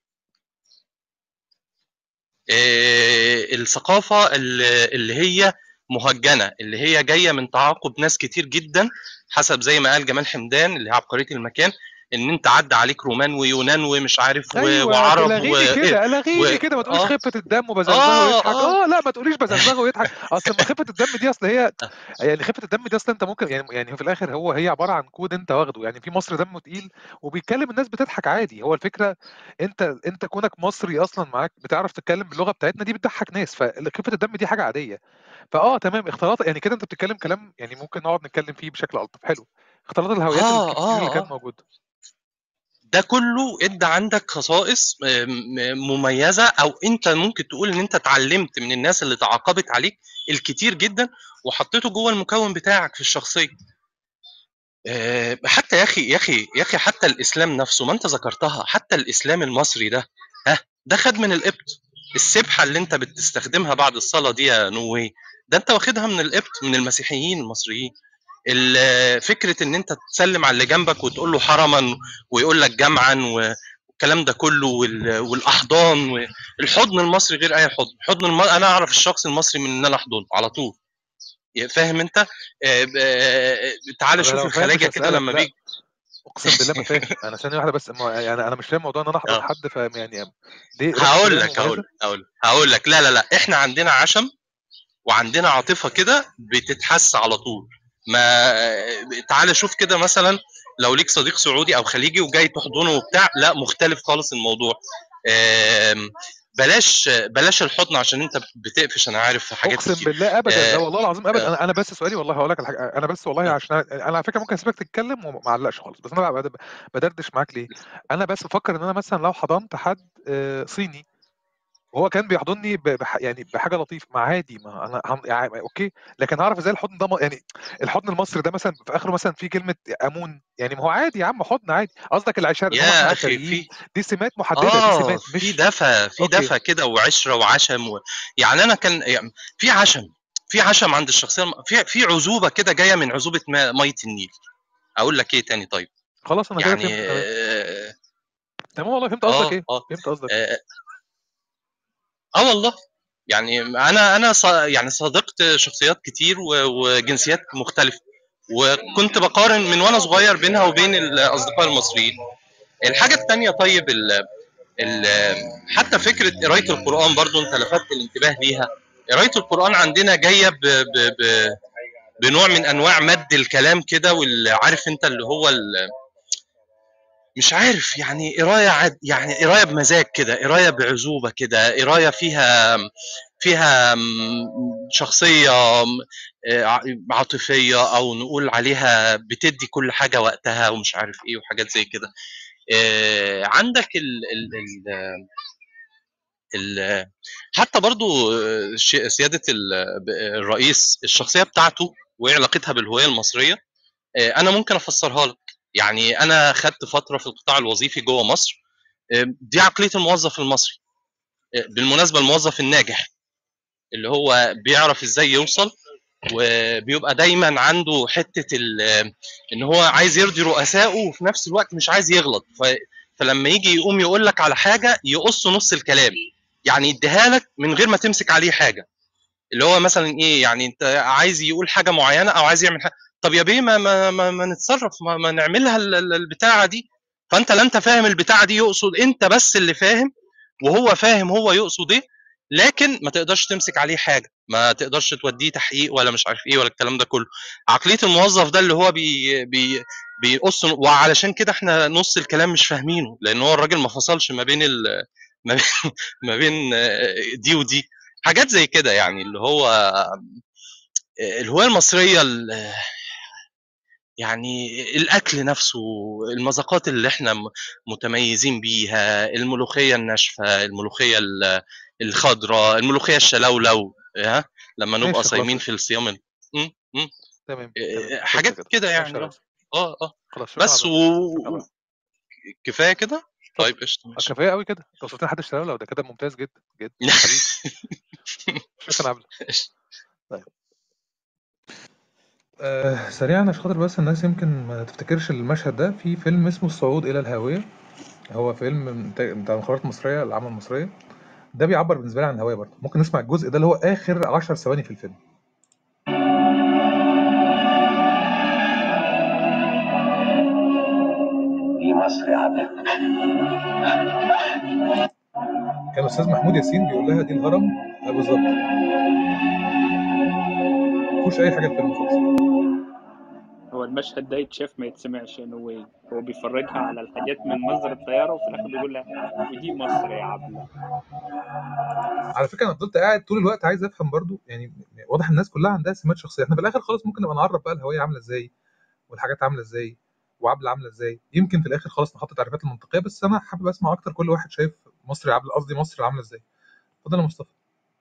إيه الثقافه اللي اللي هي مهجنه، اللي هي جايه من تعاقب ناس كتير جدا، حسب زي ما قال جمال حمدان اللي هي عبقريه المكان، ان انت عدى عليك رومان ويونان ومش عارف و... ايوه وعرب و... لغيني كده و... لغيني كده، ما تقوليش اه خفه الدم وبزغزغه اه ويضحك. اه اه لا ما تقوليش بزغزغه ويضحك. اصل ما خفه الدم دي اصل هي يعني خفه الدم دي اصل انت ممكن يعني يعني في الاخر هو هي عباره عن كود انت واخده. يعني في مصري دمه تقيل وبيتكلم الناس بتضحك عادي. هو الفكره انت انت كونك مصري اصلا معاك بتعرف تتكلم باللغه بتاعتنا دي بتضحك ناس، فخفه الدم دي حاجه عاديه. فاه تمام اختلاط يعني كده انت بتتكلم كلام يعني ممكن نقعد نتكلم فيه بشكل الطف. حلو اختلاط الهويات اه الكتير اللي اه كانت اه موجوده. ده كله ادى عندك خصائص م- م- مميزه، او انت ممكن تقول ان انت اتعلمت من الناس اللي تعاقبت عليك الكتير جدا وحطيته جوه المكون بتاعك في الشخصيه. آه، حتى يا اخي يا اخي يا اخي حتى الاسلام نفسه ما انت ذكرتها، حتى الاسلام المصري ده ها ده خد من القبط. السبحه اللي انت بتستخدمها بعد الصلاه دي يا نوي، ده انت واخدها من القبط، من المسيحيين المصريين. ال- فكره ان انت تسلم على اللي جنبك وتقول له حرما ويقول لك جمعا والكلام ده كله وال- والاحضان. الحضن المصري غير اي حضن. حضن الم... انا اعرف الشخص المصري من ان انا احضنه على طول. فاهم انت؟ آه، آه، تعال انا شوف لو فاهم مش الخلايجه كده هسالك لما لا. بيجي. اقسم بالله ما فاهم. انا ثانيه واحده بس ما يعني انا مش فاهم موضوع ان انا احضن اه حد فاهم يعني. دي ريحه هقول الحضان لك هقول مميزه. لك هقول هقول لك لا لا لا، احنا عندنا عشم وعندنا عاطفه كده بتتحس على طول. ما تعال شوف كده مثلا لو ليك صديق سعودي او خليجي وجاي تحضنه وبتاع، لا مختلف خالص الموضوع. آم، بلاش بلاش الحضن عشان انت بتقفش، انا عارف في حاجات اقسم كتير. بالله ابدا لا آه، والله العظيم ابدا. آه، انا انا بس سؤالي والله هقول لك الحاجه. انا بس والله عشان انا أنا على فكره ممكن اسيبك تتكلم وما اعلقش خالص، بس انا بد- بدردش معاك ليه. انا بس بفكر ان انا مثلا لو حضنت حد آه، صيني وهو كان بيحضني ب- بح يعني بحاجه لطيفه ما عادي ما انا هم يعني اوكي. لكن اعرف ازاي الحضن ده م- يعني الحضن المصري ده مثلا في اخره مثلا في كلمه امون يعني ما هو عادي يا عم حضن عادي. قصدك العشار ان هو احنا يا اخي عشريين. في دي سمات محدده دي اه سمات في مش دفى في اوكي. دفى كده وعشره وعشم و... يعني انا كان يعني في عشم، في عشم عند الشخصيه الم- في في عذوبه كده جايه من عذوبه ما- ميه النيل. اقول لك ايه تاني طيب؟ خلاص انا كده يعني فهمت تمام. اه تمام والله فهمت قصدك اه ايه. اه, فهمت قصدك. آه, آه والله. يعني انا انا ص... يعني صادقت شخصيات كتير و... وجنسيات مختلفه، وكنت بقارن من وانا صغير بينها وبين الاصدقاء المصريين. الحاجه التانيه طيب ال... ال... حتى فكره قرايه القران برضو انت لفتت الانتباه ليها. قرايه القران عندنا جايه ب... ب... ب... بنوع من انواع مد الكلام كده، واللي عارف انت اللي هو ال... مش عارف يعني قرايه عد... يعني قرايه بمزاج كده، قرايه بعزوبه كده، قرايه فيها فيها شخصيه عاطفيه، او نقول عليها بتدي كل حاجه وقتها ومش عارف ايه وحاجات زي كده. عندك ال ال ال ال حتى برضو سياده الرئيس الشخصيه بتاعته وايه علاقتها بالهويه المصريه. انا ممكن افسرها لك. يعني انا خدت فتره في القطاع الوظيفي جوه مصر. دي عقليه الموظف المصري. بالمناسبه الموظف الناجح اللي هو بيعرف ازاي يوصل، وبيبقى دايما عنده حته ان هو عايز يرضي رؤسائه وفي نفس الوقت مش عايز يغلط. ف... فلما يجي يقوم يقول لك على حاجه يقص نص الكلام، يعني يديها لك من غير ما تمسك عليه حاجه. اللي هو مثلا ايه، يعني انت عايز يقول حاجه معينه او عايز يعمل حاجه، طب يا بيه ما ما ما, ما نتصرف، ما, ما نعملها البتاعه دي. فانت لا انت فاهم البتاعه دي يقصد، انت بس اللي فاهم وهو فاهم هو يقصد ايه. لكن ما تقدرش تمسك عليه حاجه، ما تقدرش توديه تحقيق ولا مش عارف ايه ولا الكلام ده كله. عقليه الموظف ده اللي هو بي بي بيقص، وعلشان كده احنا نص الكلام مش فاهمينه، لان هو الراجل ما فصلش ما بين ال ما بين ما بين دي ودي. حاجات زي كده يعني اللي هو الهوية المصرية، يعني الأكل نفسه، المذاقات اللي احنا متميزين بيها، الملوخية الناشفة، الملوخية الخضراء، الملوخية الشلولو، ها لما نبقى ماشي خلاص صايمين قشطة. في الصيام. م- م. تمام تمام خلص حاجات كده كده ماشي يا يعني. ريس. اه اه خلاص شكرا بس عبد و... الله شكرا و- عبد كفايه كده. طب طيب قشطه آه، ماشي. كفايه قوي كده، انت وصلت لحد اشتغل لو ده كده ممتاز جدا جدا حبيبي. شكرا عبد الله. قشطة. طيب آه سريعا عشان خاطر بس الناس يمكن ما تفتكرش المشهد ده، في فيلم اسمه الصعود إلى الهاوية، هو فيلم من- بتاع المخابرات المصرية، العامة المصرية، ده بيعبر بالنسبة لي عن الهوية برضه. ممكن نسمع الجزء ده اللي هو آخر عشر ثواني في الفيلم. دي مصر يا عبد. كان الأستاذ محمود ياسين بيقول لها دي الهرم. آه بالظبط، مفيهوش أي حاجة الفيلم خالص. هو المشهد ده يتشاف ما يتسمعش، انه هو هو بيفرجها على الحاجات من منظر الطياره، وفي الاخر بيقول لها ودي مصر يا عبله. على فكرة أنا فضلت قاعد طول الوقت عايز أفهم برضه، يعني واضح الناس كلها عندها سمات شخصية. إحنا في الآخر خالص ممكن نبقى نعرف بقى الهوية عاملة إزاي والحاجات عاملة إزاي وعبلة عاملة إزاي، يمكن في الآخر خالص نحط التعريفات المنطقية. بس أنا حابب أسمع أكتر كل واحد شايف مصر يا عبلة، قصدي مصر عاملة إزاي. اتفضل يا مصطفى.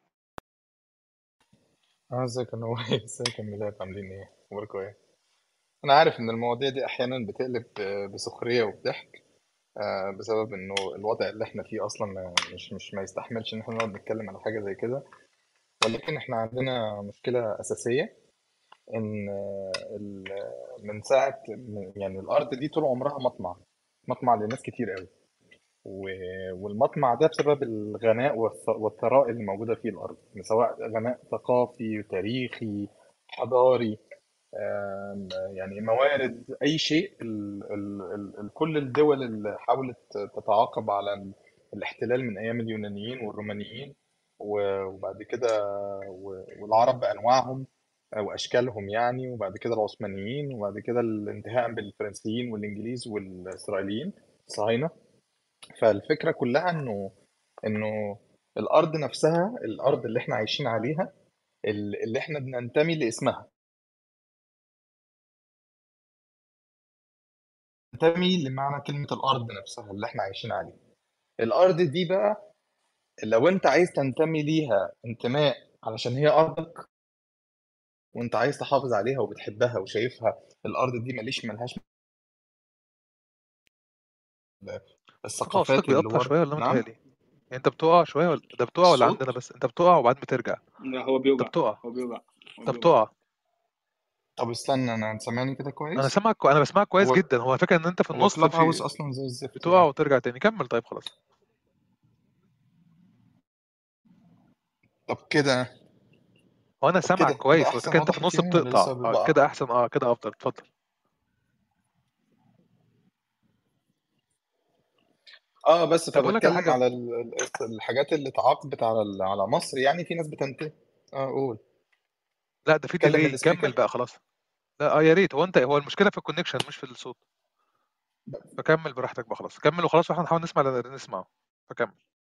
اه ازيك يا نوال؟ ازيك يا ميلاد؟ عاملين ايه؟ اخباركم ايه؟ انا عارف ان المواضيع دي احيانا بتقلب ب- بسخريه وبضحك، آه، بسبب انه الوضع اللي احنا فيه اصلا ما- مش مش ما يستحملش ان احنا نقعد نتكلم على حاجه زي كده. ولكن احنا عندنا مشكله اساسيه، ان آه، ال- من ساعه من- يعني الارض دي طول عمرها مطمع، مطمع لناس كتير قوي. و- والمطمع ده بسبب الغناء والث- والثراء اللي موجوده فيه الارض، سواء غناء ثقافي تاريخي حضاري، آم، يعني موارد أي شيء. ال ال ال ال كل الدول اللي حاولت تتعاقب على ال- الاحتلال من أيام اليونانيين والرومانيين، و- وبعد كده و- والعرب بأنواعهم وأشكالهم يعني، وبعد كده العثمانيين، وبعد كده الانتهاء بالفرنسيين والإنجليز والإسرائيليين الصهاينة. فالفكرة كلها إنه إنه الأرض نفسها، الأرض اللي إحنا عايشين عليها، ال- اللي إحنا بننتمي لاسمها، تنتمي لمعنى كلمة الأرض نفسها اللي احنا عايشين عليها. الأرض دي بقى لو انت عايز تنتمي ليها انتماء علشان هي أرضك، وانت عايز تحافظ عليها وبتحبها وشايفها الأرض دي ماليش ملهاش مصطفى هو صوتك الثقافات واللي بيقطع ورا. شويه ولا انا نعم. متهيألي؟ يعني انت بتقع شويه ولا ده بتقع ولا عندنا الصوت بس؟ انت بتقع وبعدين بترجع. لا هو انت بيوجع، بتقع هو بيوجع، هو انت بيوجع. بتقع. طب استنى، انا سامعني كده انا كويس؟ سامعك، انا بسمعك كويس هو جدا. هو فكره ان انت في هو النص كلاب هاوس في اصلا زي الزفت بتقع يعني. وترجع تاني. كمل طيب خلاص. طب كده هو انا طب سامعك كده كده كويس، هو احسن، الفكره انت في واضح النص الفيهم ولا بتقطع. لسه اه بيبقى؟ كده احسن، اه كده افضل. اتفضل. اه بس طب اقول لك على فبتكلم حاجه. على ال- ال- الحاجات اللي اتعاقبت على ال- على مصر، يعني في ناس بتنتهي. اه قول. لا ده في اتكلم ديلي، كمل بالسبيكر. بقى خلاص. لا اه يا ريت. هو انت هو المشكله في الكونكشن مش في الصوت. فكمل براحتك بقى خلاص. كمل وخلاص، واحنا نحاول نسمع اللي نسمعه. فكمل.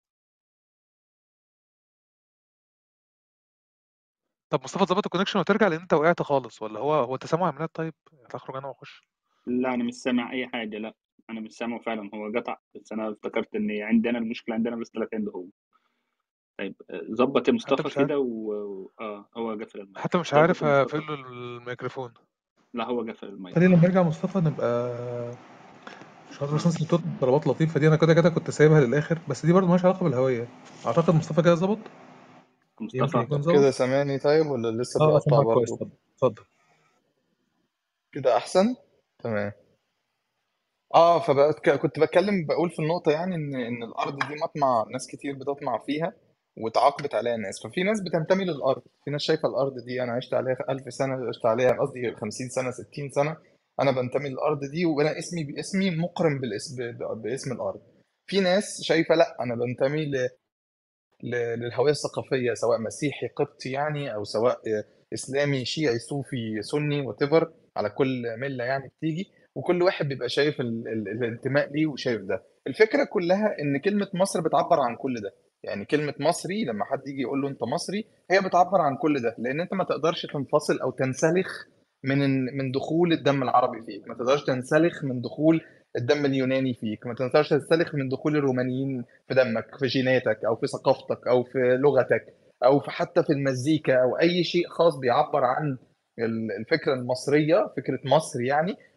طب مصطفى ظبط الكونكشن وترجع، لان انت وقعت خالص. ولا هو هو انت سامع عمليات؟ طيب هتخرج انا واخش. لا انا مش سامع اي حاجه، لا انا مش سامعه فعلا، هو قطع. بس انا افتكرت ان عندنا المشكله عندنا بس طلعت عنده هو. طيب آه، ظبط يا حتى مصطفى مش عارف كده و... و... اه هو قفل المايك. حتى مش ظبط عارف يا مصطفى. اقفل له الميكروفون. لا هو قفل المايك. خلينا لما يرجع مصطفى نبقى مش عارف، بس ناس بتطلب طلبات لطيفة دي، أنا كده كده كنت سايبها للآخر، بس دي برضه مالهاش علاقة بالهوية. أعتقد مصطفى كده ظبط، يمكن مصطفى يكون طب ظبط. كده سامعني طيب ولا لسه اه اه بيقطع سامعك كويس. برضو؟ اتفضل اتفضل. كده احسن. تمام. اه فكنت بتكلم بقول في النقطة، يعني ان ان الارض دي مطمع، ناس كتير بتطمع فيها واتعاقبت عليها ناس. ففي ناس بتنتمي للارض، في ناس شايفة الارض دي انا عشت عليها ألف سنة، عشت عليها قصدي خمسين سنة ستين سنة، انا بنتمي للارض دي وانا اسمي باسمي مقرن بالاسم باسم الارض. في ناس شايفة لا، انا بنتمي ل ل- للهوية الثقافية، سواء مسيحي قبطي يعني، أو سواء إسلامي شيعي صوفي سني whatever، على كل ملة يعني بتيجي. وكل واحد بيبقى شايف ال ال الانتماء ليه وشايف ده. الفكرة كلها إن كلمة مصر بتعبر عن كل ده. يعني كلمة مصري لما حد يجي يقول له أنت مصري، هي بتعبر عن كل ده، لأن أنت ما تقدرش تنفصل أو تنسلخ من من دخول الدم العربي فيك، ما تقدرش تنسلخ من دخول الدم اليوناني فيك، ما تقدرش تنسلخ من دخول الرومانيين في دمك، في جيناتك، او في ثقافتك، او في لغتك، او في حتى في المزيكا، او اي شيء خاص بيعبر عن ال- الفكره المصريه، فكره مصر يعني.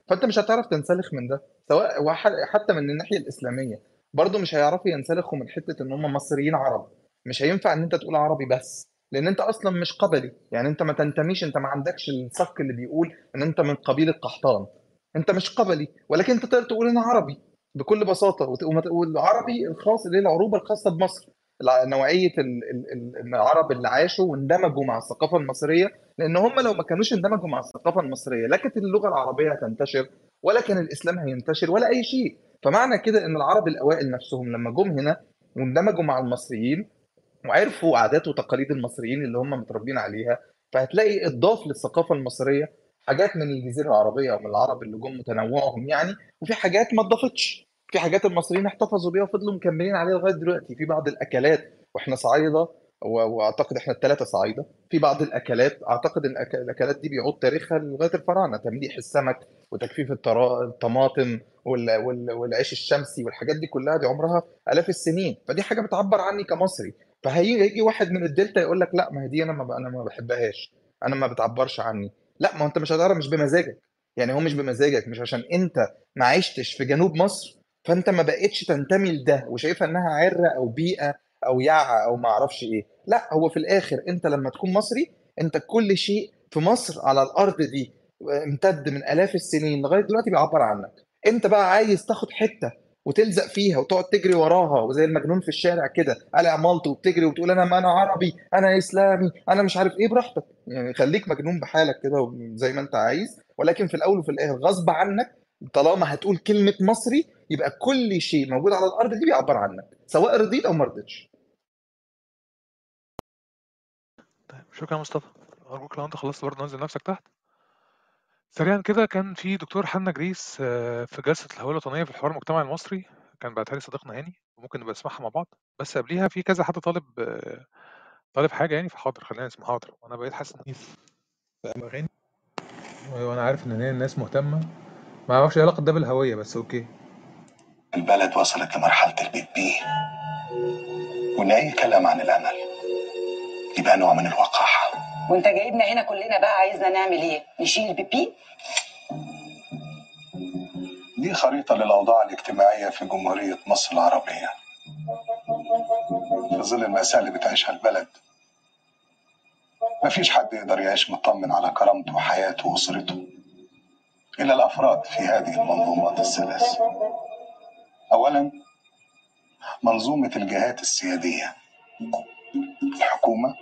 فانت مش هتعرف تنسلخ من ده، سواء وح- حتى من الناحيه الاسلاميه برضو مش هيعرفوا ينسلخوا من حته ان هم مصريين عرب. مش هينفع ان انت تقول عربي بس، لان انت اصلا مش قبلي. يعني انت ما تنتميش، انت ما عندكش الصك اللي بيقول ان انت من قبيله قحطان. انت مش قبلي، ولكن انت تقدر تقول انا عربي بكل بساطه. وت- وما- والعربي الخاص اللي هي العروبه الخاصه بمصر، الع- نوعيه ال- ال- ال- العرب اللي عاشوا واندمجوا مع الثقافه المصريه. لان هم لو ما كانوش اندمجوا مع الثقافه المصريه لا كانت اللغه العربيه هتنتشر، ولا كان الاسلام هينتشر، ولا اي شيء. فمعنى كده ان العرب الاوائل نفسهم لما جم هنا واندمجوا مع المصريين وعرفوا عادات وتقاليد المصريين اللي هم متربين عليها، فهتلاقي اضاف للثقافه المصريه حاجات من الجزيره العربيه او من العرب اللي جم متنوعهم يعني، وفي حاجات ما اضافتش. في حاجات المصريين احتفظوا بيها وفضلوا مكملين عليها لغايه دلوقتي. في بعض الاكلات، واحنا صعايده و- واعتقد احنا الثلاثه صعايده، في بعض الاكلات اعتقد ان الأك- الاكلات دي بيعود تاريخها لغايه الفراعنه. تمليح السمك وتجفيف الطرا- الطماطم وال- وال- والعيش الشمسي والحاجات دي كلها دي عمرها الاف السنين. فدي حاجه بتعبر عني كمصري. فهيجي يجي واحد من الدلتا يقول لك لا، ما هي دي انا ما ب- انا ما بحبهاش، انا ما بتعبرش عني. لا، ما هو انت مش هتعرف، مش بمزاجك. يعني هو مش بمزاجك، مش عشان انت ما عشتش في جنوب مصر فانت ما بقتش تنتمي لده وشايفها انها عره او بيئه او يعه او ما اعرفش ايه. لا، هو في الاخر انت لما تكون مصري، انت كل شيء في مصر على الارض دي امتد من الاف السنين لغايه دلوقتي بيعبر عنك. انت بقى عايز تاخد حته وتلزق فيها وتقعد تجري وراها وزي المجنون في الشارع كده قلع مالطو وبتجري وتقول انا ما انا عربي انا اسلامي انا مش عارف ايه، براحتك. يعني خليك مجنون بحالك كده زي ما انت عايز، ولكن في الاول وفي الاخر غصب عنك طالما هتقول كلمه مصري يبقى كل شيء موجود على الارض دي بيعبر عنك سواء رضيت او ما رضيتش. طيب شكرا يا مصطفى. ارجوك لو انت خلصت برضه نزل نفسك تحت. سريعا كده، كان في دكتور حنا جريس آه، في جلسه الهويه الوطنيه في الحوار المجتمعي المصري، كان بعتها لي صديقنا هاني، وممكن نبقى نسمعها مع بعض. بس قبليها في كذا حد طالب آه، طالب حاجه يعني، فحاضر خلينا نسمع. حاضر، وانا بقيت حاسس ان اغاني، وانا عارف ان هي الناس مهتمه، ما اعرفش ايه علاقه ده بالهويه، بس اوكي. البلد وصلت لمرحلة البيبي، وإن أي كلام عن الأمل يبقى نوع من الوقاحة. وانت جايبنا هنا كلنا بقى عايزنا نعمل ايه؟ نشيل البيبي؟ دي خريطة للأوضاع الاجتماعية في جمهورية مصر العربية في ظل المأساة اللي بتعيشها البلد. مفيش حد يقدر يعيش مطمن على كرامته وحياته وأسرته إلا الأفراد في هذه المنظومات الثلاث. أولا، منظومة الجهات السيادية، الحكومة،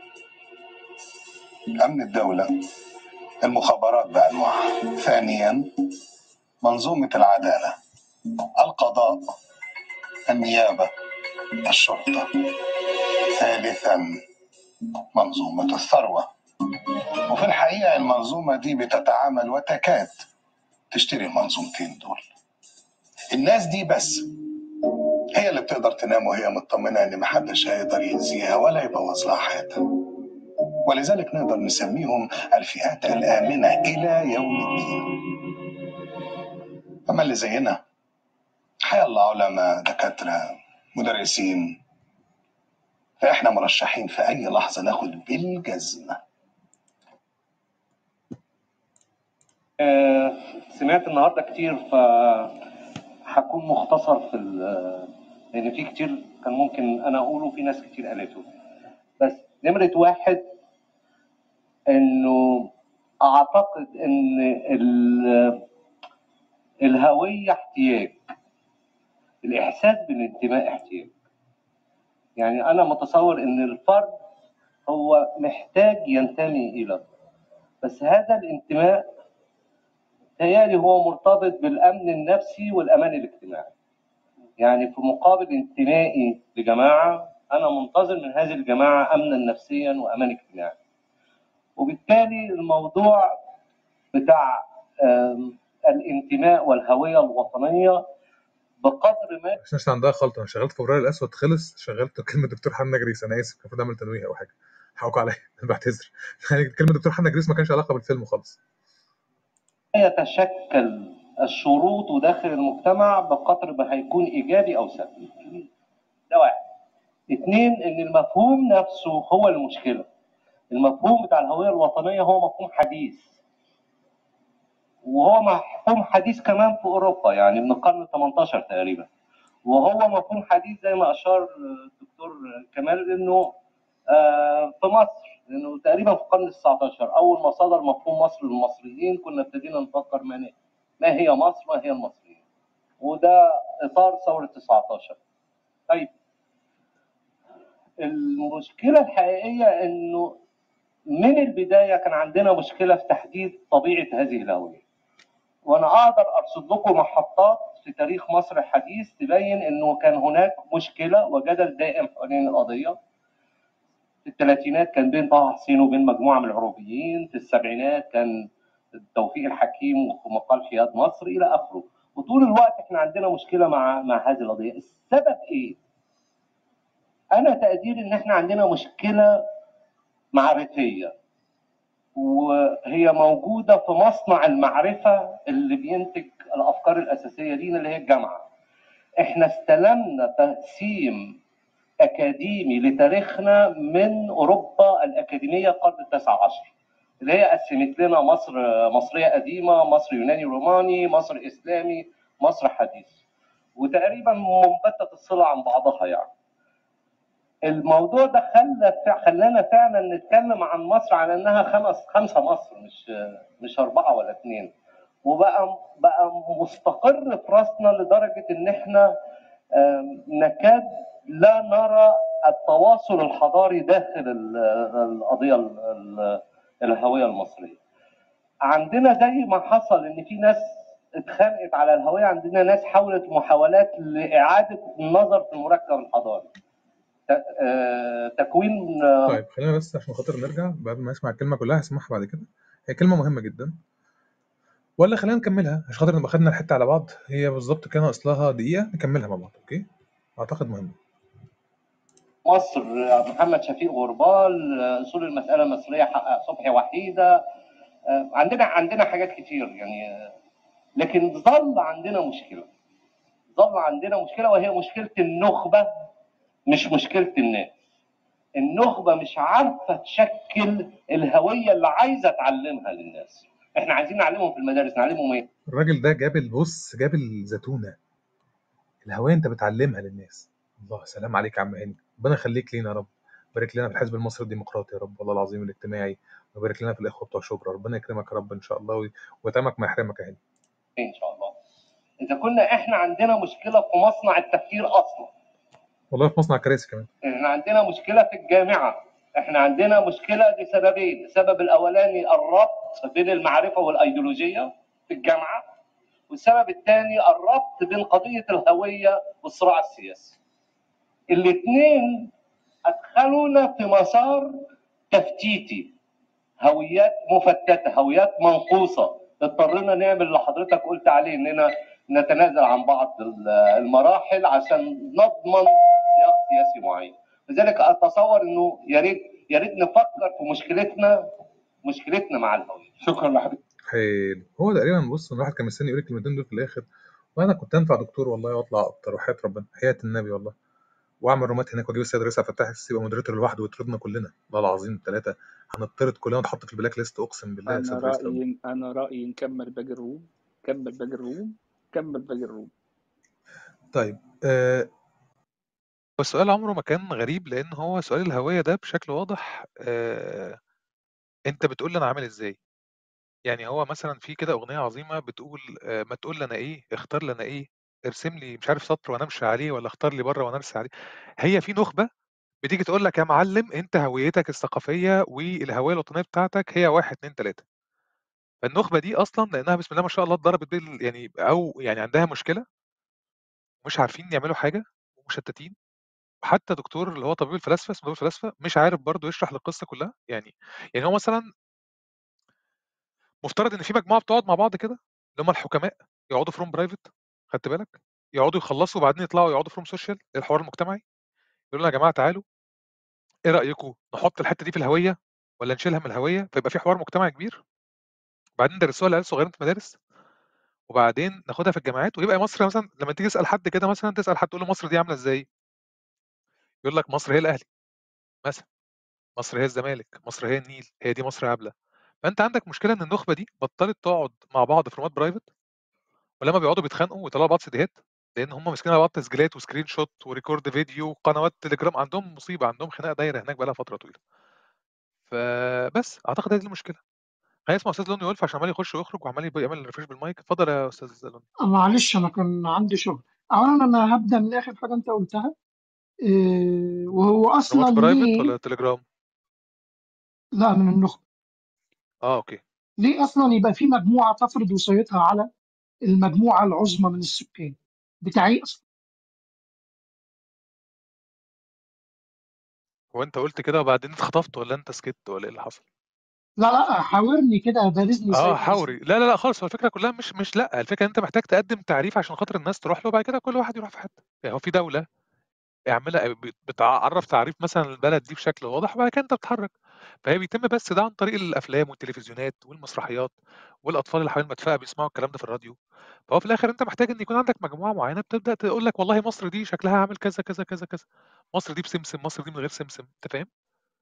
أمن الدولة، المخابرات بأنواعها. ثانيا، منظومة العدالة، القضاء، النيابة، الشرطة. ثالثا، منظومة الثروة. وفي الحقيقة المنظومة دي بتتعامل وتكاد تشتري المنظومتين دول. الناس دي بس هي اللي بتقدر تنام وهي مطمنة ان محدش هيقدر يأذيها ولا يبوظ لها حياتها، ولذلك نقدر نسميهم الفئات الآمنة إلى يوم الدين. أما اللي زينا حيا الله علماء، دكاترة، مدرسين، فإحنا مرشحين في أي لحظة ناخد بالجزمة. آه، سمعت النهارده كتير فهكون مختصر في ال- لان في كتير كان ممكن انا اقوله في ناس كتير قالته. بس نمرة واحد انه اعتقد ان ال- الهوية احتياج، الاحساس بالانتماء احتياج. يعني انا متصور ان الفرد هو محتاج ينتمي الى، بس هذا الانتماء تهيألي هو مرتبط بالامن النفسي والامان الاجتماعي. يعني في مقابل انتمائي لجماعه انا منتظر من هذه الجماعه امنا نفسيا وامان اجتماعي. وبالتالي الموضوع بتاع آم، الانتماء والهويه الوطنيه بقدر ما عشان الناس عندها خلطه، انا شغلت فبراير الاسود خلص، شغلت كلمه دكتور حنا جريس، انا اسف المفروض اعمل تنويه او حاجه، حقوق عليا انا بعتذر. يعني كلمه دكتور حنا جريس ما كانش علاقه بالفيلم خالص. يتشكل الشروط داخل المجتمع بقدر ما هيكون ايجابي او سلبي. ده واحد. اثنين، ان المفهوم نفسه هو المشكله. المفهوم بتاع الهويه الوطنيه هو مفهوم حديث. وهو مفهوم حديث كمان في اوروبا، يعني من القرن الثمنتاشر تقريبا، وهو مفهوم حديث زي ما اشار الدكتور كمال انه آه، في مصر، لانه تقريبا في القرن التسعتاشر اول ما صدر مفهوم مصر للمصريين كنا ابتدينا نفكر ما ما هي مصر، ما هي المصريين، وده اطار ثوره تسعتاشر. طيب المشكله الحقيقيه انه من البدايه كان عندنا مشكله في تحديد طبيعه هذه الهويه، وانا اقدر ارصد لكم محطات في تاريخ مصر الحديث تبين انه كان هناك مشكله وجدل دائم حوالين القضيه. في الثلاثينات كان بين طه حسين وبين مجموعه من العروبيين، في السبعينات كان توفيق الحكيم ومقال حياد مصر الى اخره، وطول الوقت احنا عندنا مشكله مع مع هذه القضيه. السبب ايه؟ انا تقديري ان احنا عندنا مشكله معرفيه، وهي موجوده في مصنع المعرفه اللي بينتج الافكار الاساسيه لينا اللي هي الجامعه. احنا استلمنا تقسيم اكاديمي لتاريخنا من اوروبا الاكاديميه القرن التاسع عشر، اللي هي قسمت لنا مصر مصريه قديمه، مصر يوناني روماني، مصر اسلامي، مصر حديث، وتقريبا منبتة الصله عن بعضها. يعني الموضوع ده خلى خلانا فعلا نتكلم عن مصر على انها خمس خمسه مصر، مش مش اربعه ولا اثنين، وبقى بقى مستقر في راسنا لدرجه ان احنا نكاد لا نرى التواصل الحضاري داخل القضيه الهويه المصريه. عندنا زي ما حصل ان في ناس اتخانقت على الهويه، عندنا ناس حاولت محاولات لاعاده النظر في المركب الحضاري، تكوين. طيب خلينا بس عشان خاطر نرجع بعد ما اسمع الكلمه كلها هسمعها بعد كده، هي كلمه مهمه جدا، ولا خلينا نكملها عشان خاطر نبقى خدنا الحته على بعض، هي بالظبط كان اصلها دقيقه نكملها مع بعض. اوكي اعتقد مهم. مصر محمد شفيق غربال، اصول المساله المصريه حق صبحي وحيده، عندنا عندنا حاجات كتير يعني، لكن ظل عندنا مشكله، ظل عندنا مشكله وهي مشكله النخبه، مش مشكله الناس. النخبه مش عارفه تشكل الهويه اللي عايزه تعلمها للناس. احنا عايزين نعلمهم في المدارس، نعلمهم ايه؟ الراجل ده جاب البص، جاب الزتونه، الهويه انت بتعلمها للناس. الله سلام عليك يا عم هاني، ربنا يخليك لينا يا رب، بارك لنا في الحزب المصري الديمقراطي يا رب والله العظيم الاجتماعي، وبارك لنا في الاخوه بتوع شبرا، ربنا يكرمك يا رب ان شاء الله ويتعمك ما يحرمك يا هاني ان شاء الله. اذا كنا احنا عندنا مشكله في مصنع التفكير اصلا، والله في مصنع الكراسي كمان، احنا عندنا مشكله في الجامعه، احنا عندنا مشكله لسببين. السبب الاولاني الربط بين المعرفه والايديولوجيه في الجامعه، والسبب الثاني الربط بين قضيه الهويه والصراع السياسي. الاثنين ادخلونا في مسار تفتيتي، هويات مفتته، هويات منقوصه، اضطرينا نعمل اللي حضرتك قلت عليه، اننا نتنازل عن بعض المراحل عشان نضمن سياق سياسي معين. لذلك اتصور انه يا ريت يا ريت نفكر في مشكلتنا مشكلتنا مع الهويه. شكرا لحضرتك. حلو. هو تقريبا بص الواحد كان مستني يقول الكلمتين دول في الاخر، وانا كنت انفع دكتور والله واطلع اكتر وحياه ربنا حياه النبي والله، واعمل رومات هناك واجيب السيد رئيس عبد الفتاح السيسي يبقى مودريتور لوحده ويطردنا كلنا، والله العظيم الثلاثه هنطرد كلنا ونتحط في البلاك ليست، اقسم بالله. انا رايي انا رايي نكمل باقي الروم، كمل باقي الروم، كمل باقي الروم. طيب آه السؤال عمره ما كان غريب، لان هو سؤال الهويه ده بشكل واضح. آه انت بتقول لي انا عامل ازاي؟ يعني هو مثلا في كده اغنيه عظيمه بتقول آه ما تقول لنا ايه، اختار لنا ايه، ارسم لي مش عارف سطر وانا امشي عليه، ولا اختار لي بره وانا ارسم عليه. هي في نخبه بتيجي تقول لك يا معلم انت هويتك الثقافيه والهويه الوطنيه بتاعتك هي واحد اتنين تلاته. فالنخبه دي اصلا لانها بسم الله ما شاء الله اتضربت بال يعني او يعني عندها مشكله ومش عارفين يعملوا حاجه ومشتتين. وحتى دكتور اللي هو طبيب الفلاسفه اسمه طبيب الفلاسفه مش عارف برضه يشرح القصه كلها. يعني يعني هو مثلا مفترض ان في مجموعه بتقعد مع بعض كده اللي هم الحكماء، يقعدوا في روم برايفت، خدت بالك، يقعدوا يخلصوا وبعدين يطلعوا يقعدوا في روم سوشيال الحوار المجتمعي، يقولوا لنا يا جماعه تعالوا ايه رايكم نحط الحته دي في الهويه ولا نشيلها من الهويه، فيبقى في حوار مجتمعي كبير، بعدين ندرسوها للعيال الصغيرين في المدارس، وبعدين ناخدها في الجامعات، ويبقى مصر مثلا لما تيجي تسال حد كده، مثلا تسال حد تقول له مصر دي عامله ازاي، يقول لك مصر هي الاهلي مثلا، مصر هي الزمالك، مصر هي النيل، هي دي مصر عامله. فانت عندك مشكله ان النخبه دي بطلت تقعد مع بعض في رومات برايفت، ولما بيقعدوا بيتخانقوا ويطلعوا بعض سيديهات، لان هم ماسكين على بعض تسجيلات وسكرين شوت وريكورد فيديو وقنوات تليجرام. عندهم مصيبه، عندهم خناقه دايره هناك بقى لها فتره طويله. فبس اعتقد هي دي المشكله. خلينا نسمع استاذ لوني وولف عشان عمال يخش ويخرج وعمال يبقى يعمل ريفرش بالمايك. اتفضل يا استاذ لوني. معلش انا كان عندي شغل. اولا انا هبدا من اخر حاجه انت قلتها، إيه وهو اصلا رومات برايفت ليه ولا تليجرام؟ لا من النخبه. اه اوكي. ليه اصلا يبقى في مجموعه تفرض وصيتها على المجموعه العظمى من السكان بتاعي اصلا؟ هو انت قلت كده وبعدين اتخطفت ولا انت سكت ولا ايه اللي حصل؟ لا لا حاورني كده، بارزني ازاي اه بالظبط. حوري. لا لا لا خالص. هو الفكره كلها مش مش لا الفكره انت محتاج تقدم تعريف عشان خاطر الناس تروح له، وبعد كده كل واحد يروح في حته. يعني هو في دوله اعملها بت- بتعرف تعريف مثلا البلد دي بشكل واضح، وبعد كده انت بتتحرك. فهي بيتم بس ده عن طريق الافلام والتلفزيونات والمسرحيات، والاطفال اللي حوالين المدفأة بيسمعوا الكلام ده في الراديو. فهو في الاخر انت محتاج ان يكون عندك مجموعه معينه بتبدا تقول لك والله مصر دي شكلها عامل كذا كذا كذا كذا، مصر دي بسمسم، مصر دي من غير سمسم. انت فاهم؟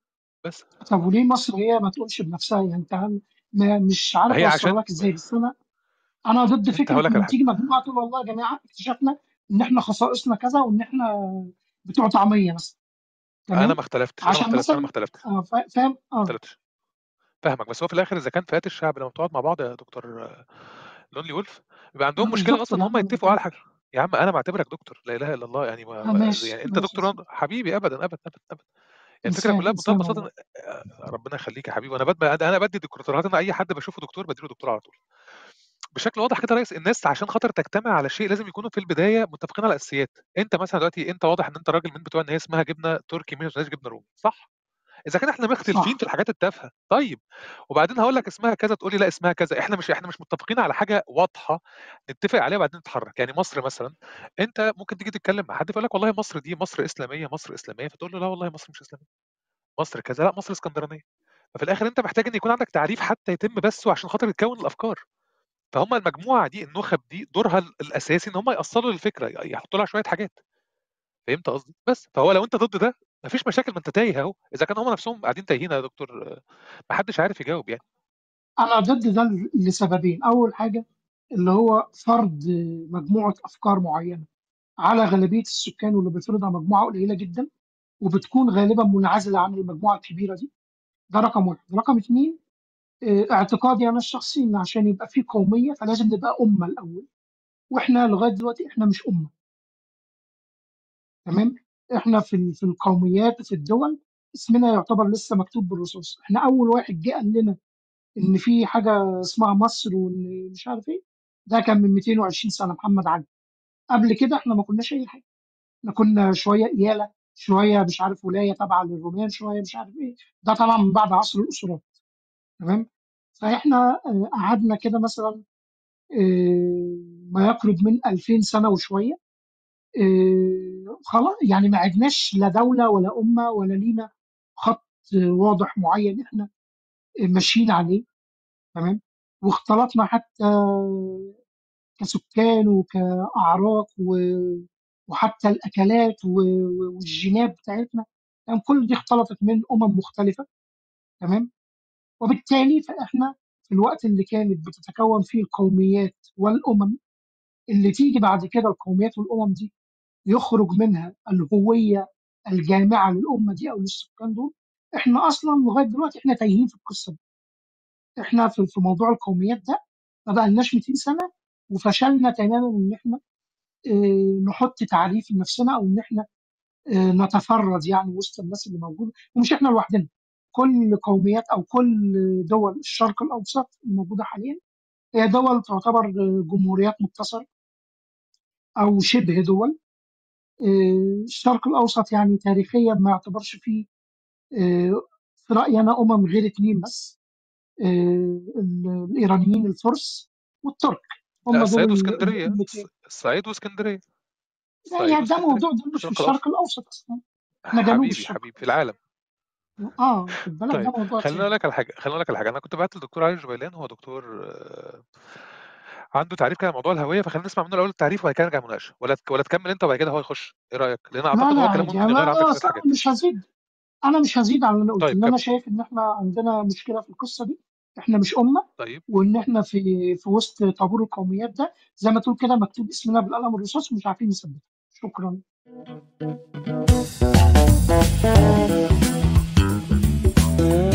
بس طب وليه مصر هي ما تقولش بنفسها؟ يعني انت عم- ما مش ما عارف هي اوصلها عشان لك ازاي، بس انا انا ضد انت فكره هقول لك على ان حاجه. تيجي مجموعه تقول والله يا جماعه اكتشفنا ان احنا خصائصنا كذا وان احنا بتوع طعميه مثلا. انا ما تمام. اختلفتش انا ما عشان اختلفتش انا ما مثلا اختلفتش آه، فا- فاهم ما اه اختلفتش فاهمك. بس هو في الاخر اذا كان فئات الشعب لما بتقعد مع بعض يا دكتور آه، لونلي وولف، بيبقى انا عندهم مش مشكله دكتور اصلا يا ان عم، هم انا يتفقوا على بكلمك. حاجه. يا عم انا بعتبرك دكتور، لا اله الا الله. يعني آه ما ما- ماشي يعني انت ماشي يا دكتور سيدي. حبيبي. ابدا ابدا ابدا ابدا. يعني الفكره انسان كلها بمنتهى انسان البساطه والله. إن- آه، ربنا يخليك يا حبيبي. وانا بدي انا بدي دكتورات. انا اي حد بشوفه دكتور بديله دكتور على طول بشكل واضح كده يا ريس. الناس عشان خاطر تجتمع على شيء لازم يكونوا في البدايه متفقين على الاساسيات. انت مثلا دلوقتي انت واضح ان انت راجل من بتوع ان هي اسمها جبنه تركي، مش جبنه رومي، صح؟ اذا كان احنا مختلفين صح. في الحاجات التافهه طيب، وبعدين هقول لك اسمها كذا تقول لي لا اسمها كذا. احنا مش احنا مش متفقين على حاجه واضحه نتفق عليها وبعدين نتحرك. يعني مصر مثلا، انت ممكن تيجي تتكلم مع حد يقول لك والله مصر دي مصر اسلاميه، مصر اسلاميه، فتقول له لا والله مصر مش اسلاميه، مصر كذا، لا مصر اسكندرانيه. ففي الاخر انت محتاج ان يكون عندك تعريف حتى يتم بس عشان خاطر تكون الافكار. فهم المجموعه دي النخب دي دورها ال- الاساسي ان هم يأصلوا للفكره، يحطوا لها شويه حاجات. فهمت قصدي؟ بس فهو لو انت ضد ده مفيش مشاكل، ما انت تايه اهو. اذا كان هم نفسهم قاعدين تايهين يا دكتور آه، محدش عارف يجاوب يعني. انا ضد ده لسببين. اول حاجه اللي هو فرض مجموعه افكار معينه على غالبيه السكان، واللي بيفرضها مجموعه قليله جدا وبتكون غالبا منعزله عن المجموعه الكبيره دي. ده رقم واحد. رقم اتنين، آه، اعتقادي انا الشخصي ان عشان يبقى في قوميه فلازم نبقى امه الاول، واحنا لغايه دلوقتي احنا مش امه. تمام. احنا في ال- في القوميات وفي الدول اسمنا يعتبر لسه مكتوب بالرصاص. احنا اول واحد جه قال لنا ان في حاجه اسمها مصر وان مش عارف ايه، ده كان من مئتين وعشرين سنه، محمد علي. قبل كده احنا ما كناش اي حاجه. احنا كنا شويه اياله، شويه مش عارف ولايه تابعه للرومان، شويه مش عارف ايه. ده طبعا من بعد عصر الاسرات. تمام. فاحنا آه، قعدنا كده مثلا آه، ما يقرب من ألفين سنه وشويه. آه، خلاص يعني ما عدناش لا دوله ولا امه ولا لينا خط واضح معين احنا ماشيين عليه. تمام. واختلطنا حتى كسكان وكأعراق و- وحتى الأكلات و- و- والجينات بتاعتنا. تمام. كل دي اختلطت من أمم مختلفة. تمام. وبالتالي فإحنا في الوقت اللي كانت بتتكون فيه القوميات والأمم، اللي تيجي بعد كده القوميات والأمم دي يخرج منها الهوية الجامعة للأمة دي أو للسكان دول، إحنا أصلا لغاية دلوقتي إحنا تايهين في القصة دي. إحنا في في موضوع القوميات ده ما بقالناش مئتين سنة، وفشلنا تماما إن إحنا آه، نحط تعريف لنفسنا او ان احنا آه، نتفرد يعني وسط الناس اللي موجوده. ومش احنا لوحدنا، كل قوميات او كل دول الشرق الاوسط الموجوده حاليا هي دول تعتبر آه، جمهوريات متصله او شبه دول. آه، الشرق الاوسط يعني تاريخيا ما يعتبرش فيه آه، في رايي انا امم غير اتنين بس، آه، ال- الايرانيين الفرس والترك. لا هم دول الصعيد ال- ال- واسكندريه، الص- الامتين. الصعيد واسكندريه، لا الصعيد يعني ده واسكندريه موضوع، دول مش في الشرق الاوسط. الشرق الاوسط اصلا، احنا جنوب حبيبي الشرق حبيبي في الاوسط. العالم. اه خد بالك ده طيب موضوع خليني تاني. اقول لك على حاجه خليني اقول لك على حاجه انا كنت بعت للدكتور علي الجبيلان، هو دكتور آه، عنده تعريف كده عن موضوع الهويه، فخلينا نسمع منه الاول التعريف وبعد كده نرجع مناقشه، ولا ولا تكمل انت وبعد كده هو يخش. ايه رايك؟ لان لا اعتقد لا هو كلام عادي، ممكن انا يغير عندك أنا شويه اصلا حاجات. مش هزيد. انا مش هزيد على اللي انا قلت طيب ان انا كمل. شايف ان احنا عندنا مشكله في القصه دي. احنا مش امه، طيب وان احنا في في وسط طابور القوميات ده زي ما تقول كده مكتوب اسمنا بالقلم الرصاص ومش عارفين نثبته. شكرا. Thank you.